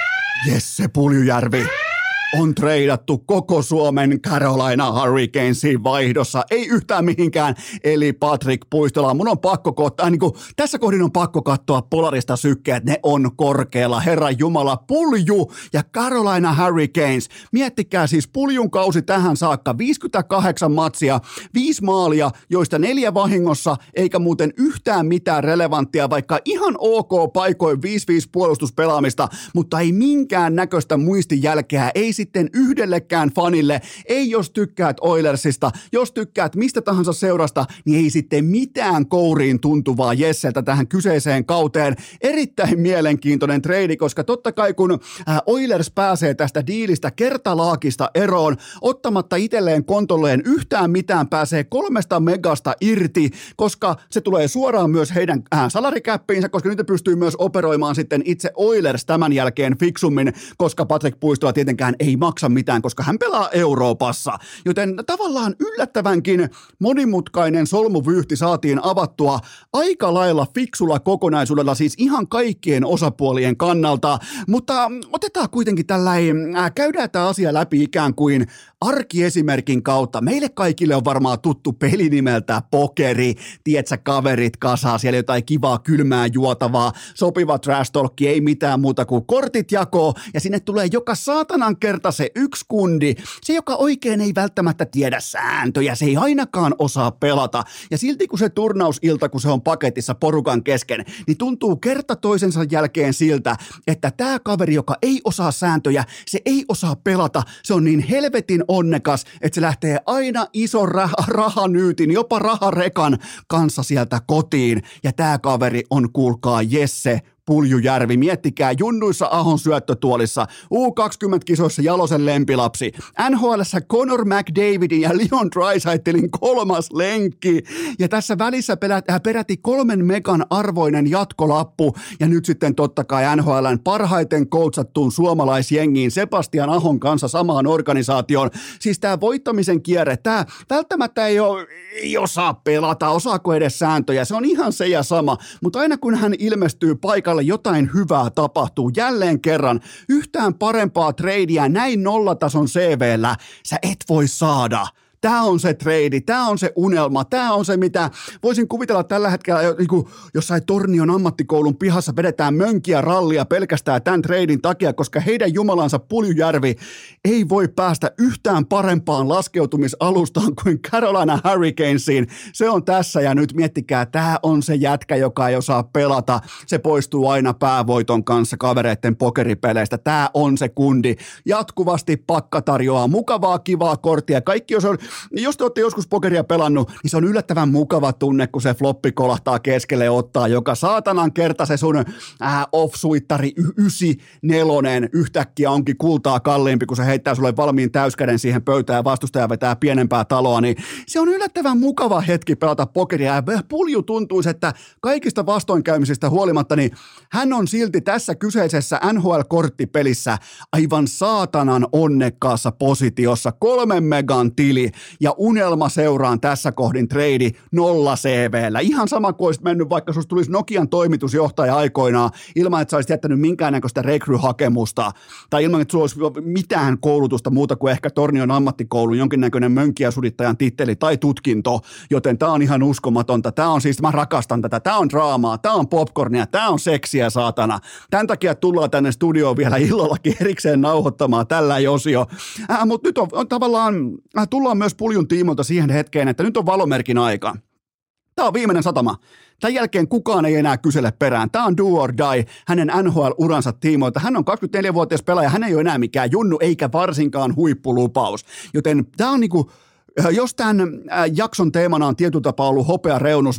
Jesse Puljujärvi on treidattu koko Suomen Carolina Hurricanesiin vaihdossa, ei yhtään mihinkään, eli Patrick Puistola. Mun on pakko katsoa, niin kuin, tässä kohdin on pakko katsoa Polarista sykkeet, ne on korkealla. Herran Jumala, Pulju ja Carolina Hurricanes. Miettikää siis Puljun kausi tähän saakka, viisikymmentäkahdeksan matsia, viisi maalia, joista neljä vahingossa, eikä muuten yhtään mitään relevanttia, vaikka ihan ok paikoin viisi viisi puolustuspelaamista, mutta ei minkään näköistä muistijälkeä, ei sitten yhdellekään fanille, ei jos tykkäät Oilersista, jos tykkäät mistä tahansa seurasta, niin ei sitten mitään kouriin tuntuvaa Jesseltä tähän kyseiseen kauteen. Erittäin mielenkiintoinen trade, koska totta kai kun Oilers pääsee tästä diilistä kertalaakista eroon, ottamatta itselleen kontolleen yhtään mitään, pääsee kolmesta megasta irti, koska se tulee suoraan myös heidän salarikäppiinsä, koska nyt pystyy myös operoimaan sitten itse Oilers tämän jälkeen fiksummin, koska Patrick Puistola tietenkään ei maksa mitään, koska hän pelaa Euroopassa. Joten tavallaan yllättävänkin monimutkainen solmuvyyhti saatiin avattua aika lailla fiksulla kokonaisuudella, siis ihan kaikkien osapuolien kannalta. Mutta otetaan kuitenkin tällainen, äh, käydään tämä asia läpi ikään kuin arkiesimerkin kautta. Meille kaikille on varmaan tuttu peli nimeltä pokeri. Tiedätkö, kaverit kasaa, siellä jotain kivaa kylmää juotavaa, sopiva trash talk, ei mitään muuta kuin kortit jakoo, ja sinne tulee joka saatanan kerta se yksi kundi, se joka oikein ei välttämättä tiedä sääntöjä, se ei ainakaan osaa pelata, ja silti kun se turnausilta, kun se on paketissa porukan kesken, niin tuntuu kerta toisensa jälkeen siltä, että tämä kaveri, joka ei osaa sääntöjä, se ei osaa pelata, se on niin helvetin onnekas, että se lähtee aina ison rah- rahanyytin, jopa raharekan kanssa sieltä kotiin, ja tämä kaveri on, kuulkaa, Jesse Puljujärvi. Miettikää, junnuissa Ahon syöttötuolissa, U kaksikymmentä-kisoissa Jalosen lempilapsi, N H L:ssä Connor McDavidin ja Leon Draisaitlin kolmas lenkki, ja tässä välissä peräti kolmen megan arvoinen jatkolappu, ja nyt sitten totta kai N H L:n parhaiten coachattuun suomalaisjengiin Sebastian Ahon kanssa samaan organisaatioon. Siis tämä voittamisen kierre, tämä välttämättä ei, ole, ei osaa pelata, osaako edes sääntöjä, se on ihan se ja sama, mutta aina kun hän ilmestyy paikalle, jotain hyvää tapahtuu jälleen kerran. Yhtään parempaa treidiä näin nollatason C V:llä sä et voi saada. Tämä on se treidi, tämä on se unelma, tämä on se, mitä voisin kuvitella tällä hetkellä, niin kuin jossain Tornion ammattikoulun pihassa vedetään mönkiä rallia pelkästään tämän treidin takia, koska heidän jumalansa Puljujärvi ei voi päästä yhtään parempaan laskeutumisalustaan kuin Carolina Hurricanesiin. Se on tässä ja nyt, miettikää, tämä on se jätkä, joka ei osaa pelata. Se poistuu aina päävoiton kanssa kavereiden pokeripeleistä. Tämä on se kundi. Jatkuvasti pakka tarjoaa mukavaa, kivaa korttia. Kaikki, jos on Jos te olette joskus pokeria pelannut, niin se on yllättävän mukava tunne, kun se floppi kolahtaa keskelle ottaa, joka saatanan kerta se sun äh, off-suittari yhdeksänkymmentäneljä yhtäkkiä onkin kultaa kalliimpi, kun se heittää sulle valmiin täyskäden siihen pöytään ja vastustaja vetää pienempää taloa, niin se on yllättävän mukava hetki pelata pokeria. Ja Pulju tuntuisi, että kaikista vastoinkäymisistä huolimatta, niin hän on silti tässä kyseisessä N H L-korttipelissä aivan saatanan onnekkaassa positiossa. Kolmen megan tili ja unelma seuraan tässä kohdin trade nolla C V:llä. Ihan sama kuin olisit mennyt, vaikka susta tulisi Nokian toimitusjohtaja aikoinaan ilman, että sä olisit jättänyt minkäännäköistä rekryhakemusta tai ilman, että sulla olisi mitään koulutusta muuta kuin ehkä Tornion ammattikoulun, jonkinnäköinen mönkijäsudittajan titteli tai tutkinto, joten tää on ihan uskomatonta. Tää on siis, mä rakastan tätä. Tää on draamaa, tää on popcornia, tää on seksiä, saatana. Tän takia tullaan tänne studioon vielä illallakin erikseen nauhoittamaan tällä osio. Äh, mutta nyt on, on tavallaan, äh, tullaan myös Puljun tiimolta siihen hetkeen, että nyt on valomerkin aika. Tämä on viimeinen satama. Tämän jälkeen kukaan ei enää kysele perään. Tämä on do or die hänen N H L-uransa tiimoilta. Hän on kaksikymmentäneljävuotias pelaaja, hän ei ole enää mikään junnu eikä varsinkaan huippulupaus. Joten tämä on niinku, jos tämän jakson teemana on tietyllä tapaa ollut hopea reunus, niin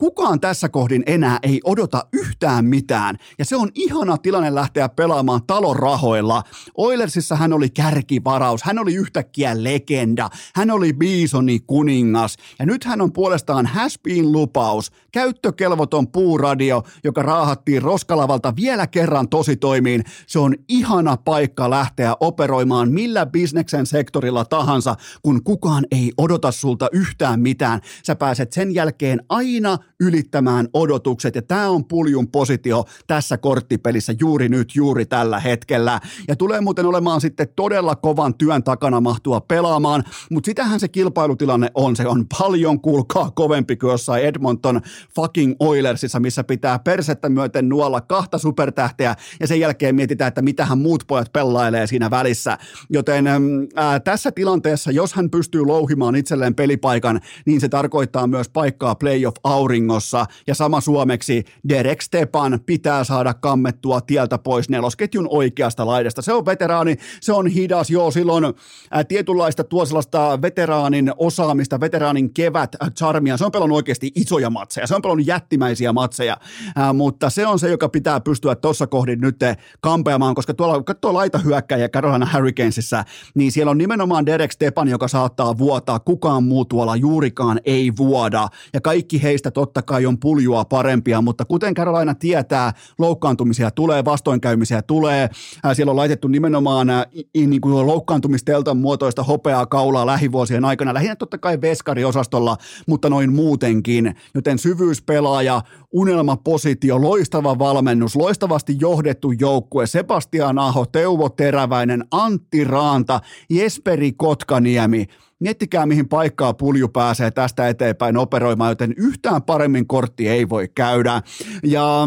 kukaan tässä kohdin enää ei odota yhtään mitään. Ja se on ihana tilanne lähteä pelaamaan talon rahoilla. Oilersissa hän oli kärkivaraus, hän oli yhtäkkiä legenda, hän oli Bisoni kuningas. Ja nyt hän on puolestaan has-been lupaus, käyttökelvoton puuradio, joka raahattiin roskalavalta vielä kerran tositoimiin. Se on ihana paikka lähteä operoimaan millä bisneksen sektorilla tahansa, kun kukaan ei odota sulta yhtään mitään. Sä pääset sen jälkeen aina ylittämään odotukset, ja tämä on Puljun positio tässä korttipelissä juuri nyt, juuri tällä hetkellä. Ja tulee muuten olemaan sitten todella kovan työn takana mahtua pelaamaan, mutta sitähän se kilpailutilanne on. Se on paljon, kuulkaa, kovempi kuin jossain Edmonton fucking Oilersissa, missä pitää persettä myöten nuolla kahta supertähteä, ja sen jälkeen mietitään, että mitähän muut pojat pelailee siinä välissä. Joten ää, tässä tilanteessa, jos hän pystyy louhimaan itselleen pelipaikan, niin se tarkoittaa myös paikkaa playoff-auringossa, ja sama suomeksi Derek Stepan pitää saada kammettua tieltä pois nelosketjun oikeasta laidasta. Se on veteraani, se on hidas, joo, silloin ää, tietynlaista tuo sellaista veteraanin osaamista, veteraanin kevät charmia, se on pelannut oikeasti isoja matseja, se on pelannut jättimäisiä matseja, ää, mutta se on se, joka pitää pystyä tuossa kohdin nyt kampeamaan, koska tuolla katsoo laitahyökkäjä Carolina Hurricanesissa, niin siellä on nimenomaan Derek Stepan, joka saattaa vuotaa, kukaan muu tuolla juurikaan ei vuoda, ja kaikki heistä totta kai on Puljua parempia, mutta kuten Carolina tietää, loukkaantumisia tulee, vastoinkäymisiä tulee, ää, siellä on laitettu nimenomaan ää, i, niin kuin loukkaantumisteltan muotoista hopeaa kaulaa lähivuosien aikana, lähinnä totta kai veskariosastolla, mutta noin muutenkin, joten syvyyspelaaja, unelmapositio, loistava valmennus, loistavasti johdettu joukkue, Sebastian Aho, Teuvo Teräväinen, Antti Raanta, Jesperi Kotkaniemi. Miettikää, mihin paikkaa Pulju pääsee tästä eteenpäin operoimaan, joten yhtään paremmin kortti ei voi käydä. Ja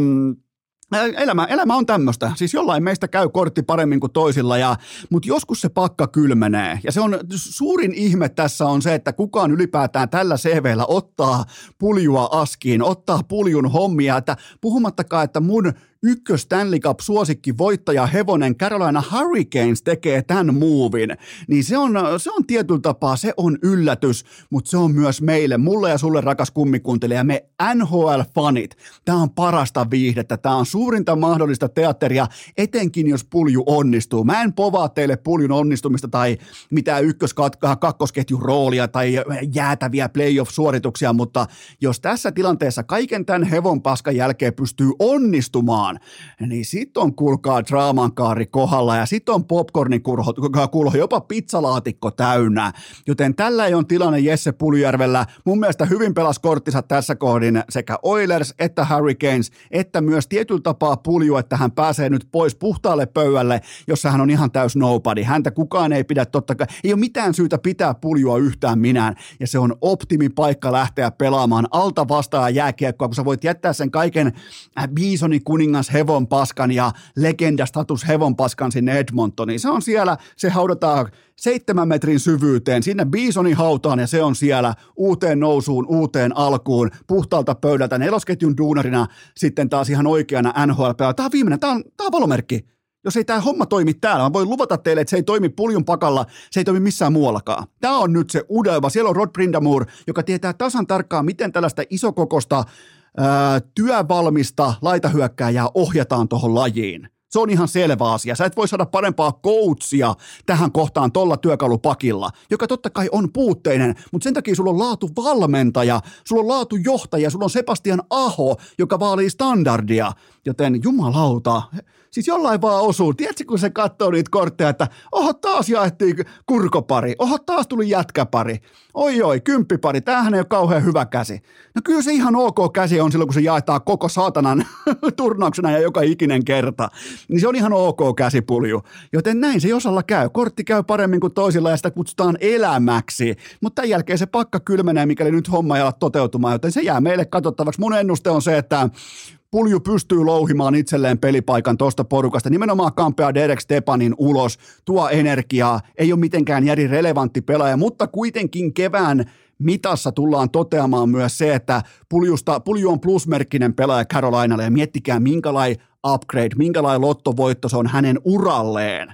Elämä, elämä on tämmöistä, siis jollain meistä käy kortti paremmin kuin toisilla, ja, mutta joskus se pakka kylmenee. Ja se on suurin ihme tässä on se, että kukaan ylipäätään tällä C V:llä ottaa Puljua askiin, ottaa Puljun hommia, että puhumattakaan, että mun ykkös Stanley Cup-suosikki voittaja hevonen Carolina Hurricanes tekee tämän muuvin, niin se on, se on tietyllä tapaa, se on yllätys, mutta se on myös meille, mulle ja sulle rakas kummikuntelija, me N H L-fanit, tämä on parasta viihdettä, tämä on suurinta mahdollista teatteria, etenkin jos Pulju onnistuu. Mä en povaa teille Puljun onnistumista tai mitään ykkös-kakkosketjun roolia tai jäätäviä playoff-suorituksia, mutta jos tässä tilanteessa kaiken tämän hevon paskan jälkeen pystyy onnistumaan, niin sit on, kuulkaa, draamankaari kohdalla ja sit on popcornikulho, jopa pizzalaatikko täynnä. Joten tällä ei ole tilanne Jesse Puljujärvellä. Mun mielestä hyvin pelasi korttinsa tässä kohdin sekä Oilers että Hurricanes, että myös tietyllä tapaa Pulju, että hän pääsee nyt pois puhtaalle pöydälle, jossa hän on ihan täys nobody. Häntä kukaan ei pidä, totta kai, ei ole mitään syytä pitää Puljua yhtään minään, ja se on optimipaikka lähteä pelaamaan alta vastaan jääkiekkoa, kun sä voit jättää sen kaiken Bisoni kuningas hevon paskan ja legendastatus hevon paskan sinne Edmontoniin. Se on siellä, se haudataan seitsemän metrin syvyyteen, sinne Bisonin hautaan, ja se on siellä uuteen nousuun, uuteen alkuun, puhtaalta pöydältä, nelosketjun duunarina, sitten taas ihan oikeana N H L-pelaaja. Tämä on viimeinen, tämä on, tämä on valomerkki. Jos ei tämä homma toimi täällä, mä voin luvata teille, että se ei toimi Puljun pakalla, se ei toimi missään muuallakaan. Tämä on nyt se udelva. Siellä on Rod Brind'Amour, joka tietää tasan tarkkaan, miten tällaista isokokosta ää, työvalmista laitahyökkääjää ohjataan tuohon lajiin. Se on ihan selvä asia. Sä et voi saada parempaa coachia tähän kohtaan tolla työkalupakilla, joka totta kai on puutteinen, mutta sen takia sulla on laatuvalmentaja, sulla on laatujohtaja, sulla on Sebastian Aho, joka vaalii standardia, joten jumalauta, siis jollain vaan osuu. Tiedätkö, kun se katsoo niitä kortteja, että oho, taas jaettiin kurkopari, oho, taas tuli jätkäpari, oi oi, kymppipari, tämähän ei ole kauhean hyvä käsi. No kyllä se ihan ok käsi on silloin, kun se jaetaan koko saatanan turnauksena ja joka ikinen kerta. Niin se on ihan ok käsipulju. Joten näin se osalla käy. Kortti käy paremmin kuin toisilla ja sitä kutsutaan elämäksi. Mutta tämän jälkeen se pakka kylmenee, mikäli nyt homma ei ala toteutumaan, joten se jää meille katsottavaksi. Mun ennuste on se, että Pulju pystyy louhimaan itselleen pelipaikan tuosta porukasta. Nimenomaan kampea Derek Stepanin ulos, tuo energiaa, ei ole mitenkään järin relevantti pelaaja, mutta kuitenkin kevään mitassa tullaan toteamaan myös se, että Puljusta, Pulju on plusmerkkinen pelaaja Carolinalle, ja miettikää minkälainen upgrade, minkälainen lottovoitto se on hänen uralleen.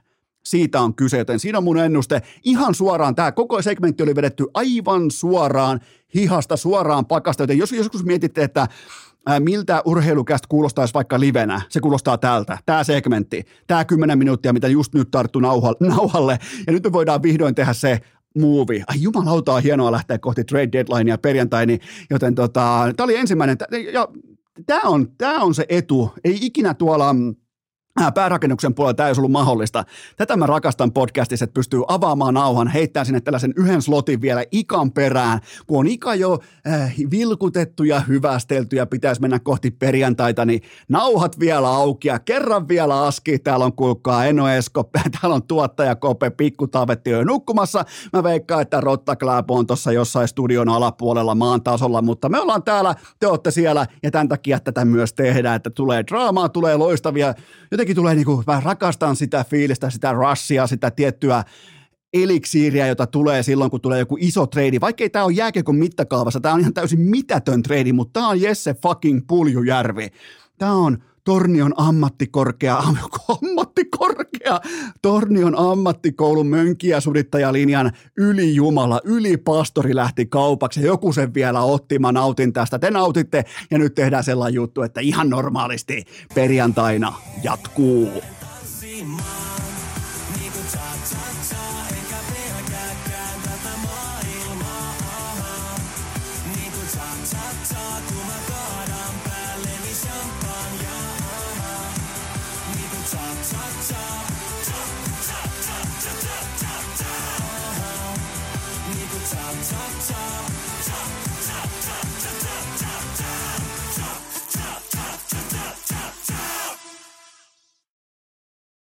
siitä on kyse, joten siinä on mun ennuste ihan suoraan. Tämä koko segmentti oli vedetty aivan suoraan hihasta, suoraan pakasta, joten jos joskus mietitte, että ää, miltä urheilukästä kuulostaisi vaikka livenä, se kuulostaa tältä, tämä segmentti, tämä kymmenen minuuttia, mitä just nyt tarttu nauhalle, ja nyt me voidaan vihdoin tehdä se movie. Ai jumalauta, on hienoa lähteä kohti trade deadlinea perjantaina, joten tota, tämä oli ensimmäinen, ja tämä on, tämä on se etu, ei ikinä tuolla päärakennuksen puolella tämä ei olisi ollut mahdollista. Tätä mä rakastan podcastissa, että pystyy avaamaan nauhan, heittämään sinne tällaisen yhden slotin vielä ikan perään, kun on ika jo äh, vilkutettu ja hyvästelty ja pitäisi mennä kohti perjantaita, niin nauhat vielä auki ja kerran vielä aski. Täällä on kuulkaa Eno Esko, täällä on tuottaja Kope, Pikku Taavetti jo nukkumassa. Mä veikkaan, että Rotta Kläbo on tuossa jossain studion alapuolella maan tasolla, mutta me ollaan täällä, te ootte siellä ja tämän takia tätä myös tehdään, että tulee draamaa, tulee loistavia, jotenkin tulee niinku, mä rakastan sitä fiilistä, sitä rushia, sitä tiettyä eliksiiriä, jota tulee silloin, kun tulee joku iso trade. Vaikkei tämä ole jääkiekon mittakaavassa, tämä on ihan täysin mitätön trade, mutta tämä on Jesse fucking Puljujärvi. Tämä on Tornion ammattikorkea, ammattikorkea, Tornion ammattikoulun mönkijäsudittajalinjan ylijumala, ylipastori lähti kaupaksi ja joku sen vielä otti, mä nautin tästä, te nautitte ja nyt tehdään sellainen juttu, että ihan normaalisti perjantaina jatkuu.